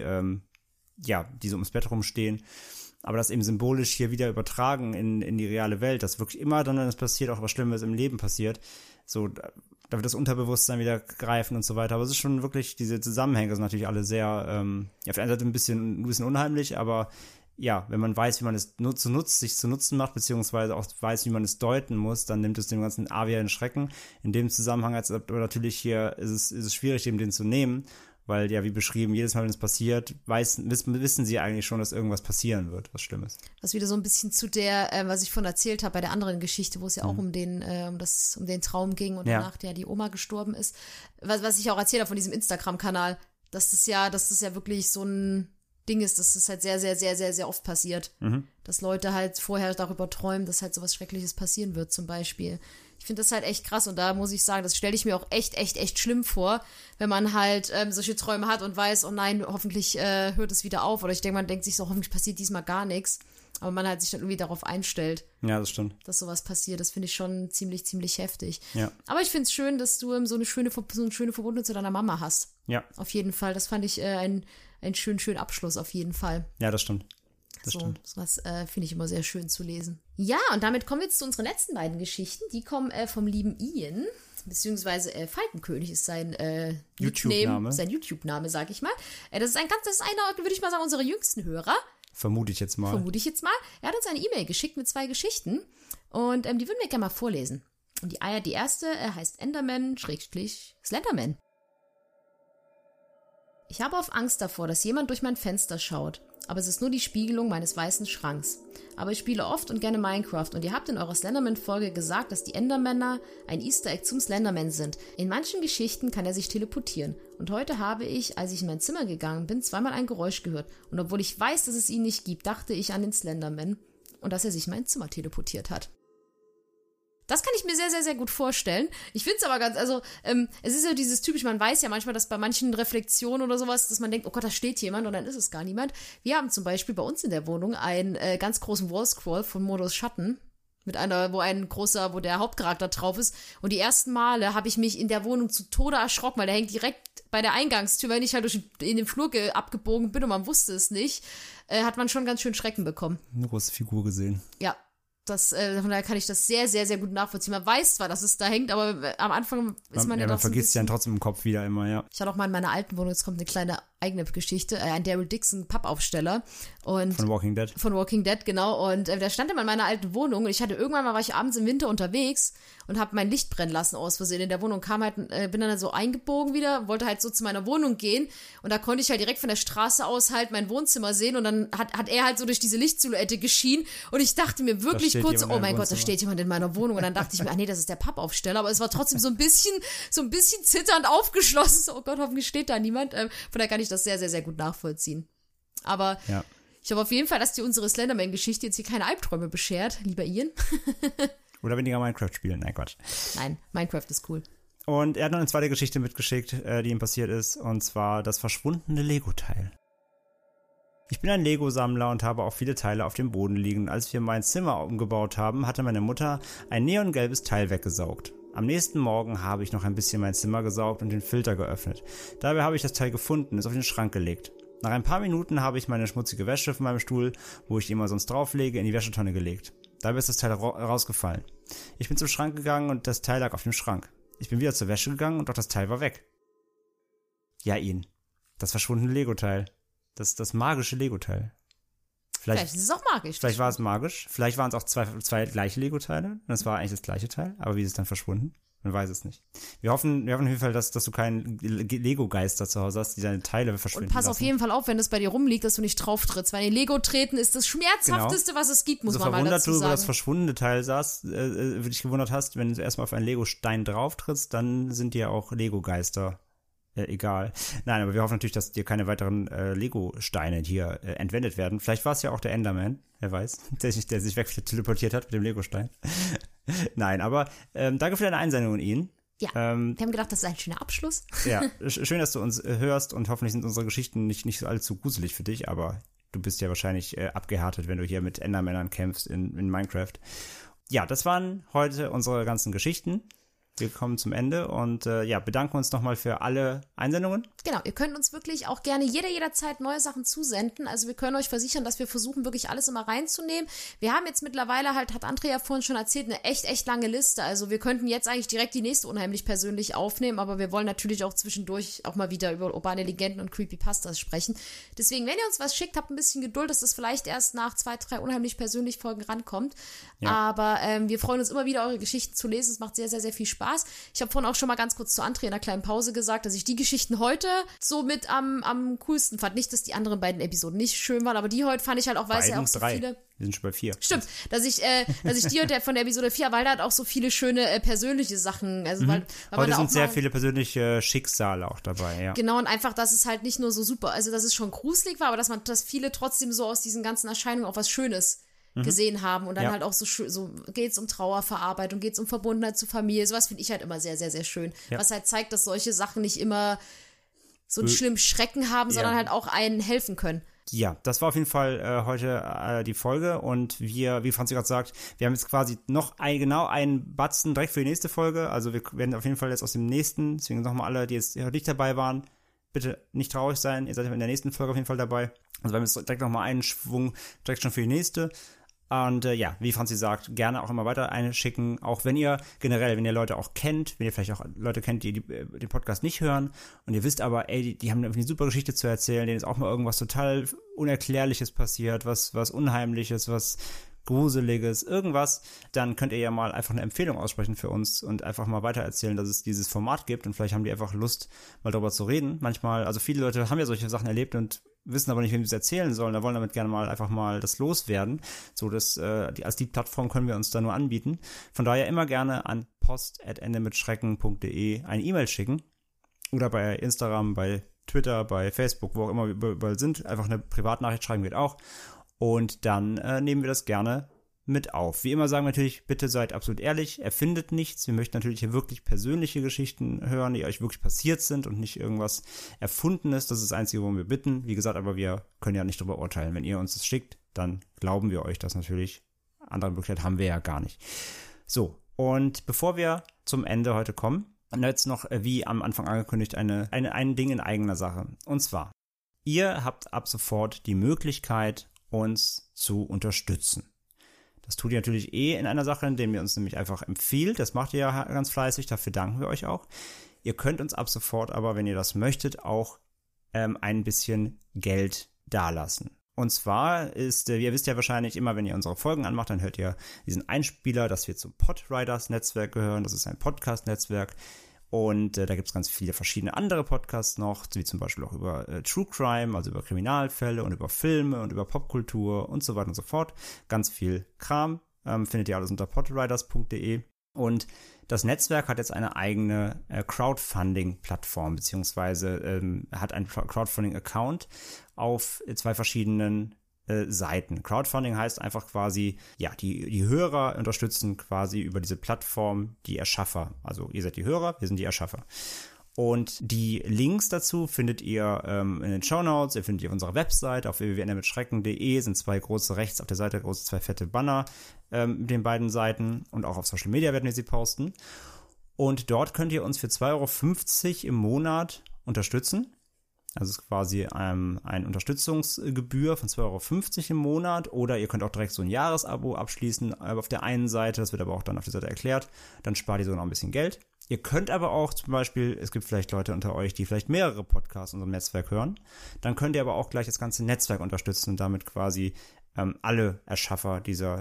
so ums Bett rumstehen. Aber das eben symbolisch hier wieder übertragen in die reale Welt, dass wirklich immer dann, wenn es passiert, auch was Schlimmes im Leben passiert, so, da wird das Unterbewusstsein wieder greifen und so weiter. Aber es ist schon wirklich, diese Zusammenhänge sind natürlich alle sehr, auf der einen Seite ein bisschen unheimlich, aber ja, wenn man weiß, wie man es sich zu Nutzen macht, beziehungsweise auch weiß, wie man es deuten muss, dann nimmt es dem ganzen wieder einen Schrecken. In dem Zusammenhang aber natürlich hier ist es schwierig, eben den zu nehmen, weil ja, wie beschrieben, jedes Mal, wenn es passiert, wissen sie eigentlich schon, dass irgendwas passieren wird, was Schlimmes. Was wieder so ein bisschen zu der, was ich vorhin erzählt habe, bei der anderen Geschichte, wo es ja auch um den Traum ging und danach die Oma gestorben ist. Was ich auch erzählt habe von diesem Instagram-Kanal, dass das ja wirklich so ein Ding ist, dass das halt sehr, sehr, sehr, sehr, sehr oft passiert. Dass Leute halt vorher darüber träumen, dass halt sowas Schreckliches passieren wird, zum Beispiel. Ich finde das halt echt krass und da muss ich sagen, das stelle ich mir auch echt, echt, echt schlimm vor, wenn man halt solche Träume hat und weiß, oh nein, hoffentlich hört es wieder auf. Oder man denkt sich so, hoffentlich passiert diesmal gar nichts. Aber man halt sich dann irgendwie darauf einstellt. Ja, das stimmt. Dass sowas passiert. Das finde ich schon ziemlich, ziemlich heftig. Ja. Aber ich finde es schön, dass du so eine schöne Verbundenheit zu deiner Mama hast. Ja. Auf jeden Fall. Das fand ich einen schönen Abschluss auf jeden Fall. Ja, das stimmt. Stimmt. Sowas finde ich immer sehr schön zu lesen. Ja, und damit kommen wir jetzt zu unseren letzten beiden Geschichten. Die kommen vom lieben Ian, beziehungsweise Falkenkönig ist sein YouTube-Name. Sein YouTube-Name, sag ich mal. Das ist einer, würde ich mal sagen, unserer jüngsten Hörer. Vermute ich jetzt mal. Er hat uns eine E-Mail geschickt mit 2 Geschichten und die würden wir gerne mal vorlesen. Und die erste heißt Enderman/Slenderman. Ich habe oft Angst davor, dass jemand durch mein Fenster schaut. aber es ist nur die Spiegelung meines weißen Schranks. Aber ich spiele oft und gerne Minecraft und ihr habt in eurer Slenderman-Folge gesagt, dass die Endermänner ein Easter Egg zum Slenderman sind. In manchen Geschichten kann er sich teleportieren. Und heute habe ich, als ich in mein Zimmer gegangen bin, zweimal ein Geräusch gehört. Und obwohl ich weiß, dass es ihn nicht gibt, dachte ich an den Slenderman und dass er sich in mein Zimmer teleportiert hat. Das kann ich mir sehr, sehr, sehr gut vorstellen. Ich finde es aber es ist ja dieses typisch, man weiß ja manchmal, dass bei manchen Reflexionen oder sowas, dass man denkt, oh Gott, da steht jemand und dann ist es gar niemand. Wir haben zum Beispiel bei uns in der Wohnung einen ganz großen Wallscroll von Modus Schatten, wo der Hauptcharakter drauf ist. Und die ersten Male habe ich mich in der Wohnung zu Tode erschrocken, weil der hängt direkt bei der Eingangstür, wenn ich halt in den Flur abgebogen bin und man wusste es nicht, hat man schon ganz schön Schrecken bekommen. Eine große Figur gesehen. Ja. Von daher kann ich das sehr, sehr, sehr gut nachvollziehen. Man weiß zwar, dass es da hängt, aber am Anfang ist man ja doch man vergisst es ja trotzdem im Kopf wieder immer, ja. Ich hatte auch mal in meiner alten Wohnung, jetzt kommt eine kleine eigene Geschichte, ein Daryl Dixon Pappaufsteller. Von Walking Dead. Von Walking Dead, genau. Und der stand immer in meiner alten Wohnung und war ich abends im Winter unterwegs und habe mein Licht brennen lassen aus Versehen in der Wohnung. Bin dann so eingebogen wieder, wollte halt so zu meiner Wohnung gehen und da konnte ich halt direkt von der Straße aus halt mein Wohnzimmer sehen und dann hat er halt so durch diese Lichtsilhouette geschienen und ich dachte mir wirklich kurz, oh mein Gott, da steht jemand in meiner Wohnung und dann dachte ich mir, nee, das ist der Pappaufsteller, aber es war trotzdem so ein bisschen zitternd aufgeschlossen. So, oh Gott, hoffentlich steht da niemand. Von daher kann ich das sehr, sehr, sehr gut nachvollziehen. Aber ja. Ich hoffe auf jeden Fall, dass dir unsere Slenderman-Geschichte jetzt hier keine Albträume beschert, lieber Ian. Oder weniger Minecraft spielen. Nein, Quatsch. Nein, Minecraft ist cool. Und er hat noch eine zweite Geschichte mitgeschickt, die ihm passiert ist, und zwar das verschwundene Lego-Teil. Ich bin ein Lego-Sammler und habe auch viele Teile auf dem Boden liegen. Als wir mein Zimmer umgebaut haben, hatte meine Mutter ein neongelbes Teil weggesaugt. Am nächsten Morgen habe ich noch ein bisschen mein Zimmer gesaugt und den Filter geöffnet. Dabei habe ich das Teil gefunden, es auf den Schrank gelegt. Nach ein paar Minuten habe ich meine schmutzige Wäsche von meinem Stuhl, wo ich die immer sonst drauflege, in die Wäschetonne gelegt. Dabei ist das Teil rausgefallen. Ich bin zum Schrank gegangen und das Teil lag auf dem Schrank. Ich bin wieder zur Wäsche gegangen und auch das Teil war weg. Ja, Ian. Das verschwundene Lego-Teil. Das magische Lego-Teil. Vielleicht ist es auch magisch. Vielleicht war es magisch. Vielleicht waren es auch zwei gleiche Lego-Teile. Und es war eigentlich das gleiche Teil. Aber wie ist es dann verschwunden? Man weiß es nicht. Wir hoffen auf jeden Fall, dass du keinen Lego-Geister zu Hause hast, die deine Teile verschwinden Und pass auf jeden Fall auf, wenn das bei dir rumliegt, dass du nicht drauf trittst. Weil Lego treten ist das Schmerzhafteste, was es gibt, muss man mal dazu sagen. So verwundert du über das verschwundene Teil dich gewundert hast, wenn du erstmal auf einen Lego-Stein drauf trittst, dann sind dir auch Lego-Geister egal. Nein, aber wir hoffen natürlich, dass dir keine weiteren Lego-Steine hier entwendet werden. Vielleicht war es ja auch der Enderman, wer weiß, der sich weg teleportiert hat mit dem Lego-Stein. Nein, aber danke für deine Einsendung, Ian. Ja, wir haben gedacht, das ist ein schöner Abschluss. Ja, schön, dass du uns hörst und hoffentlich sind unsere Geschichten nicht allzu gruselig für dich, aber du bist ja wahrscheinlich abgehärtet, wenn du hier mit Endermännern kämpfst in Minecraft. Ja, das waren heute unsere ganzen Geschichten. Wir kommen zum Ende und bedanken uns nochmal für alle Einsendungen. Genau, ihr könnt uns wirklich auch gerne jederzeit neue Sachen zusenden. Also wir können euch versichern, dass wir versuchen, wirklich alles immer reinzunehmen. Wir haben jetzt mittlerweile hat Andrea vorhin schon erzählt, eine echt lange Liste. Also wir könnten jetzt eigentlich direkt die nächste unheimlich persönlich aufnehmen, aber wir wollen natürlich auch zwischendurch auch mal wieder über urbane Legenden und Creepypastas sprechen. Deswegen, wenn ihr uns was schickt, habt ein bisschen Geduld, dass das vielleicht erst nach 2, 3 unheimlich persönlich Folgen rankommt. Ja. Aber wir freuen uns immer wieder, eure Geschichten zu lesen. Es macht sehr, sehr, sehr viel Spaß. Ich habe vorhin auch schon mal ganz kurz zu Andrea in einer kleinen Pause gesagt, dass ich die Geschichten heute so mit am coolsten fand. Nicht, dass die anderen beiden Episoden nicht schön waren, aber die heute fand ich halt auch, weil es ja auch so 3. viele... Wir sind schon bei 4. Stimmt, dass ich die heute von der Episode 4, weil da hat auch so viele schöne persönliche Sachen. Also, weil heute sind sehr viele persönliche Schicksale auch dabei, ja. Genau, und einfach, dass es halt nicht nur so super, also dass es schon gruselig war, aber dass viele trotzdem so aus diesen ganzen Erscheinungen auch was Schönes gesehen haben und dann halt auch so geht's um Trauerverarbeitung, geht's um Verbundenheit zur Familie, sowas finde ich halt immer sehr, sehr, sehr schön, was halt zeigt, dass solche Sachen nicht immer so einen schlimmen Schrecken haben, sondern halt auch einen helfen können. Ja, das war auf jeden Fall heute die Folge und wir, wie Franzi gerade sagt, wir haben jetzt quasi noch einen Batzen direkt für die nächste Folge, also wir werden auf jeden Fall jetzt aus dem nächsten, deswegen nochmal alle, die jetzt nicht dabei waren, bitte nicht traurig sein, ihr seid in der nächsten Folge auf jeden Fall dabei, also wir haben jetzt direkt nochmal einen Schwung direkt schon für die nächste. Und wie Franzi sagt, gerne auch immer weiter einschicken, auch wenn ihr Leute auch kennt, wenn ihr vielleicht auch Leute kennt, die den Podcast nicht hören und ihr wisst aber, die haben eine super Geschichte zu erzählen, denen ist auch mal irgendwas total Unerklärliches passiert, was Unheimliches, was Gruseliges, irgendwas, dann könnt ihr ja mal einfach eine Empfehlung aussprechen für uns und einfach mal weitererzählen, dass es dieses Format gibt und vielleicht haben die einfach Lust, mal darüber zu reden. Manchmal, also viele Leute haben ja solche Sachen erlebt und wissen aber nicht, wem wir es erzählen sollen, da wollen damit gerne mal einfach mal das loswerden. So, als die Plattform können wir uns da nur anbieten. Von daher immer gerne an post@endemitschrecken.de eine E-Mail schicken oder bei Instagram, bei Twitter, bei Facebook, wo auch immer wir überall sind, einfach eine Privatnachricht schreiben geht auch. Und dann nehmen wir das gerne mit auf. Wie immer sagen wir natürlich, bitte seid absolut ehrlich, erfindet nichts. Wir möchten natürlich hier wirklich persönliche Geschichten hören, die euch wirklich passiert sind und nicht irgendwas Erfundenes. Das ist das Einzige, worum wir bitten. Wie gesagt, aber wir können ja nicht darüber urteilen. Wenn ihr uns das schickt, dann glauben wir euch das natürlich. Andere Möglichkeit haben wir ja gar nicht. So, und bevor wir zum Ende heute kommen, jetzt noch, wie am Anfang angekündigt, ein Ding in eigener Sache. Und zwar, ihr habt ab sofort die Möglichkeit, uns zu unterstützen. Das tut ihr natürlich in einer Sache, indem ihr uns nämlich einfach empfiehlt. Das macht ihr ja ganz fleißig, dafür danken wir euch auch. Ihr könnt uns ab sofort aber, wenn ihr das möchtet, auch ein bisschen Geld dalassen. Und zwar ihr wisst ja wahrscheinlich immer, wenn ihr unsere Folgen anmacht, dann hört ihr diesen Einspieler, dass wir zum Podriders-Netzwerk gehören. Das ist ein Podcast-Netzwerk. Und da gibt es ganz viele verschiedene andere Podcasts noch, wie zum Beispiel auch über True Crime, also über Kriminalfälle und über Filme und über Popkultur und so weiter und so fort. Ganz viel Kram, findet ihr alles unter podriders.de. Und das Netzwerk hat jetzt eine eigene Crowdfunding-Plattform, beziehungsweise hat einen Crowdfunding-Account auf 2 verschiedenen Seiten. Crowdfunding heißt einfach quasi, ja, die Hörer unterstützen quasi über diese Plattform die Erschaffer. Also ihr seid die Hörer, wir sind die Erschaffer. Und die Links dazu findet ihr in den Shownotes, ihr findet die auf unserer Website, auf www.endemitschrecken.de sind 2 große rechts auf der Seite, große 2 fette Banner mit den beiden Seiten und auch auf Social Media werden wir sie posten. Und dort könnt ihr uns für 2,50 € im Monat unterstützen. Also es ist quasi ein Unterstützungsgebühr von 2,50 € im Monat oder ihr könnt auch direkt so ein Jahresabo abschließen auf der einen Seite, das wird aber auch dann auf der Seite erklärt, dann spart ihr so noch ein bisschen Geld. Ihr könnt aber auch zum Beispiel, es gibt vielleicht Leute unter euch, die vielleicht mehrere Podcasts in unserem Netzwerk hören, dann könnt ihr aber auch gleich das ganze Netzwerk unterstützen und damit quasi alle Erschaffer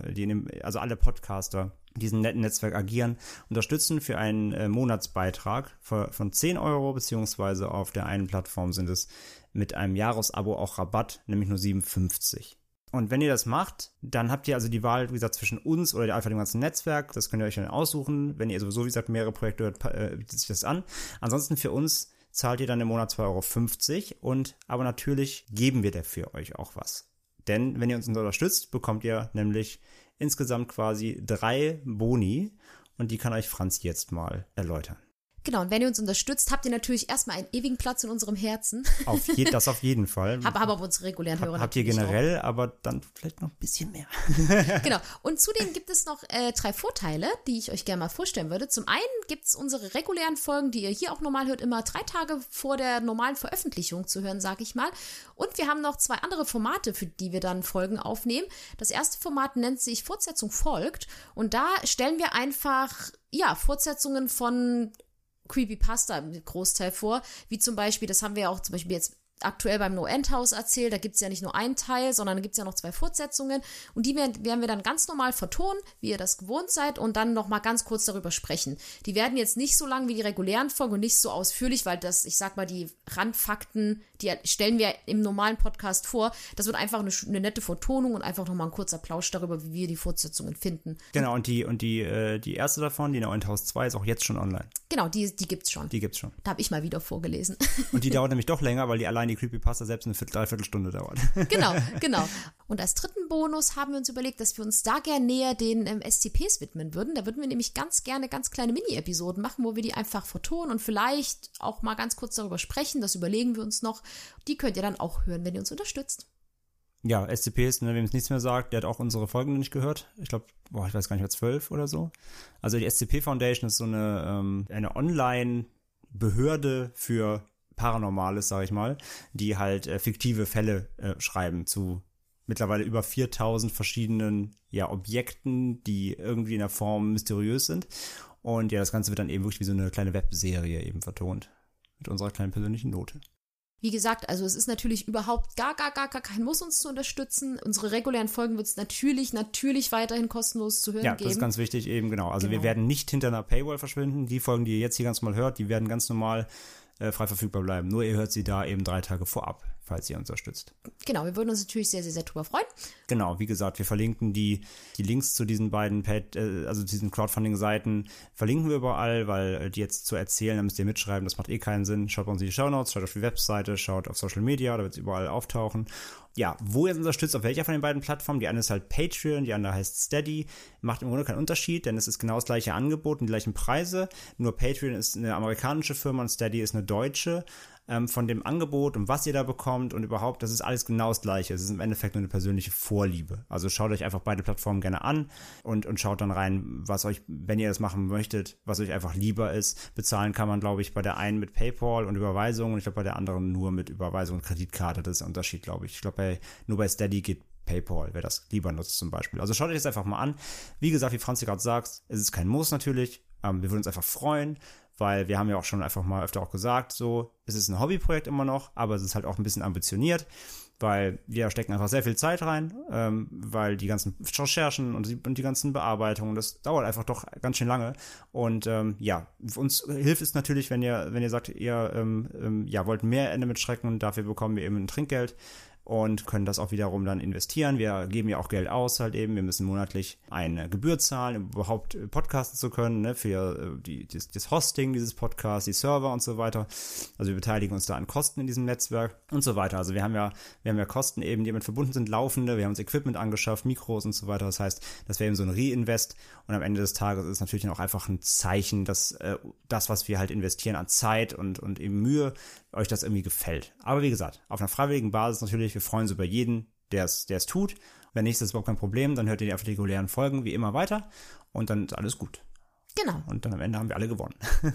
also alle Podcaster, die in diesem netten Netzwerk agieren, unterstützen für einen Monatsbeitrag von 10 €, beziehungsweise auf der einen Plattform sind es mit einem Jahresabo auch Rabatt, nämlich nur 57. Und wenn ihr das macht, dann habt ihr also die Wahl, wie gesagt, zwischen uns oder einfach dem ganzen Netzwerk. Das könnt ihr euch dann aussuchen. Wenn ihr sowieso, wie gesagt, mehrere Projekte hört, bietet sich das an. Ansonsten für uns zahlt ihr dann im Monat 2,50 € aber natürlich geben wir dafür euch auch was. Denn wenn ihr uns unterstützt, bekommt ihr nämlich insgesamt quasi 3 Boni und die kann euch Franz jetzt mal erläutern. Genau, und wenn ihr uns unterstützt, habt ihr natürlich erstmal einen ewigen Platz in unserem Herzen. Das auf jeden Fall. Aber unsere regulären Hörer habt ihr generell, auch. Aber dann vielleicht noch ein bisschen mehr. Genau, und zudem gibt es noch 3 Vorteile, die ich euch gerne mal vorstellen würde. Zum einen gibt es unsere regulären Folgen, die ihr hier auch normal hört, immer 3 Tage vor der normalen Veröffentlichung zu hören, sag ich mal. Und wir haben noch 2 andere Formate, für die wir dann Folgen aufnehmen. Das erste Format nennt sich Fortsetzung folgt und da stellen wir einfach, Fortsetzungen von Creepypasta im Großteil vor, wie zum Beispiel, das haben wir auch zum Beispiel jetzt aktuell beim No End House erzählt, da gibt es ja nicht nur einen Teil, sondern da gibt es ja noch 2 Fortsetzungen und die werden wir dann ganz normal vertonen, wie ihr das gewohnt seid und dann nochmal ganz kurz darüber sprechen. Die werden jetzt nicht so lang wie die regulären Folgen und nicht so ausführlich, weil das, ich sag mal, die Randfakten, die stellen wir im normalen Podcast vor. Das wird einfach eine nette Vertonung und einfach nochmal ein kurzer Plausch darüber, wie wir die Fortsetzungen finden. Genau, und die erste davon, die No End House 2, ist auch jetzt schon online. Genau, die gibt's schon. Die gibt's schon. Da habe ich mal wieder vorgelesen. Und die dauert nämlich doch länger, weil die allein die Creepypasta selbst eine Dreiviertelstunde dauert. Genau. Und als dritten Bonus haben wir uns überlegt, dass wir uns da gerne näher den SCPs widmen würden. Da würden wir nämlich ganz gerne ganz kleine Mini-Episoden machen, wo wir die einfach vertonen und vielleicht auch mal ganz kurz darüber sprechen. Das überlegen wir uns noch. Die könnt ihr dann auch hören, wenn ihr uns unterstützt. Ja, SCPs, wem es nichts mehr sagt, der hat auch unsere Folgen noch nicht gehört. Ich glaube, ich weiß gar nicht mehr, 12 oder so. Also die SCP Foundation ist so eine Online-Behörde für Paranormales, sage ich mal, die halt fiktive Fälle schreiben zu mittlerweile über 4000 verschiedenen Objekten, die irgendwie in der Form mysteriös sind. Und das Ganze wird dann eben wirklich wie so eine kleine Webserie eben vertont. Mit unserer kleinen persönlichen Note. Wie gesagt, also es ist natürlich überhaupt gar kein Muss, uns zu unterstützen. Unsere regulären Folgen wird es natürlich weiterhin kostenlos zu hören geben. Ja, das ist ganz wichtig eben, genau. Also wir werden nicht hinter einer Paywall verschwinden. Die Folgen, die ihr jetzt hier ganz normal hört, die werden ganz normal frei verfügbar bleiben. Nur ihr hört sie da eben 3 Tage vorab. falls ihr unterstützt. Genau, wir würden uns natürlich sehr, sehr, sehr drüber freuen. Genau, wie gesagt, wir verlinken die Links zu diesen beiden diesen Crowdfunding-Seiten verlinken wir überall, weil die jetzt zu erzählen, da müsst ihr mitschreiben, das macht eh keinen Sinn. Schaut bei uns in die Shownotes, schaut auf die Webseite, schaut auf Social Media, da wird es überall auftauchen. Ja, wo ihr es unterstützt, auf welcher von den beiden Plattformen, die eine ist halt Patreon, die andere heißt Steady, macht im Grunde keinen Unterschied, denn es ist genau das gleiche Angebot und die gleichen Preise, nur Patreon ist eine amerikanische Firma und Steady ist eine deutsche. Von dem Angebot und was ihr da bekommt und überhaupt, das ist alles genau das Gleiche. Es ist im Endeffekt nur eine persönliche Vorliebe. Also schaut euch einfach beide Plattformen gerne an und schaut dann rein, was euch, wenn ihr das machen möchtet, was euch einfach lieber ist. Bezahlen kann man, glaube ich, bei der einen mit PayPal und Überweisung und ich glaube bei der anderen nur mit Überweisung und Kreditkarte. Das ist der Unterschied, glaube ich. Ich glaube, nur bei Steady geht PayPal, wer das lieber nutzt zum Beispiel. Also schaut euch das einfach mal an. Wie gesagt, wie Franzi gerade sagt, es ist kein Muss natürlich. Wir würden uns einfach freuen, weil wir haben ja auch schon einfach mal öfter auch gesagt, so, es ist ein Hobbyprojekt immer noch, aber es ist halt auch ein bisschen ambitioniert, weil wir stecken einfach sehr viel Zeit rein, weil die ganzen Recherchen und die ganzen Bearbeitungen, das dauert einfach doch ganz schön lange und uns hilft es natürlich, wenn ihr sagt, ihr wollt mehr Ende mit Schrecken und dafür bekommen wir eben ein Trinkgeld und können das auch wiederum dann investieren. Wir geben ja auch Geld aus halt eben. Wir müssen monatlich eine Gebühr zahlen, um überhaupt podcasten zu können, ne, für das Hosting dieses Podcasts, die Server und so weiter. Also wir beteiligen uns da an Kosten in diesem Netzwerk und so weiter. Also wir haben ja Kosten eben, die damit verbunden sind, laufende. Wir haben uns Equipment angeschafft, Mikros und so weiter. Das heißt, das wäre eben so ein Reinvest und am Ende des Tages ist es natürlich dann auch einfach ein Zeichen, dass das, was wir halt investieren an Zeit und eben Mühe, euch das irgendwie gefällt. Aber wie gesagt, auf einer freiwilligen Basis natürlich, wir freuen uns über jeden, der es tut. Wenn nicht, ist das überhaupt kein Problem, dann hört ihr einfach die regulären Folgen wie immer weiter und dann ist alles gut. Genau. Und dann am Ende haben wir alle gewonnen.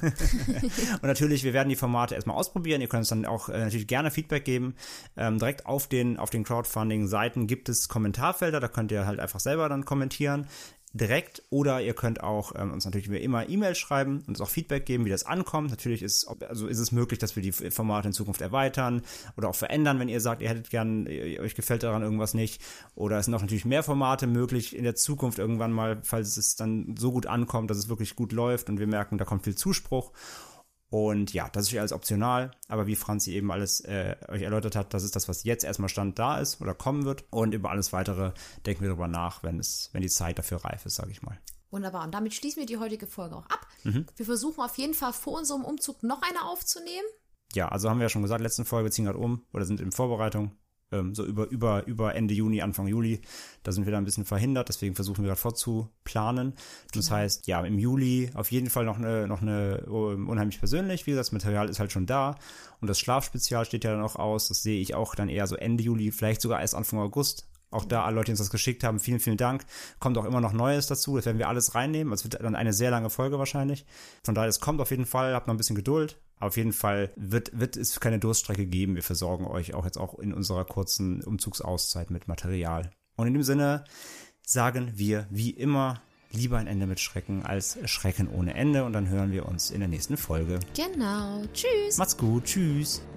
Und natürlich, wir werden die Formate erstmal ausprobieren. Ihr könnt uns dann auch natürlich gerne Feedback geben. Direkt auf den Crowdfunding-Seiten gibt es Kommentarfelder, da könnt ihr halt einfach selber dann kommentieren. Direkt oder ihr könnt auch uns natürlich wie immer E-Mail schreiben und uns auch Feedback geben, wie das ankommt. Natürlich ist es möglich, dass wir die Formate in Zukunft erweitern oder auch verändern, wenn ihr sagt, ihr hättet gern, euch gefällt daran irgendwas nicht. Oder es sind auch natürlich mehr Formate möglich in der Zukunft irgendwann mal, falls es dann so gut ankommt, dass es wirklich gut läuft und wir merken, da kommt viel Zuspruch. Und ja, das ist ja alles optional, aber wie Franzi eben alles euch erläutert hat, das ist das, was jetzt erstmal Stand da ist oder kommen wird. Und über alles Weitere denken wir darüber nach, wenn die Zeit dafür reif ist, sage ich mal. Wunderbar. Und damit schließen wir die heutige Folge auch ab. Wir versuchen auf jeden Fall vor unserem Umzug noch eine aufzunehmen. Ja, also haben wir ja schon gesagt, letzten Folge, wir ziehen gerade um oder sind in Vorbereitung. So über Ende Juni, Anfang Juli. Da sind wir da ein bisschen verhindert, deswegen versuchen wir gerade vorzuplanen. Das heißt, ja, im Juli auf jeden Fall noch eine unheimlich persönlich. Wie gesagt, das Material ist halt schon da und das Schlafspezial steht ja dann auch aus. Das sehe ich auch dann eher so Ende Juli, vielleicht sogar erst Anfang August. Auch da, alle Leute, die uns das geschickt haben, vielen, vielen Dank. Kommt auch immer noch Neues dazu, das werden wir alles reinnehmen. Es wird dann eine sehr lange Folge wahrscheinlich. Von daher, es kommt auf jeden Fall, habt noch ein bisschen Geduld. Auf jeden Fall wird es keine Durststrecke geben. Wir versorgen euch auch jetzt auch in unserer kurzen Umzugsauszeit mit Material. Und in dem Sinne sagen wir wie immer, lieber ein Ende mit Schrecken als Schrecken ohne Ende. Und dann hören wir uns in der nächsten Folge. Genau. Tschüss. Macht's gut. Tschüss.